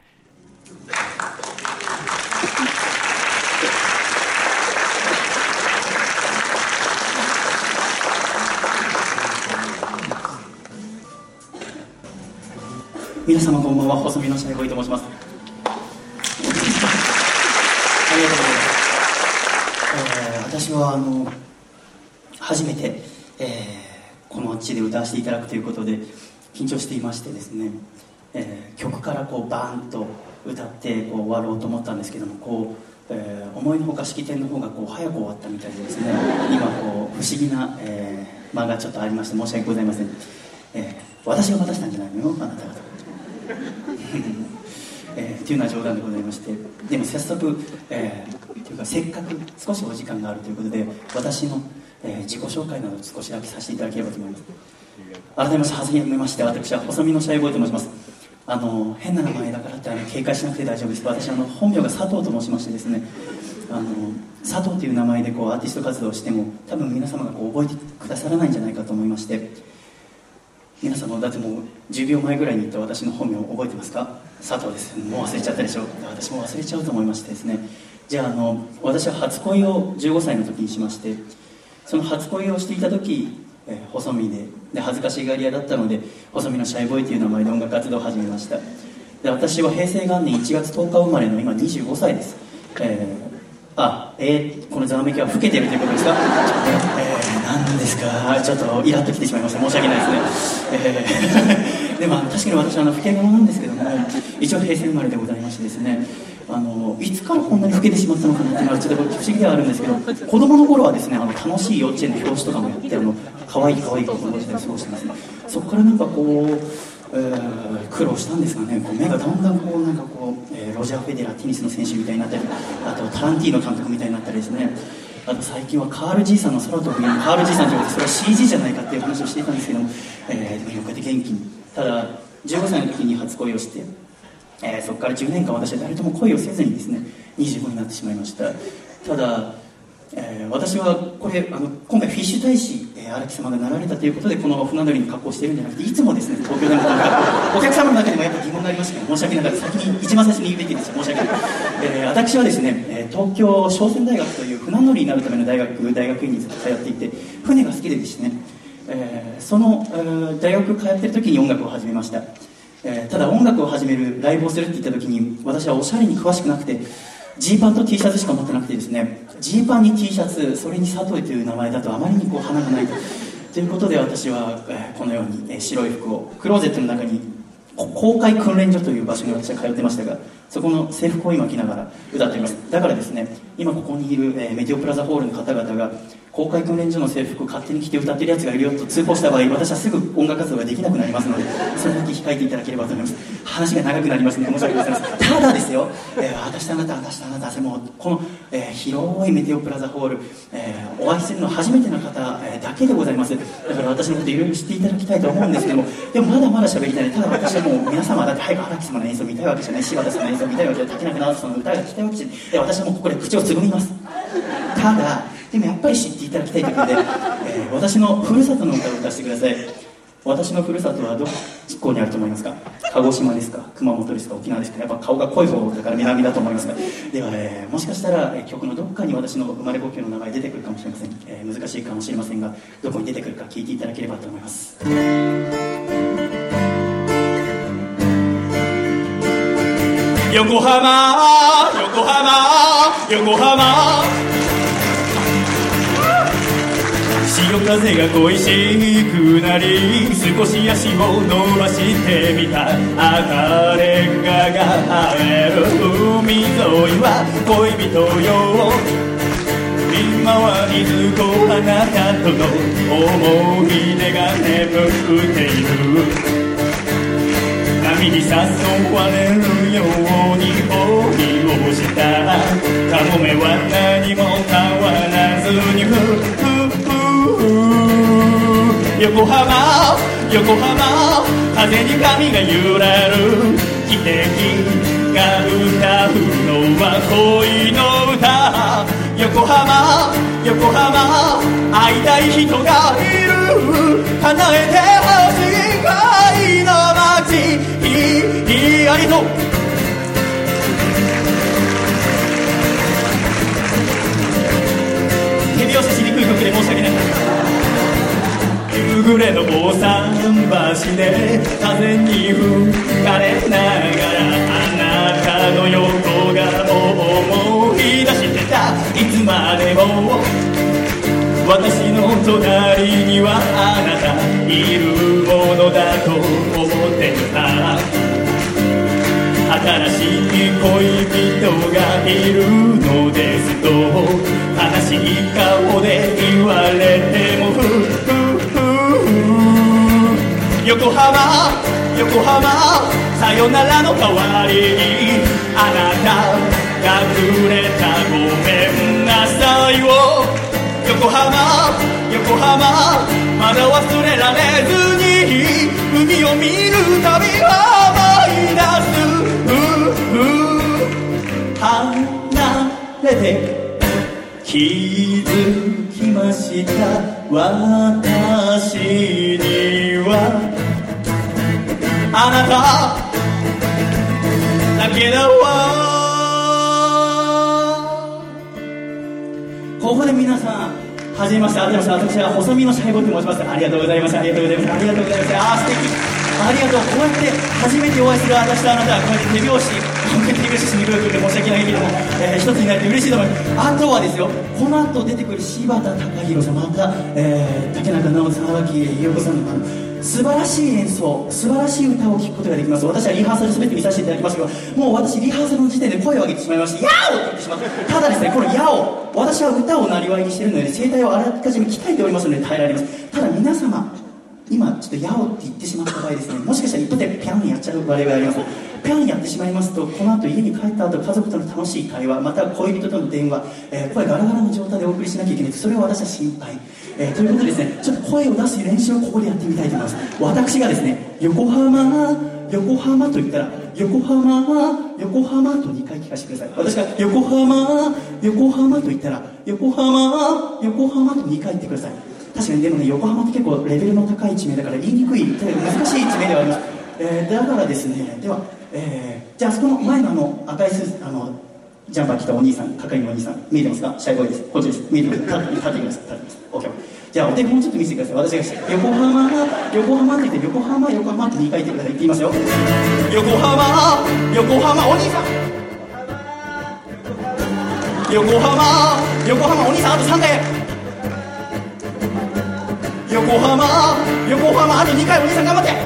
皆様こんばんは、細身のシャイボーイと申します。ありがとうございます。えー、私はあの初めて、えー、この地で歌わせていただくということで緊張していましてですね、えー、曲からこうバーンと歌ってこう終わろうと思ったんですけども、こう、えー、思いのほか式典の方がこう早く終わったみたいでですね、今こう不思議な、えー、間がちょっとありまして申し訳ございません。えー、私が渡したんじゃないのよ、あなた方。えー、っていうのは冗談でございまして、でも早速、えー、というかせっかく少しお時間があるということで、私の、えー、自己紹介など少しだけさせていただければと思います。改めましてはじめまして、私は細身のシャイボーイと申します。あの変な名前だからってあの警戒しなくて大丈夫です。私あの本名が佐藤と申しましてですね、あの佐藤という名前でこうアーティスト活動をしても多分皆様がこう覚えてくださらないんじゃないかと思いまして、皆様だってもうじゅうびょうまえぐらいに言った私の本名を覚えてますか？佐藤です。もう忘れちゃったでしょ。私も忘れちゃうと思いましてですね、じゃあ、あの私は初恋をじゅうごさいの時にしまして、その初恋をしていた時、えー、細身 で, で恥ずかしがり屋だったので細身のシャイボーイという名前で音楽活動を始めました。で私は平成元年いちがつとおか生まれの今にじゅうごさいです。えーあ、えー、このざわめきは老けているということですか？えー、何ですか？ちょっとイラッときてしまいました。申し訳ないですね。えー、でも確かに私は老け者なんですけども、一応平成生まれでございましてですね、あのいつからこんなに老けてしまったのかなっていうのはちょっと不思議ではあるんですけど、子供の頃はですね、あの楽しい幼稚園の表紙とかもやって、あの可愛い可愛い子供時代を過ごしてますね。そこからなんかこうえー、苦労したんですがね、こう目がだんだんこうなんかこう、えー、ロジャー・フェデラーテニスの選手みたいになったり、あとタランティーノ監督みたいになったりですね、あと最近はカール爺さんの空飛ぶ家にカール爺さんということで、それは シージー じゃないかっていう話をしていたんですけども、えー、でもこうやって元気に、ただじゅうごさいの時に初恋をして、えー、そこからじゅうねんかん私は誰とも恋をせずにですねにじゅうごになってしまいました。ただえー、私はこれあの今回フィッシュ大使荒、えー、木様がなられたということでこの船乗りに格好しているんじゃなくて、いつもですね東京でもお客様の中でもやっぱ疑問がありましたけど、申し訳なかった。先に一番最初に言うべきです。申し訳ない、えー、私はですね、えー、東京商船大学という船乗りになるための大学大学院にずっと通っていて、船が好きでですね、えー、その、えー、大学通っている時に音楽を始めました。えー、ただ音楽を始めるライブをするって言った時に私はおしゃれに詳しくなくて、ジーパンと T シャツしか持ってなくてですね、ジーパンに T シャツ、それに佐藤という名前だとあまりにこう花がないということで、私は、えー、このように、えー、白い服をクローゼットの中に公開訓練所という場所に私は通ってましたが、そこの制服を今着ながら歌っています。だからですね、今ここにいる、えー、メディオプラザホールの方々が公開訓練所の制服を勝手に着て歌ってるやつがいるよと通報した場合、私はすぐ音楽活動ができなくなりますので、それだけ控えていただければと思います。話が長くなりますので申し訳ございません。ただですよ、えー、私とあなた私とあなたもうこの、えー、広いメディオプラザホール、えー、お会いするの初めての方、えー、だけでございます。だから私のこといろいろ知っていただきたいと思うんですけども、でもまだまだ喋りたい。ただ私はもう皆様だって早く荒木様の演奏見たいわけじゃない、柴田さんの演奏見たいわけじゃない、竹中直人さんの歌が聴きたいわけじゃない。で私はもうここで口をつぐみます。ただでもやっぱり知っていただきたいということで、えー、私のふるさとの歌を歌わせてください。私のふるさとはどこにあると思いますか？鹿児島ですか？熊本ですか？沖縄ですか？やっぱ顔が濃い方だから南だと思いますが、では、えー、もしかしたら、えー、曲のどこかに私の生まれ故郷の名前出てくるかもしれません。えー、難しいかもしれませんが、どこに出てくるか聞いていただければと思います。 横浜横浜横浜幸夜風が恋しくなり少し足を伸ばしてみた赤レンガが生える海沿いは恋人よ今はいずこあなたとの思い出が眠っている波に誘われるように恋をしたカモメは何も変わらずにふふふ横浜横浜風に髪が揺れる汽笛が歌うのは恋の歌横浜横浜会いたい人がいる叶えてほしい恋の街いいありがとう手拍子しにくい曲で申し訳ない夕暮れの大桟橋で風に吹かれながらあなたの横顔を思い出してたいつまでも私の隣にはあなたいるものだと思っていた新しい恋人がいるのですと悲しい顔で言われてもふふふ横浜横浜さよならの代わりにあなたがくれたごめんなさいを横浜横浜まだ忘れられずに海を見るたび思い出す離れて気づきました私にはあなただけだわここで皆さんはじめまして、ありがとうございます。私は細身のシャイボーイと申します。ありがとうございます。ありがとうございます。ありがとうございます。あー素敵。ありがとう。こうやって初めてお会いする私とあなたはこうやって手拍子、本当に手拍子しに来ると申し訳ないけれども、えー、一つになって嬉しいと思います。あとはですよ、この後出てくる柴田貴弘さん、また、えー、竹中直人さん、荒木優子さんのあの素晴らしい演奏、素晴らしい歌を聴くことができます。私はリハーサル全て見させていただきますけど、もう私リハーサルの時点で声を上げてしまいまして、ヤオって言ってしまった。ただですね、このヤオ、私は歌をなりわいにしているので、声帯をあらかじめ鍛えておりますので耐えられます。ただ皆様、今ちょっとヤオって言ってしまった場合ですね、もしかしたら一歩でピャンやっちゃう場合があります。ピャンやってしまいますと、この後家に帰った後家族との楽しい会話、また恋人との電話、えー、声ガラガラの状態でお送りしなきゃいけない。それを私は心配、えー、ということでですね、ちょっと声を出す練習をここでやってみたいと思います。私がですね、横浜横浜と言ったら横浜横浜とにかい聞かせてください。私が横浜横浜と言ったら横浜横浜とにかい言ってください。確かにでもね、横浜って結構レベルの高い地名だから言いにくい難しい地名ではあります。えー、だからですね、では、えー、じゃあそこの前のあの赤いスーツあのジャンパー着たお兄さん、係のお兄さん見えてますか？シャイボーイです。こっちです。見えてください。立ってください。立ってください。 OK。 じゃあお手本ちょっと見せてください。私が横浜横浜って言って横浜横浜ってにかい言ってください。言ってみますよ。横浜横浜お兄さん横浜横浜お兄さんあとさんかい横浜横浜あとにかいお兄さん頑張って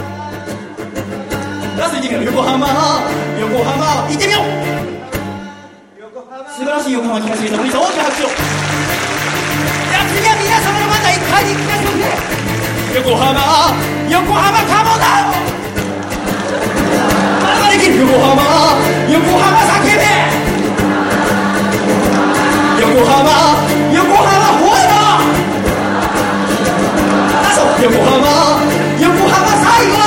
ラスト行ってみよう。横浜横浜行ってみよう。素晴らしい横浜聞かせてください。お兄さん大きな拍手を。じゃあ次は皆様のまたいっかいに聞かせてください。横浜横浜カモダウンまだできる。横浜横浜叫べ横浜横浜ホイバー横浜横浜最後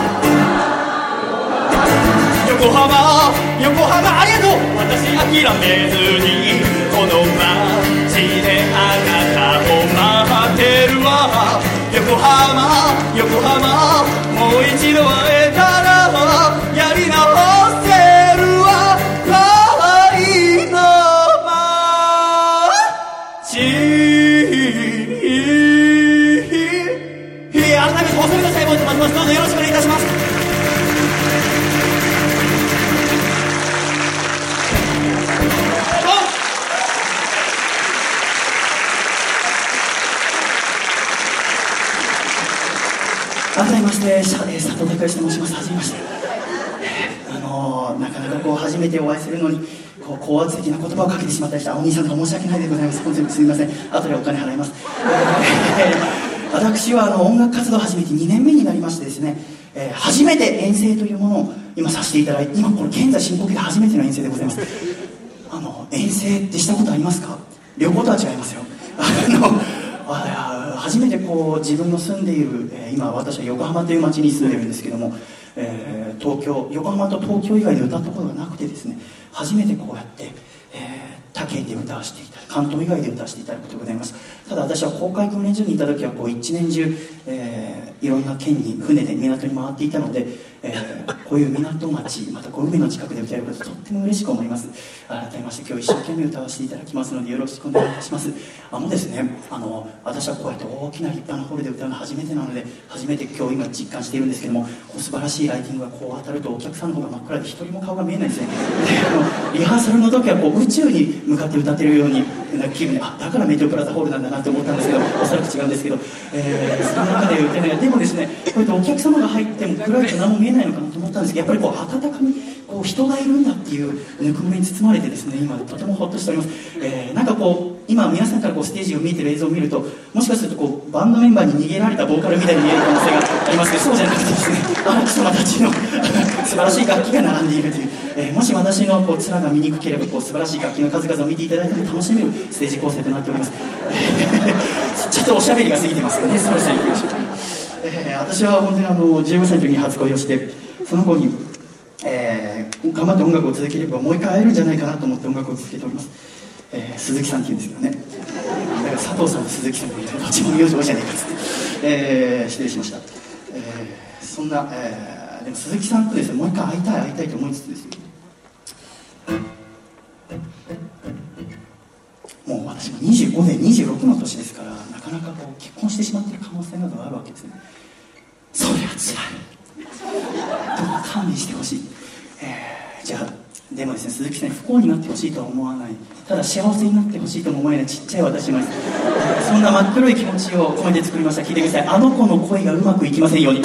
横浜横浜ありがとう。私諦めずにこの街であなたを待ってるわ。横浜横浜もう一度会えたらやり直せるわ。愛の街改めて細身の細胞と申します。どうぞよろしくお願いいたします。 改めまして、えー、佐藤孝義と申します。はじめまして。えー、あのー、なかなかこう初めてお会いするのにこう高圧的な言葉をかけてしまったりしたお兄さんと申し訳ないでございます。本当にすみません。後でお金払います。えー、私はあの音楽活動を始めてにねんめになりましてですね、えー、初めて遠征というものを今させていただいて、今これ現在進行形で初めての遠征でございます。あの遠征ってしたことありますか？旅行とは違いますよ。あのあ初めてこう自分の住んでいる、えー、今私は横浜という町に住んでるんですけども、えー、東京横浜と東京以外で歌ったことがなくてですね、初めてこうやって、えー、他県で歌わせていただく、関東以外で歌わせていただくことでございます。ただ私は航海訓練所にいた時はこう一年中、えー、いろんな県に船で港に回っていたので、えー、こういう港町またこう海の近くで歌えることとっても嬉しく思います。改めまして今日一生懸命歌わせていただきますのでよろしくお願いいたします。あのですね、あの私はこうやって大きな立派なホールで歌うの初めてなので、初めて今日今実感しているんですけども、こう素晴らしいライティングがこう当たるとお客さんの方が真っ暗で一人も顔が見えないんですね。であのリハーサルの時はこう宇宙に向かって歌ってるようになんか気分で、あだからメテオプラザホールなんだなと思ったんですけど、おそらく違うんですけど、えー、その中で歌えない。でもですね、こうやってお客様が入っても暗いと何も見えないのかなと思ったんですけど、やっぱりこう温かみ、こう人がいるんだっていうぬくもりに包まれてですね、今とてもホッとしております。えー、なんかこう今皆さんからこうステージを見えてる映像を見ると、もしかするとこうバンドメンバーに逃げられたボーカルみたいに見える可能性がありますけど、そうじゃなくてですね、荒木様たちの素晴らしい楽器が並んでいるという、えー、もし私のこう面が見にくければこう素晴らしい楽器の数々を見ていただいても楽しめるステージ構成となっております。ちょっとおしゃべりが過ぎてますかね。そろそろ行きましょう。えー、私は本当にあのじゅうごさいの時に初恋をして、その後に、えー、頑張って音楽を続ければもう一回会えるんじゃないかなと思って音楽を続けております。えー、鈴木さんっていうんですけどね、だから佐藤さんと鈴木さんがいるどっちも名字多いじゃないかっつって、えー、失礼しました。えー、そんな、えー、でも鈴木さんとですね、もう一回会いたい会いたいと思いつつですね、もう私もにじゅうごでにじゅうろくの年ですから、なかなかこう結婚してしまっている可能性などがあるわけですね。それはつらい。どうか勘弁してほしい。えー、じゃあでもですね、鈴木さんに不幸になってほしいとは思わない、ただ幸せになってほしいとも思えないちっちゃい私がそんな真っ黒い気持ちを込めて作りました。聞いてください。あの子の恋がうまくいきませんように。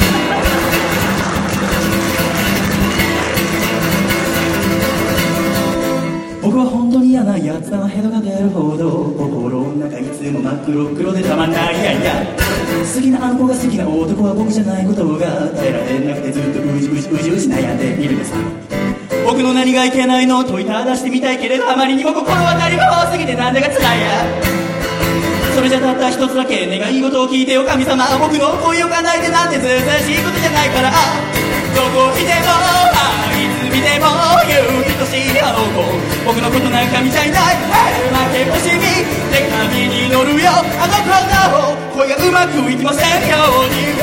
僕は本当に嫌なやつだな、ヘドが出るほど心の中いつも真っ黒黒でたまんない。いやいや好きなあの子が好きな男は僕じゃないことが耐えられなくてずっとうじうじうじうじ悩んでいるんです。僕の何がいけないの問いただしてみたいけれど、あまりにも心当たりが多すぎてなんだかつらいや。それじゃたった一つだけ願い事を聞いてよ神様、僕の恋を叶えてなんてずうずうしいことじゃないから、どこいてもいつ見ても言う人しいあの子、僕のことなんか見ちゃいない負け惜しみで髪に乗るよあの子の恋がうまくいきませんように。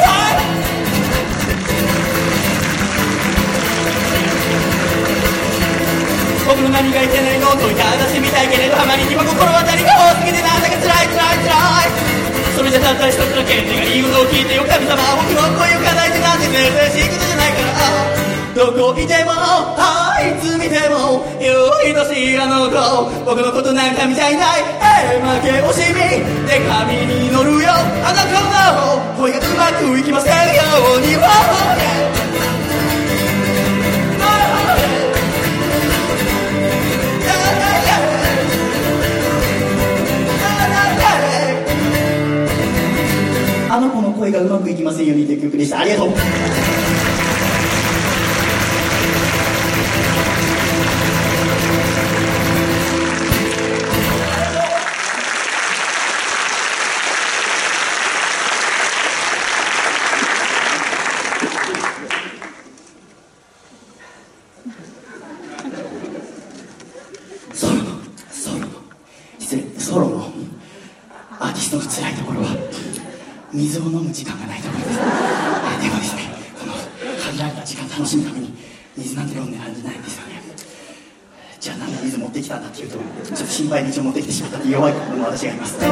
僕の何がいけないのといただしてみたいけれど、あまりにも心当たりが多すぎてなんだかつらいつらいつらい。それじゃたった一つだけ願い事を聞いてよ神様、僕の恋を叶えてなんて珍しいことじゃないから、どこいてもいつ見ても言う愛しいあの子、僕のことなんか見ちゃいない負け惜しみで髪に乗るよあの子の恋がうまくいきませんように。あの子の声がうまくいきませんようにという曲でした。ありがとう。ソロのソロの失礼ソロのアーティストの辛いところは水を飲む時間がないところです。でもですね、この限られた時間楽しむために水なんて飲んでなんじゃないんですよね。じゃあなんで水持ってきたんだっていうと、ちょっと心配に一応持ってきてしまったって弱い心の私がいます。ただ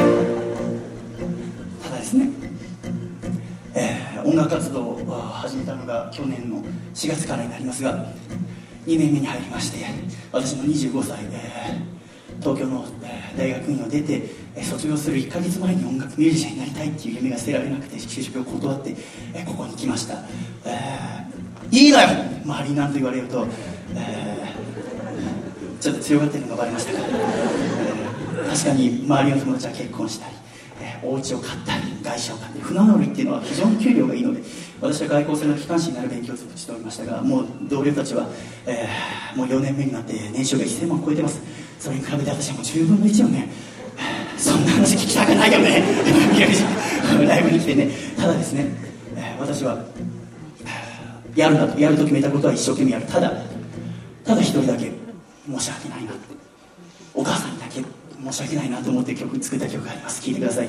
ですね、えー、音楽活動を始めたのが去年のしがつからになりますが、にねんめに入りまして、私もにじゅうごさいで東京の大学院を出て、 え卒業するいっかげつまえに音楽ミュージシャンになりたいっていう夢が捨てられなくて就職を断って、えここに来ました。えー、いいのよ周りになんと言われると、えー、ちょっと強がってるのがバレましたが、えー、確かに周りの友達は結婚したり、えー、お家を買ったり外車を買ったり、船乗りっていうのは非常に給料がいいので、私は外交船の機関士になる勉強をしておりましたが、もう同僚たちは、えー、もうよねんめになって年収がせんまん超えてます。それに比べて私はもうじゅうぶんのいちよね。そんな話聞きたくないよねライブに来てね。ただですね、えー、私はやるんだと、やると決めたことは一生懸命やる。ただただ一人だけ申し訳ないな、お母さんにだけ申し訳ないなと思って曲作った曲があります。聴いてください。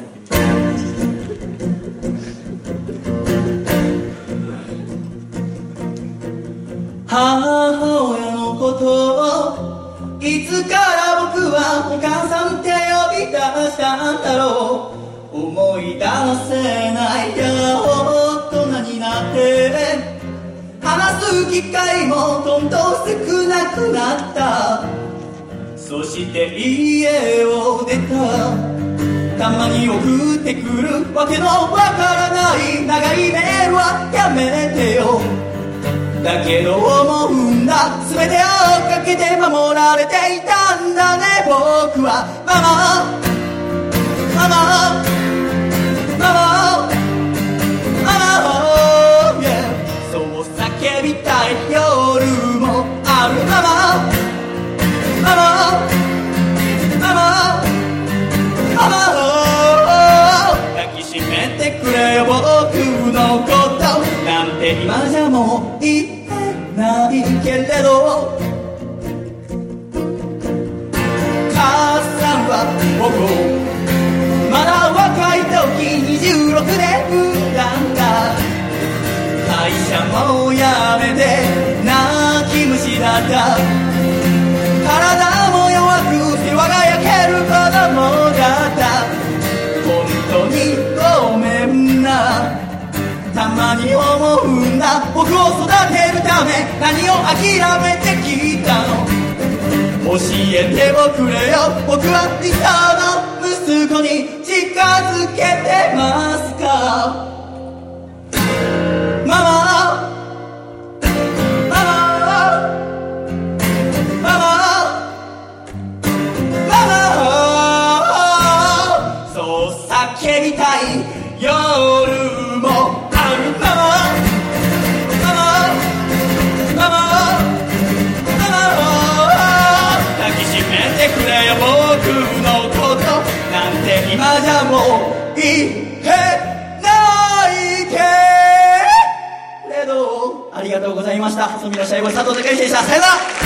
母親のことをいつから僕はお母さんって呼び出したんだろう。思い出せない。や大人になって話す機会もどんどん少なくなった。そして家を出た。たまに送ってくるわけのわからない長いメールはやめてよ。だけど思うんだ、全てをかけて守られていたんだね。僕はママママママママ、oh yeah、 そう叫びたい夜もある。ママママママママ、oh、 抱きしめてくれよ僕のことなんて今じゃもう言えないけれど、母さんは僕をまだ若い時にじゅうろくで産んだんだ。会社も辞めて泣き虫だった。体も弱く世話が焼ける子供だった。本当にごめんな。たまに思うんだ、僕を育てるため何を諦めてきたの。教えておくれよ、僕は理想の息子に近づけてますか。ママママママママ、そう叫びたい夜も僕のことなんて今じゃもう言えないけれど。ありがとうございました。細身のシャイボーイ佐藤孝之でした。さよなら。